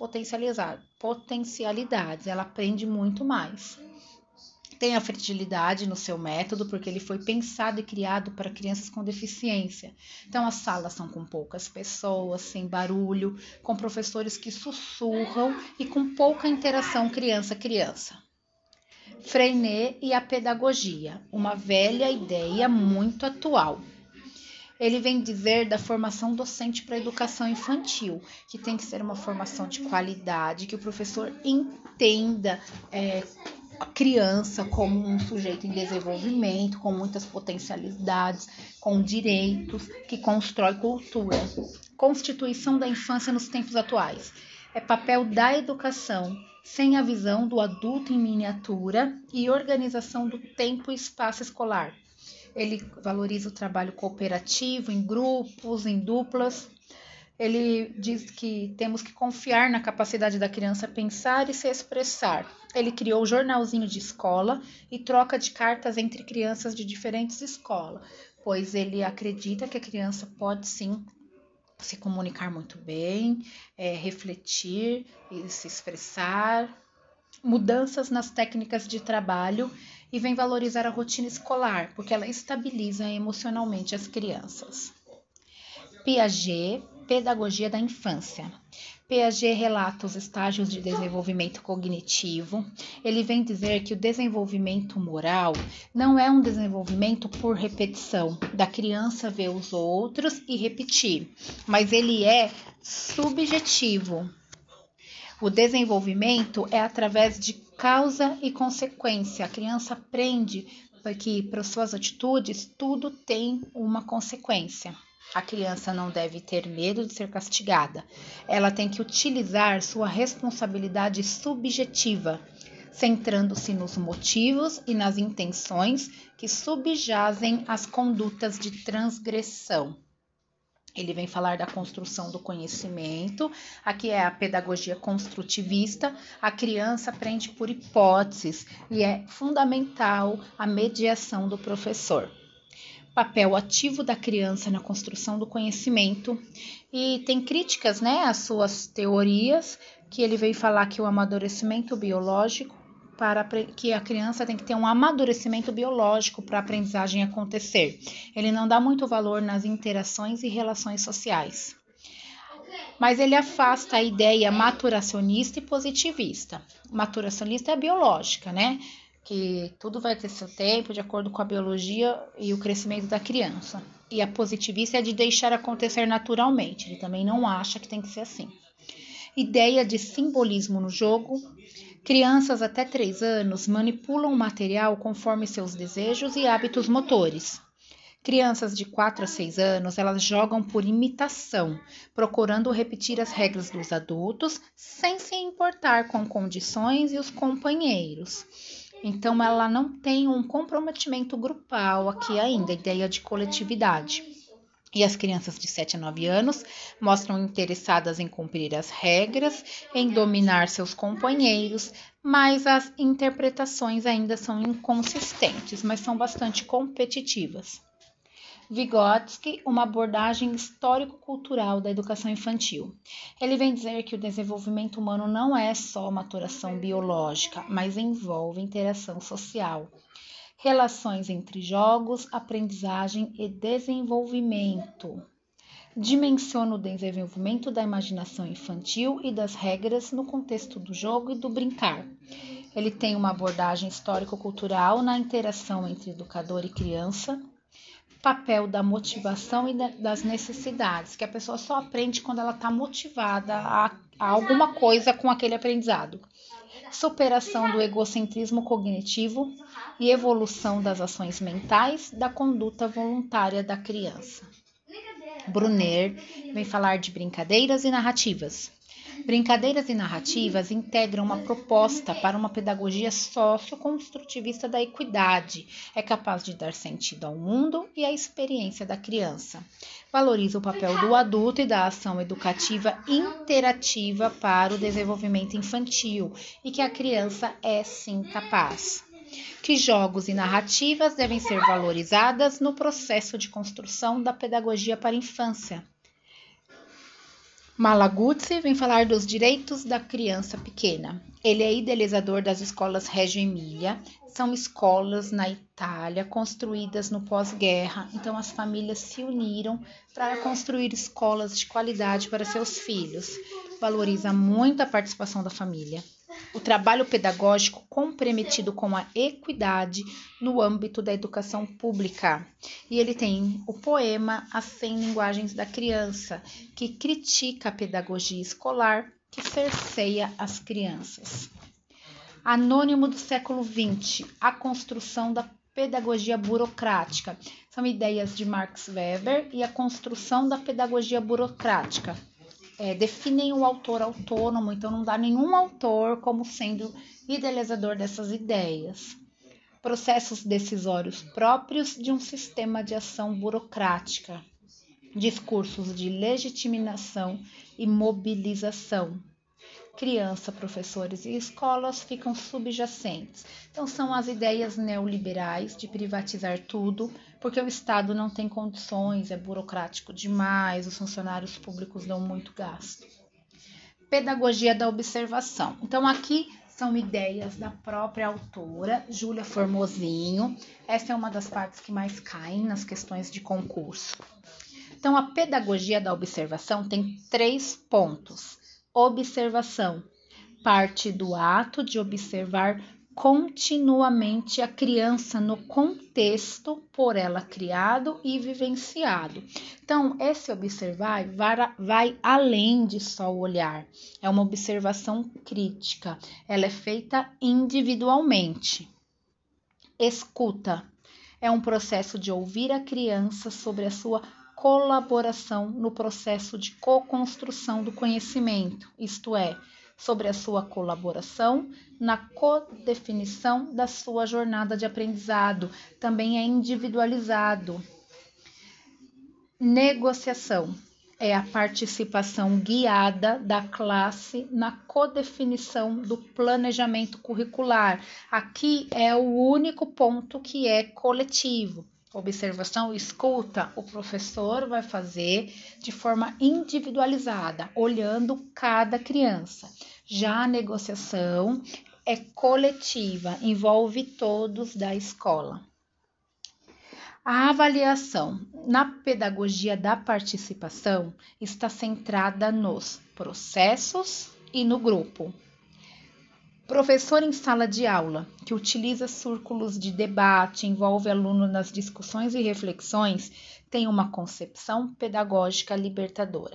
potencialidades, ela aprende muito mais. Tem a fertilidade no seu método, porque ele foi pensado e criado para crianças com deficiência. Então, as salas são com poucas pessoas, sem barulho, com professores que sussurram e com pouca interação criança-criança. Freinet e a pedagogia, uma velha ideia muito atual. Ele vem dizer da formação docente para a educação infantil, que tem que ser uma formação de qualidade, que o professor entenda a criança como um sujeito em desenvolvimento, com muitas potencialidades, com direitos, que constrói cultura. Constituição da infância nos tempos atuais. É papel da educação, sem a visão do adulto em miniatura e organização do tempo e espaço escolar. Ele valoriza o trabalho cooperativo, em grupos, em duplas. Ele diz que temos que confiar na capacidade da criança pensar e se expressar. Ele criou o jornalzinho de escola e troca de cartas entre crianças de diferentes escolas, pois ele acredita que a criança pode sim se comunicar muito bem, refletir e se expressar, mudanças nas técnicas de trabalho e vem valorizar a rotina escolar, porque ela estabiliza emocionalmente as crianças. Piaget, pedagogia da infância. Piaget relata os estágios de desenvolvimento cognitivo. Ele vem dizer que o desenvolvimento moral não é um desenvolvimento por repetição, da criança ver os outros e repetir, mas ele é subjetivo. O desenvolvimento é através de causa e consequência. A criança aprende que para suas atitudes tudo tem uma consequência. A criança não deve ter medo de ser castigada. Ela tem que utilizar sua responsabilidade subjetiva, centrando-se nos motivos e nas intenções que subjazem as condutas de transgressão. Ele vem falar da construção do conhecimento. Aqui é a pedagogia construtivista. A criança aprende por hipóteses e é fundamental a mediação do professor. Papel ativo da criança na construção do conhecimento, e tem críticas, às suas teorias, que ele veio falar que o amadurecimento biológico, que a criança tem que ter um amadurecimento biológico para a aprendizagem acontecer. Ele não dá muito valor nas interações e relações sociais. Mas ele afasta a ideia maturacionista e positivista. Maturacionista é a biológica, que tudo vai ter seu tempo, de acordo com a biologia e o crescimento da criança. E a positivista é de deixar acontecer naturalmente. Ele também não acha que tem que ser assim. Ideia de simbolismo no jogo. Crianças até 3 anos manipulam o material conforme seus desejos e hábitos motores. Crianças de 4 a 6 anos, elas jogam por imitação, procurando repetir as regras dos adultos, sem se importar com condições e os companheiros. Então, ela não tem um comprometimento grupal aqui ainda, ideia de coletividade. E as crianças de 7 a 9 anos mostram interessadas em cumprir as regras, em dominar seus companheiros, mas as interpretações ainda são inconsistentes, mas são bastante competitivas. Vygotsky, uma abordagem histórico-cultural da educação infantil. Ele vem dizer que o desenvolvimento humano não é só maturação biológica, mas envolve interação social, relações entre jogos, aprendizagem e desenvolvimento. Dimensiona o desenvolvimento da imaginação infantil e das regras no contexto do jogo e do brincar. Ele tem uma abordagem histórico-cultural na interação entre educador e criança, papel da motivação e das necessidades, que a pessoa só aprende quando ela está motivada a alguma coisa com aquele aprendizado. Superação do egocentrismo cognitivo e evolução das ações mentais da conduta voluntária da criança. Brunner vem falar de brincadeiras e narrativas. Brincadeiras e narrativas integram uma proposta para uma pedagogia socioconstrutivista da equidade. É capaz de dar sentido ao mundo e à experiência da criança. Valoriza o papel do adulto e da ação educativa interativa para o desenvolvimento infantil e que a criança é sim capaz. Que jogos e narrativas devem ser valorizadas no processo de construção da pedagogia para a infância. Malaguzzi vem falar dos direitos da criança pequena. Ele é idealizador das escolas Reggio Emília. São escolas na Itália construídas no pós-guerra. Então as famílias se uniram para construir escolas de qualidade para seus filhos. Valoriza muito a participação da família. O trabalho pedagógico comprometido com a equidade no âmbito da educação pública. E ele tem o poema As 100 Linguagens da Criança, que critica a pedagogia escolar que cerceia as crianças. Anônimo do século XX, a construção da pedagogia burocrática. São ideias de Max Weber e a construção da pedagogia burocrática. Definem o autor autônomo, então não dá nenhum autor como sendo idealizador dessas ideias. Processos decisórios próprios de um sistema de ação burocrática. Discursos de legitimação e mobilização. Criança, professores e escolas ficam subjacentes. Então, são as ideias neoliberais de privatizar tudo, porque o Estado não tem condições, é burocrático demais, os funcionários públicos dão muito gasto. Pedagogia da observação. Então, aqui são ideias da própria autora, Júlia Formosinho. Essa é uma das partes que mais caem nas questões de concurso. Então, a pedagogia da observação tem 3 pontos. Observação, parte do ato de observar continuamente a criança no contexto por ela criado e vivenciado. Então, esse observar vai além de só o olhar. É uma observação crítica. Ela é feita individualmente. Escuta. É um processo de ouvir a criança sobre a sua colaboração no processo de co-construção do conhecimento, isto é, sobre a sua colaboração na codefinição da sua jornada de aprendizado, também é individualizado. Negociação é a participação guiada da classe na codefinição do planejamento curricular. Aqui é o único ponto que é coletivo. Observação e escuta, o professor vai fazer de forma individualizada, olhando cada criança. Já a negociação é coletiva, envolve todos da escola. A avaliação na pedagogia da participação está centrada nos processos e no grupo. Professor em sala de aula, que utiliza círculos de debate, envolve aluno nas discussões e reflexões, tem uma concepção pedagógica libertadora.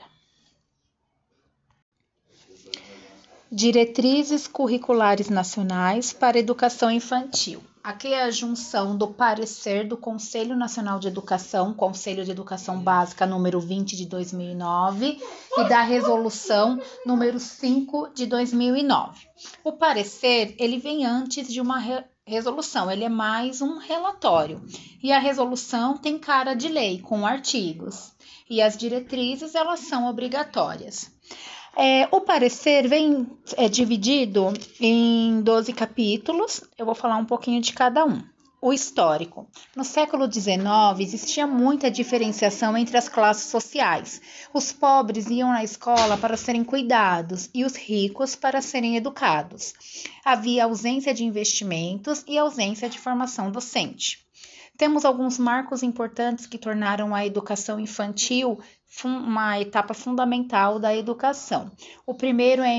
Diretrizes curriculares nacionais para a educação infantil. Aqui é a junção do parecer do Conselho Nacional de Educação, Conselho de Educação Básica número 20 de 2009 e da resolução número 5 de 2009. O parecer, ele vem antes de uma resolução, ele é mais um relatório. E a resolução tem cara de lei, com artigos. E as diretrizes, elas são obrigatórias. O parecer é dividido em 12 capítulos, eu vou falar um pouquinho de cada um. O histórico. No século XIX, existia muita diferenciação entre as classes sociais. Os pobres iam na escola para serem cuidados e os ricos para serem educados. Havia ausência de investimentos e ausência de formação docente. Temos alguns marcos importantes que tornaram a educação infantil uma etapa fundamental da educação. O primeiro é em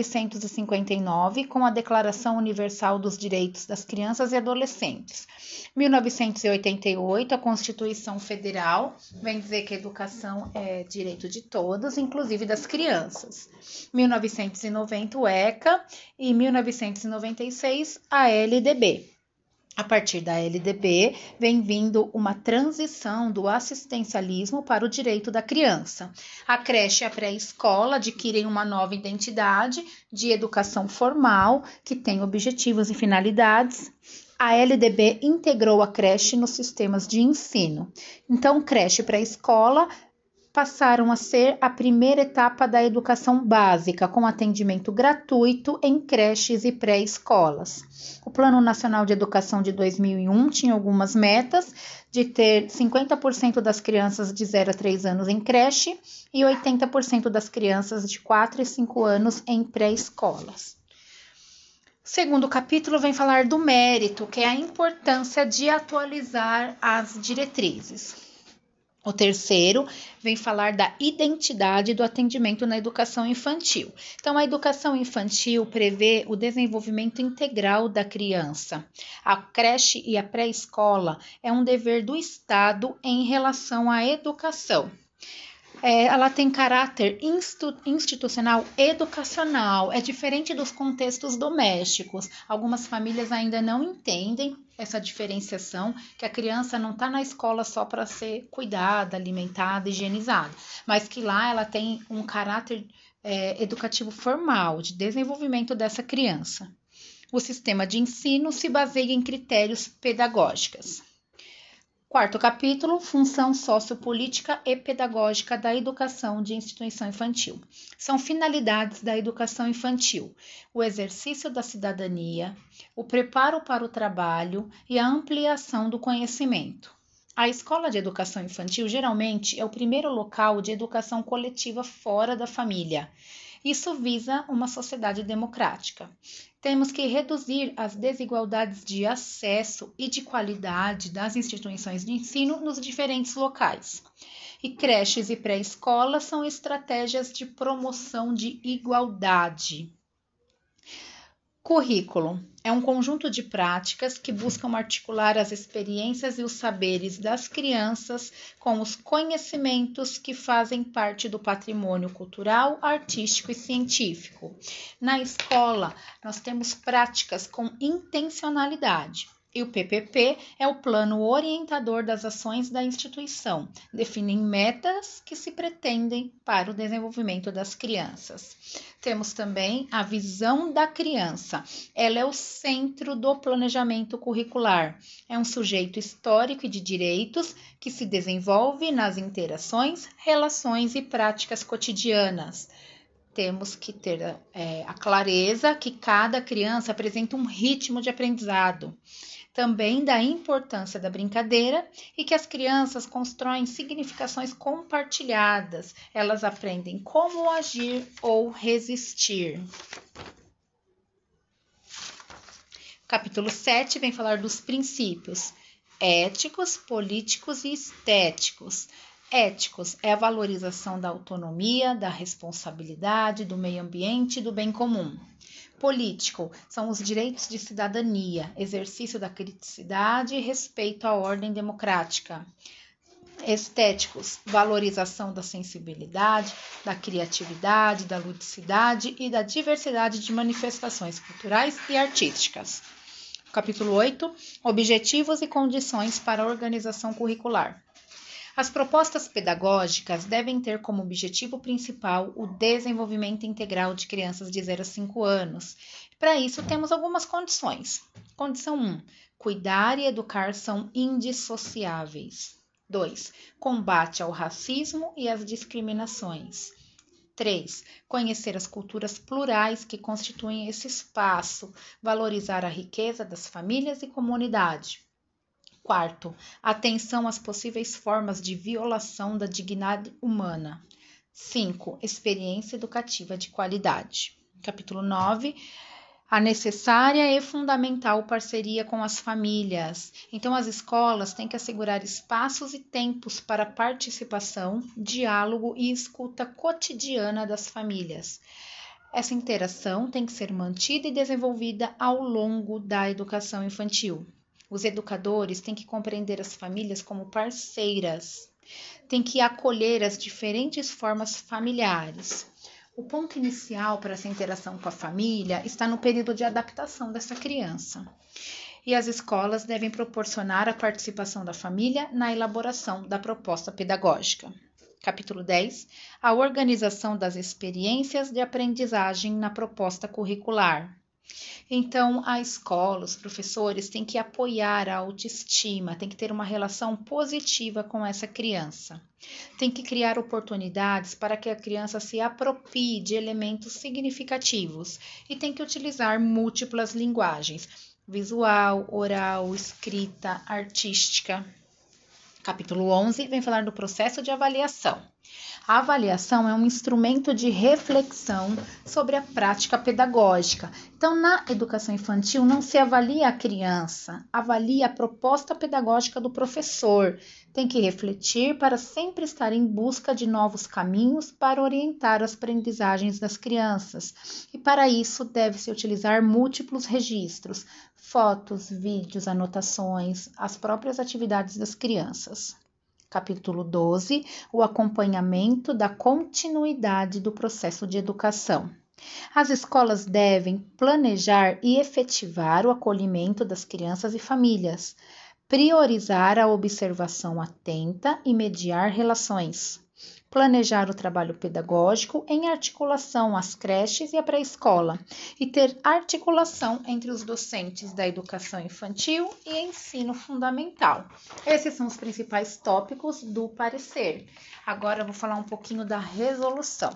1959, com a Declaração Universal dos Direitos das Crianças e Adolescentes. 1988, a Constituição Federal vem dizer que a educação é direito de todos, inclusive das crianças. 1990, o ECA e 1996, a LDB. A partir da LDB, vem vindo uma transição do assistencialismo para o direito da criança. A creche e a pré-escola adquirem uma nova identidade de educação formal, que tem objetivos e finalidades. A LDB integrou a creche nos sistemas de ensino. Então, creche e pré-escola passaram a ser a primeira etapa da educação básica, com atendimento gratuito em creches e pré-escolas. O Plano Nacional de Educação de 2001 tinha algumas metas de ter 50% das crianças de 0 a 3 anos em creche e 80% das crianças de 4 e 5 anos em pré-escolas. O segundo capítulo vem falar do mérito, que é a importância de atualizar as diretrizes. O terceiro vem falar da identidade do atendimento na educação infantil. Então, a educação infantil prevê o desenvolvimento integral da criança. A creche e a pré-escola é um dever do Estado em relação à educação. Ela tem caráter institucional educacional, é diferente dos contextos domésticos. Algumas famílias ainda não entendem essa diferenciação, que a criança não está na escola só para ser cuidada, alimentada, higienizada, mas que lá ela tem um caráter educativo formal, de desenvolvimento dessa criança. O sistema de ensino se baseia em critérios pedagógicos. Quarto capítulo, função sociopolítica e pedagógica da educação de instituição infantil. São finalidades da educação infantil: o exercício da cidadania, o preparo para o trabalho e a ampliação do conhecimento. A escola de educação infantil geralmente é o primeiro local de educação coletiva fora da família. Isso visa uma sociedade democrática. Temos que reduzir as desigualdades de acesso e de qualidade das instituições de ensino nos diferentes locais. E creches e pré-escolas são estratégias de promoção de igualdade. Currículo é um conjunto de práticas que buscam articular as experiências e os saberes das crianças com os conhecimentos que fazem parte do patrimônio cultural, artístico e científico. Na escola, nós temos práticas com intencionalidade. E o PPP é o plano orientador das ações da instituição, definem metas que se pretendem para o desenvolvimento das crianças. Temos também a visão da criança. Ela é o centro do planejamento curricular. É um sujeito histórico e de direitos que se desenvolve nas interações, relações e práticas cotidianas. Temos que ter a clareza que cada criança apresenta um ritmo de aprendizado. Também da importância da brincadeira e que as crianças constroem significações compartilhadas. Elas aprendem como agir ou resistir. Capítulo 7 vem falar dos princípios éticos, políticos e estéticos. Éticos é a valorização da autonomia, da responsabilidade, do meio ambiente e do bem comum. Político são os direitos de cidadania, exercício da criticidade e respeito à ordem democrática. Estéticos, valorização da sensibilidade, da criatividade, da ludicidade e da diversidade de manifestações culturais e artísticas. Capítulo 8, objetivos e condições para a organização curricular. As propostas pedagógicas devem ter como objetivo principal o desenvolvimento integral de crianças de 0 a 5 anos. Para isso, temos algumas condições. Condição 1. Cuidar e educar são indissociáveis. 2. Combate ao racismo e às discriminações. 3. Conhecer as culturas plurais que constituem esse espaço. Valorizar a riqueza das famílias e comunidade. Quarto, atenção às possíveis formas de violação da dignidade humana. 5. Experiência educativa de qualidade. Capítulo 9. A necessária e fundamental parceria com as famílias. Então, as escolas têm que assegurar espaços e tempos para participação, diálogo e escuta cotidiana das famílias. Essa interação tem que ser mantida e desenvolvida ao longo da educação infantil. Os educadores têm que compreender as famílias como parceiras, têm que acolher as diferentes formas familiares. O ponto inicial para essa interação com a família está no período de adaptação dessa criança. E as escolas devem proporcionar a participação da família na elaboração da proposta pedagógica. Capítulo 10. A organização das experiências de aprendizagem na proposta curricular. Então, a escola, os professores têm que apoiar a autoestima, tem que ter uma relação positiva com essa criança. Tem que criar oportunidades para que a criança se aproprie de elementos significativos e tem que utilizar múltiplas linguagens, visual, oral, escrita, artística. Capítulo 11 vem falar do processo de avaliação. A avaliação é um instrumento de reflexão sobre a prática pedagógica. Então, na educação infantil, não se avalia a criança, avalia a proposta pedagógica do professor. Tem que refletir para sempre estar em busca de novos caminhos para orientar as aprendizagens das crianças. E para isso, deve-se utilizar múltiplos registros, fotos, vídeos, anotações, as próprias atividades das crianças. Capítulo 12, o acompanhamento da continuidade do processo de educação. As escolas devem planejar e efetivar o acolhimento das crianças e famílias, priorizar a observação atenta e mediar relações, planejar o trabalho pedagógico em articulação às creches e à pré-escola e ter articulação entre os docentes da educação infantil e ensino fundamental. Esses são os principais tópicos do parecer. Agora eu vou falar um pouquinho da resolução.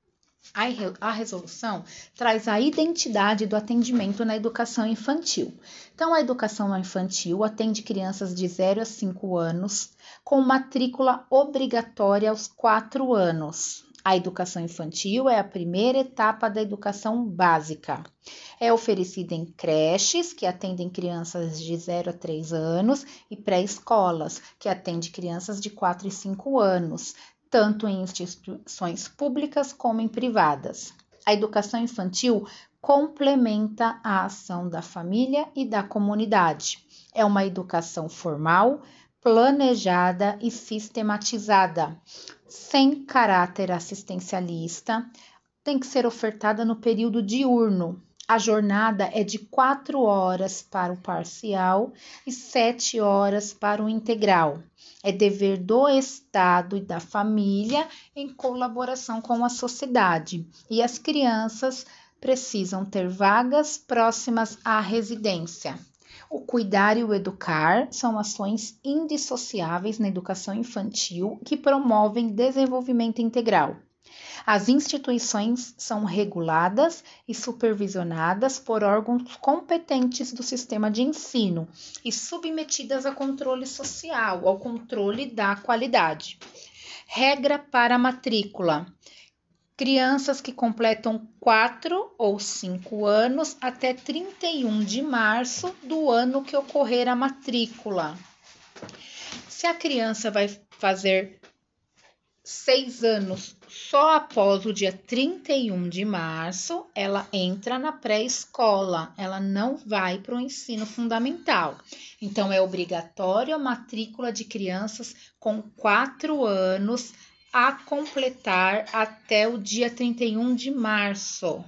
A resolução traz a identidade do atendimento na educação infantil. Então, a educação infantil atende crianças de 0 a 5 anos, com matrícula obrigatória aos 4 anos. A educação infantil é a primeira etapa da educação básica. É oferecida em creches, que atendem crianças de 0 a 3 anos, e pré-escolas, que atendem crianças de 4 e 5 anos, tanto em instituições públicas como em privadas. A educação infantil complementa a ação da família e da comunidade. É uma educação formal, planejada e sistematizada, sem caráter assistencialista, tem que ser ofertada no período diurno. A jornada é de 4 horas para o parcial e 7 horas para o integral. É dever do Estado e da família em colaboração com a sociedade. E as crianças precisam ter vagas próximas à residência. O cuidar e o educar são ações indissociáveis na educação infantil que promovem desenvolvimento integral. As instituições são reguladas e supervisionadas por órgãos competentes do sistema de ensino e submetidas a controle social, ao controle da qualidade. Regra para a matrícula. Crianças que completam 4 ou 5 anos até 31 de março do ano que ocorrer a matrícula. Se a criança vai fazer 6 anos só após o dia 31 de março, ela entra na pré-escola, ela não vai para o ensino fundamental. Então, é obrigatório a matrícula de crianças com 4 anos a completar até o dia 31 de março.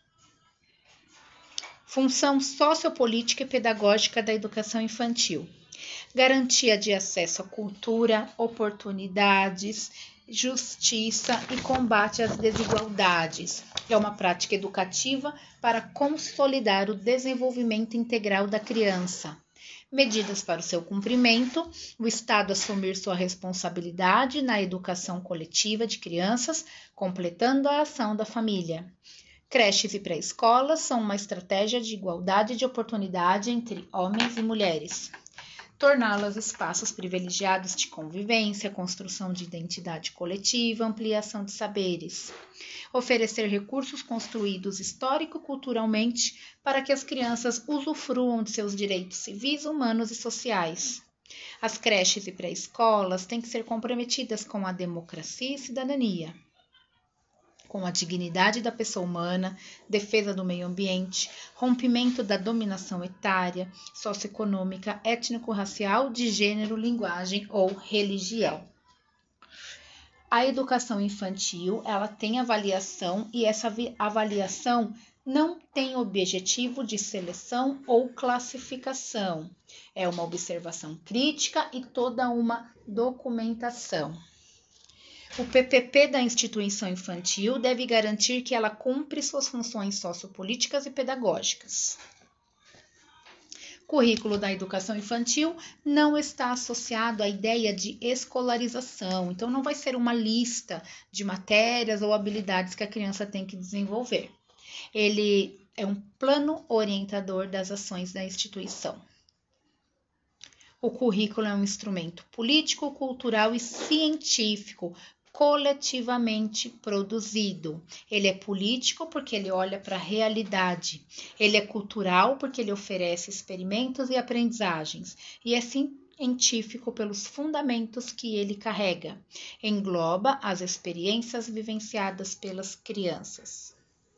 Função sociopolítica e pedagógica da educação infantil. Garantia de acesso à cultura, oportunidades, justiça e combate às desigualdades. É uma prática educativa para consolidar o desenvolvimento integral da criança. Medidas para o seu cumprimento, o Estado assumir sua responsabilidade na educação coletiva de crianças, completando a ação da família. Creches e pré-escolas são uma estratégia de igualdade de oportunidade entre homens e mulheres. torná-las espaços privilegiados de convivência, construção de identidade coletiva, ampliação de saberes. Oferecer recursos construídos histórico-culturalmente para que as crianças usufruam de seus direitos civis, humanos e sociais. As creches e pré-escolas têm que ser comprometidas com a democracia e cidadania, com a dignidade da pessoa humana, defesa do meio ambiente, rompimento da dominação etária, socioeconômica, étnico-racial, de gênero, linguagem ou religião. A educação infantil, ela tem avaliação e essa avaliação não tem objetivo de seleção ou classificação. É uma observação crítica e toda uma documentação. O PPP da instituição infantil deve garantir que ela cumpre suas funções sociopolíticas e pedagógicas. O currículo da educação infantil não está associado à ideia de escolarização, então não vai ser uma lista de matérias ou habilidades que a criança tem que desenvolver. Ele é um plano orientador das ações da instituição. O currículo é um instrumento político, cultural e científico, coletivamente produzido. Ele é político porque ele olha para a realidade. Ele é cultural porque ele oferece experimentos e aprendizagens. E é científico pelos fundamentos que ele carrega. Engloba as experiências vivenciadas pelas crianças.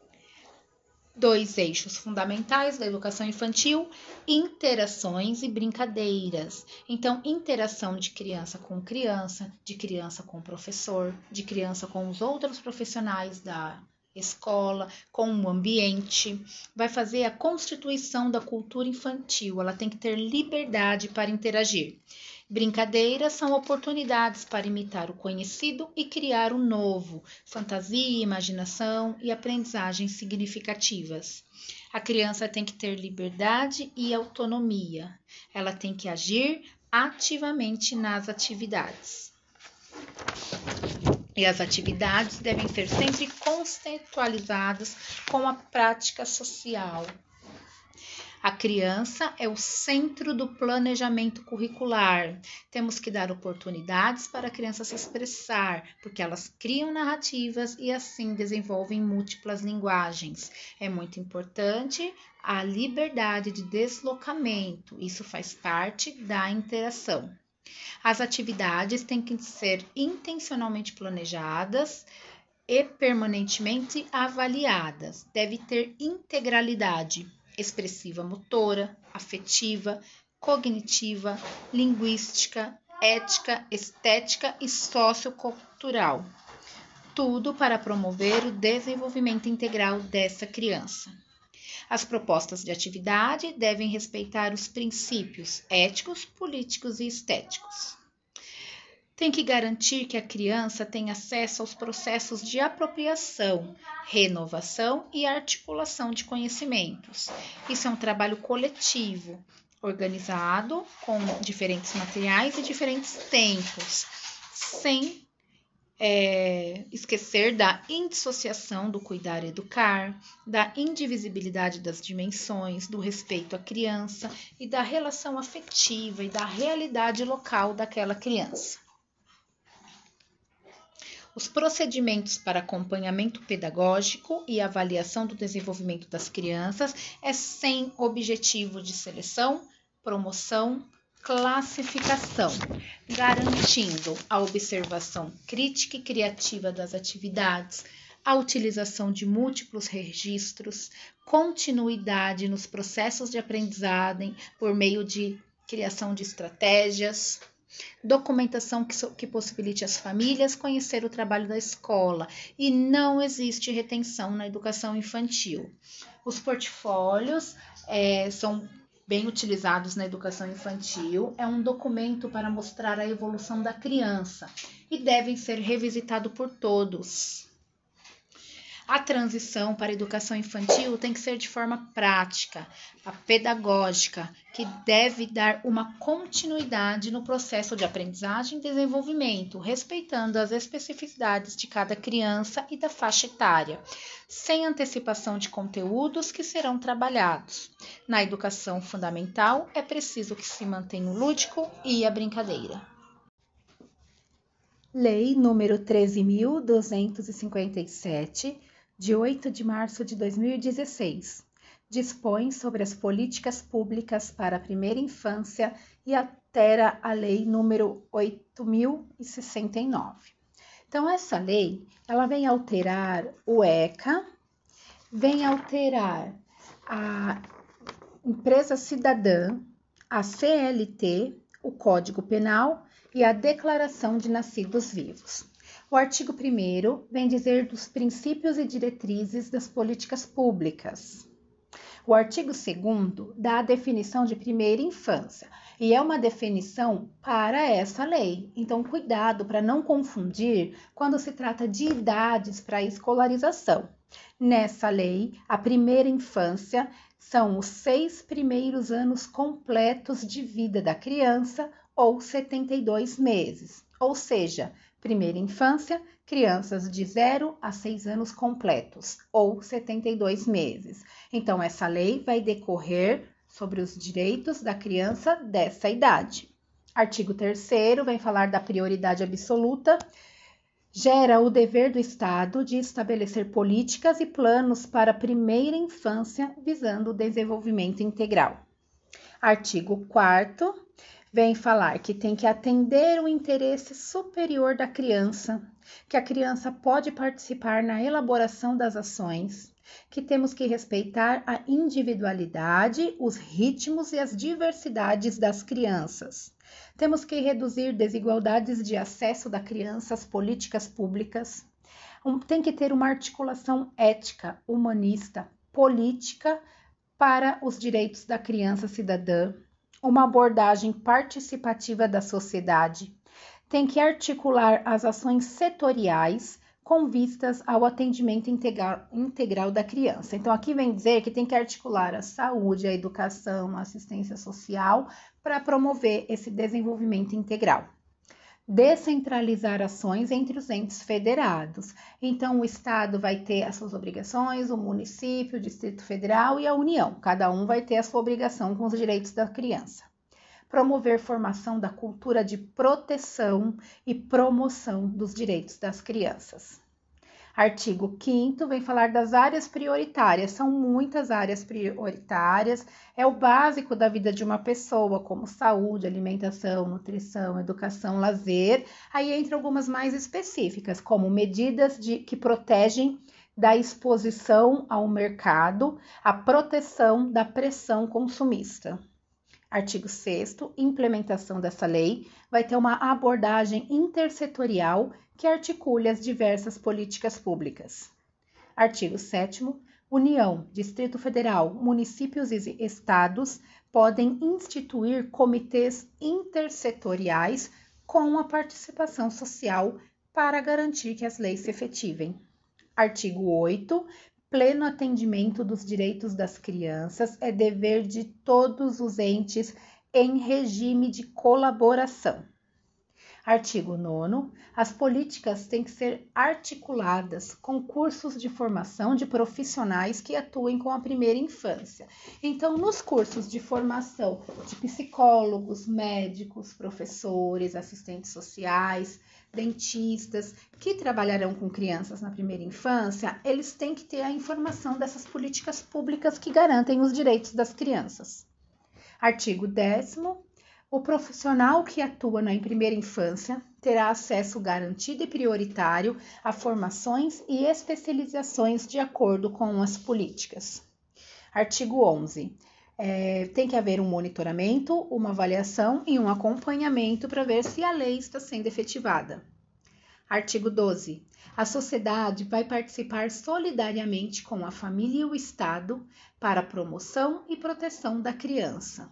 2 eixos fundamentais da educação infantil: interações e brincadeiras. Então, interação de criança com o professor, de criança com os outros profissionais da escola, com o ambiente. Vai fazer a constituição da cultura infantil. Ela tem que ter liberdade para interagir. Brincadeiras são oportunidades para imitar o conhecido e criar o novo, fantasia, imaginação e aprendizagens significativas. A criança tem que ter liberdade e autonomia. Ela tem que agir ativamente nas atividades. E as atividades devem ser sempre contextualizadas com a prática social. A criança é o centro do planejamento curricular. Temos que dar oportunidades para a criança se expressar, porque elas criam narrativas e assim desenvolvem múltiplas linguagens. É muito importante a liberdade de deslocamento. Isso faz parte da interação. As atividades têm que ser intencionalmente planejadas e permanentemente avaliadas. Deve ter integralidade expressiva motora, afetiva, cognitiva, linguística, ética, estética e sociocultural. Tudo para promover o desenvolvimento integral dessa criança. As propostas de atividade devem respeitar os princípios éticos, políticos e estéticos. Tem que garantir que a criança tenha acesso aos processos de apropriação, renovação e articulação de conhecimentos. Isso é um trabalho coletivo, organizado com diferentes materiais e diferentes tempos, sem esquecer da indissociação do cuidar e educar, da indivisibilidade das dimensões, do respeito à criança e da relação afetiva e da realidade local daquela criança. Os procedimentos para acompanhamento pedagógico e avaliação do desenvolvimento das crianças é sem objetivo de seleção, promoção, classificação, garantindo a observação crítica e criativa das atividades, a utilização de múltiplos registros, continuidade nos processos de aprendizagem por meio de criação de estratégias, documentação que possibilite às famílias conhecer o trabalho da escola e não existe retenção na educação infantil. Os portfólios são bem utilizados na educação infantil, é um documento para mostrar a evolução da criança e devem ser revisitados por todos. A transição para a educação infantil tem que ser de forma prática, a pedagógica, que deve dar uma continuidade no processo de aprendizagem e desenvolvimento, respeitando as especificidades de cada criança e da faixa etária, sem antecipação de conteúdos que serão trabalhados. Na educação fundamental, é preciso que se mantenha o lúdico e a brincadeira. Lei número 13.257, de 8 de março de 2016, dispõe sobre as políticas públicas para a primeira infância e altera a Lei número 8.069. Então, essa lei, ela vem alterar o ECA, vem alterar a empresa cidadã, a CLT, o Código Penal e a Declaração de Nascidos Vivos. O artigo 1º vem dizer dos princípios e diretrizes das políticas públicas. O artigo 2º dá a definição de primeira infância, e é uma definição para essa lei. Então, cuidado para não confundir quando se trata de idades para escolarização. Nessa lei, a primeira infância são os 6 primeiros anos completos de vida da criança, ou 72 meses, ou seja, primeira infância, crianças de 0 a 6 anos completos, ou 72 meses. Então, essa lei vai decorrer sobre os direitos da criança dessa idade. Artigo 3º vem falar da prioridade absoluta, gera o dever do Estado de estabelecer políticas e planos para a primeira infância, visando o desenvolvimento integral. Artigo 4º vem falar que tem que atender o interesse superior da criança, que a criança pode participar na elaboração das ações, que temos que respeitar a individualidade, os ritmos e as diversidades das crianças. Temos que reduzir desigualdades de acesso da criança às políticas públicas. Tem que ter uma articulação ética, humanista, política para os direitos da criança cidadã, uma abordagem participativa da sociedade. Tem que articular as ações setoriais com vistas ao atendimento integral da criança. Então, aqui vem dizer que tem que articular a saúde, a educação, a assistência social para promover esse desenvolvimento integral. Descentralizar ações entre os entes federados. Então, o Estado vai ter as suas obrigações, o município, o Distrito Federal e a União. Cada um vai ter a sua obrigação com os direitos da criança. Promover formação da cultura de proteção e promoção dos direitos das crianças. Artigo 5º vem falar das áreas prioritárias. São muitas áreas prioritárias. É o básico da vida de uma pessoa, como saúde, alimentação, nutrição, educação, lazer. Aí entra algumas mais específicas, como medidas que protegem da exposição ao mercado, a proteção da pressão consumista. Artigo 6º, implementação dessa lei, vai ter uma abordagem intersetorial que articule as diversas políticas públicas. Artigo 7º, União, Distrito Federal, municípios e estados podem instituir comitês intersetoriais com a participação social para garantir que as leis se efetivem. Artigo 8º, pleno atendimento dos direitos das crianças é dever de todos os entes em regime de colaboração. Artigo 9º, as políticas têm que ser articuladas com cursos de formação de profissionais que atuem com a primeira infância. Então, nos cursos de formação de psicólogos, médicos, professores, assistentes sociais, dentistas, que trabalharão com crianças na primeira infância, eles têm que ter a informação dessas políticas públicas que garantem os direitos das crianças. Artigo 10º, o profissional que atua na primeira infância terá acesso garantido e prioritário a formações e especializações de acordo com as políticas. Artigo 11. Tem que haver um monitoramento, uma avaliação e um acompanhamento para ver se a lei está sendo efetivada. Artigo 12. A sociedade vai participar solidariamente com a família e o Estado para a promoção e proteção da criança.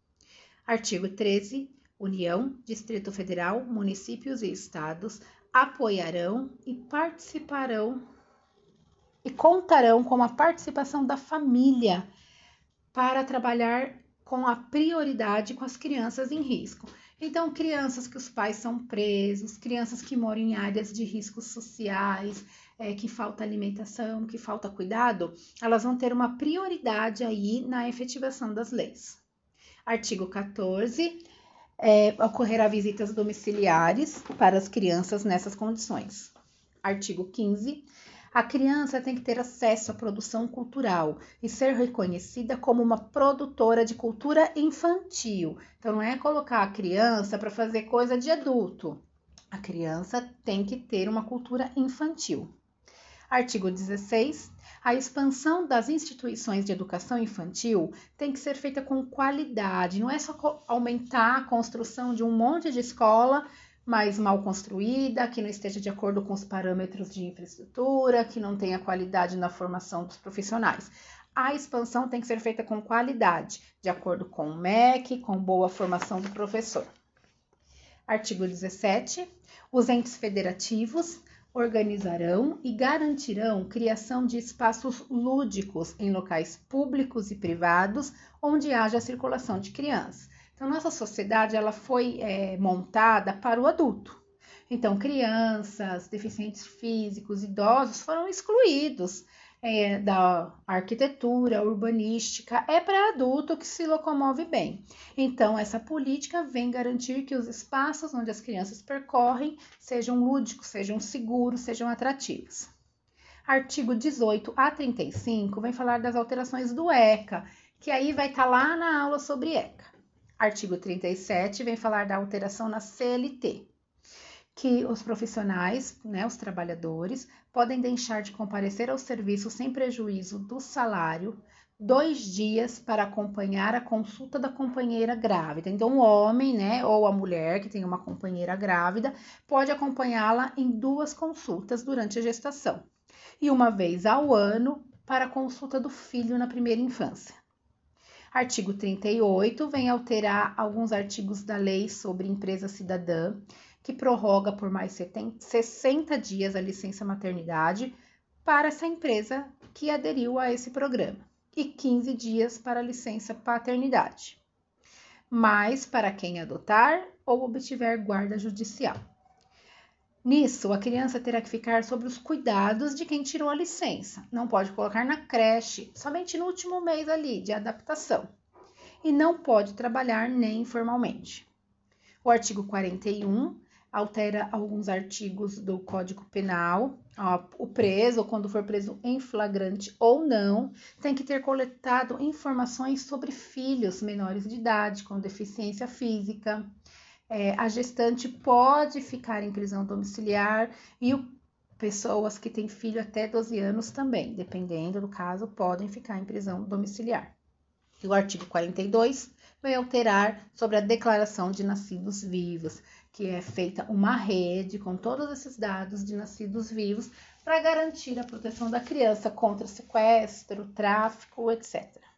Artigo 13. União, Distrito Federal, municípios e estados apoiarão e participarão e contarão com a participação da família para trabalhar com a prioridade com as crianças em risco. Então, crianças que os pais são presos, crianças que moram em áreas de riscos sociais, que falta alimentação, que falta cuidado, elas vão ter uma prioridade aí na efetivação das leis. Artigo 14. Ocorrerá visitas domiciliares para as crianças nessas condições. Artigo 15. A criança tem que ter acesso à produção cultural e ser reconhecida como uma produtora de cultura infantil. Então, não é colocar a criança para fazer coisa de adulto. A criança tem que ter uma cultura infantil. Artigo 16. A expansão das instituições de educação infantil tem que ser feita com qualidade. Não é só aumentar a construção de um monte de escola, mas mal construída, que não esteja de acordo com os parâmetros de infraestrutura, que não tenha qualidade na formação dos profissionais. A expansão tem que ser feita com qualidade, de acordo com o MEC, com boa formação do professor. Artigo 17. Os entes federativos organizarão e garantirão criação de espaços lúdicos em locais públicos e privados onde haja circulação de crianças. Então, nossa sociedade ela foi montada para o adulto. Então, crianças, deficientes físicos, idosos foram excluídos da arquitetura urbanística. É para adulto que se locomove bem. Então, essa política vem garantir que os espaços onde as crianças percorrem sejam lúdicos, sejam seguros, sejam atrativos. Artigo 18 a 35 vem falar das alterações do ECA, que aí vai estar lá na aula sobre ECA. Artigo 37 vem falar da alteração na CLT, que os profissionais, os trabalhadores, podem deixar de comparecer ao serviço sem prejuízo do salário 2 dias para acompanhar a consulta da companheira grávida. Então, o homem, ou a mulher que tem uma companheira grávida, pode acompanhá-la em 2 consultas durante a gestação. E 1 vez ao ano para a consulta do filho na primeira infância. Artigo 38 vem alterar alguns artigos da lei sobre empresa cidadã, que prorroga por mais 60 dias a licença maternidade para essa empresa que aderiu a esse programa e 15 dias para a licença paternidade, mas para quem adotar ou obtiver guarda judicial. Nisso, a criança terá que ficar sob os cuidados de quem tirou a licença. Não pode colocar na creche, somente no último mês ali de adaptação. E não pode trabalhar nem informalmente. O artigo 41 altera alguns artigos do Código Penal. O preso, quando for preso em flagrante ou não, tem que ter coletado informações sobre filhos menores de idade com deficiência física. A gestante pode ficar em prisão domiciliar e pessoas que têm filho até 12 anos também, dependendo do caso, podem ficar em prisão domiciliar. E o artigo 42 vai alterar sobre a declaração de nascidos vivos, que é feita uma rede com todos esses dados de nascidos vivos para garantir a proteção da criança contra sequestro, tráfico, etc.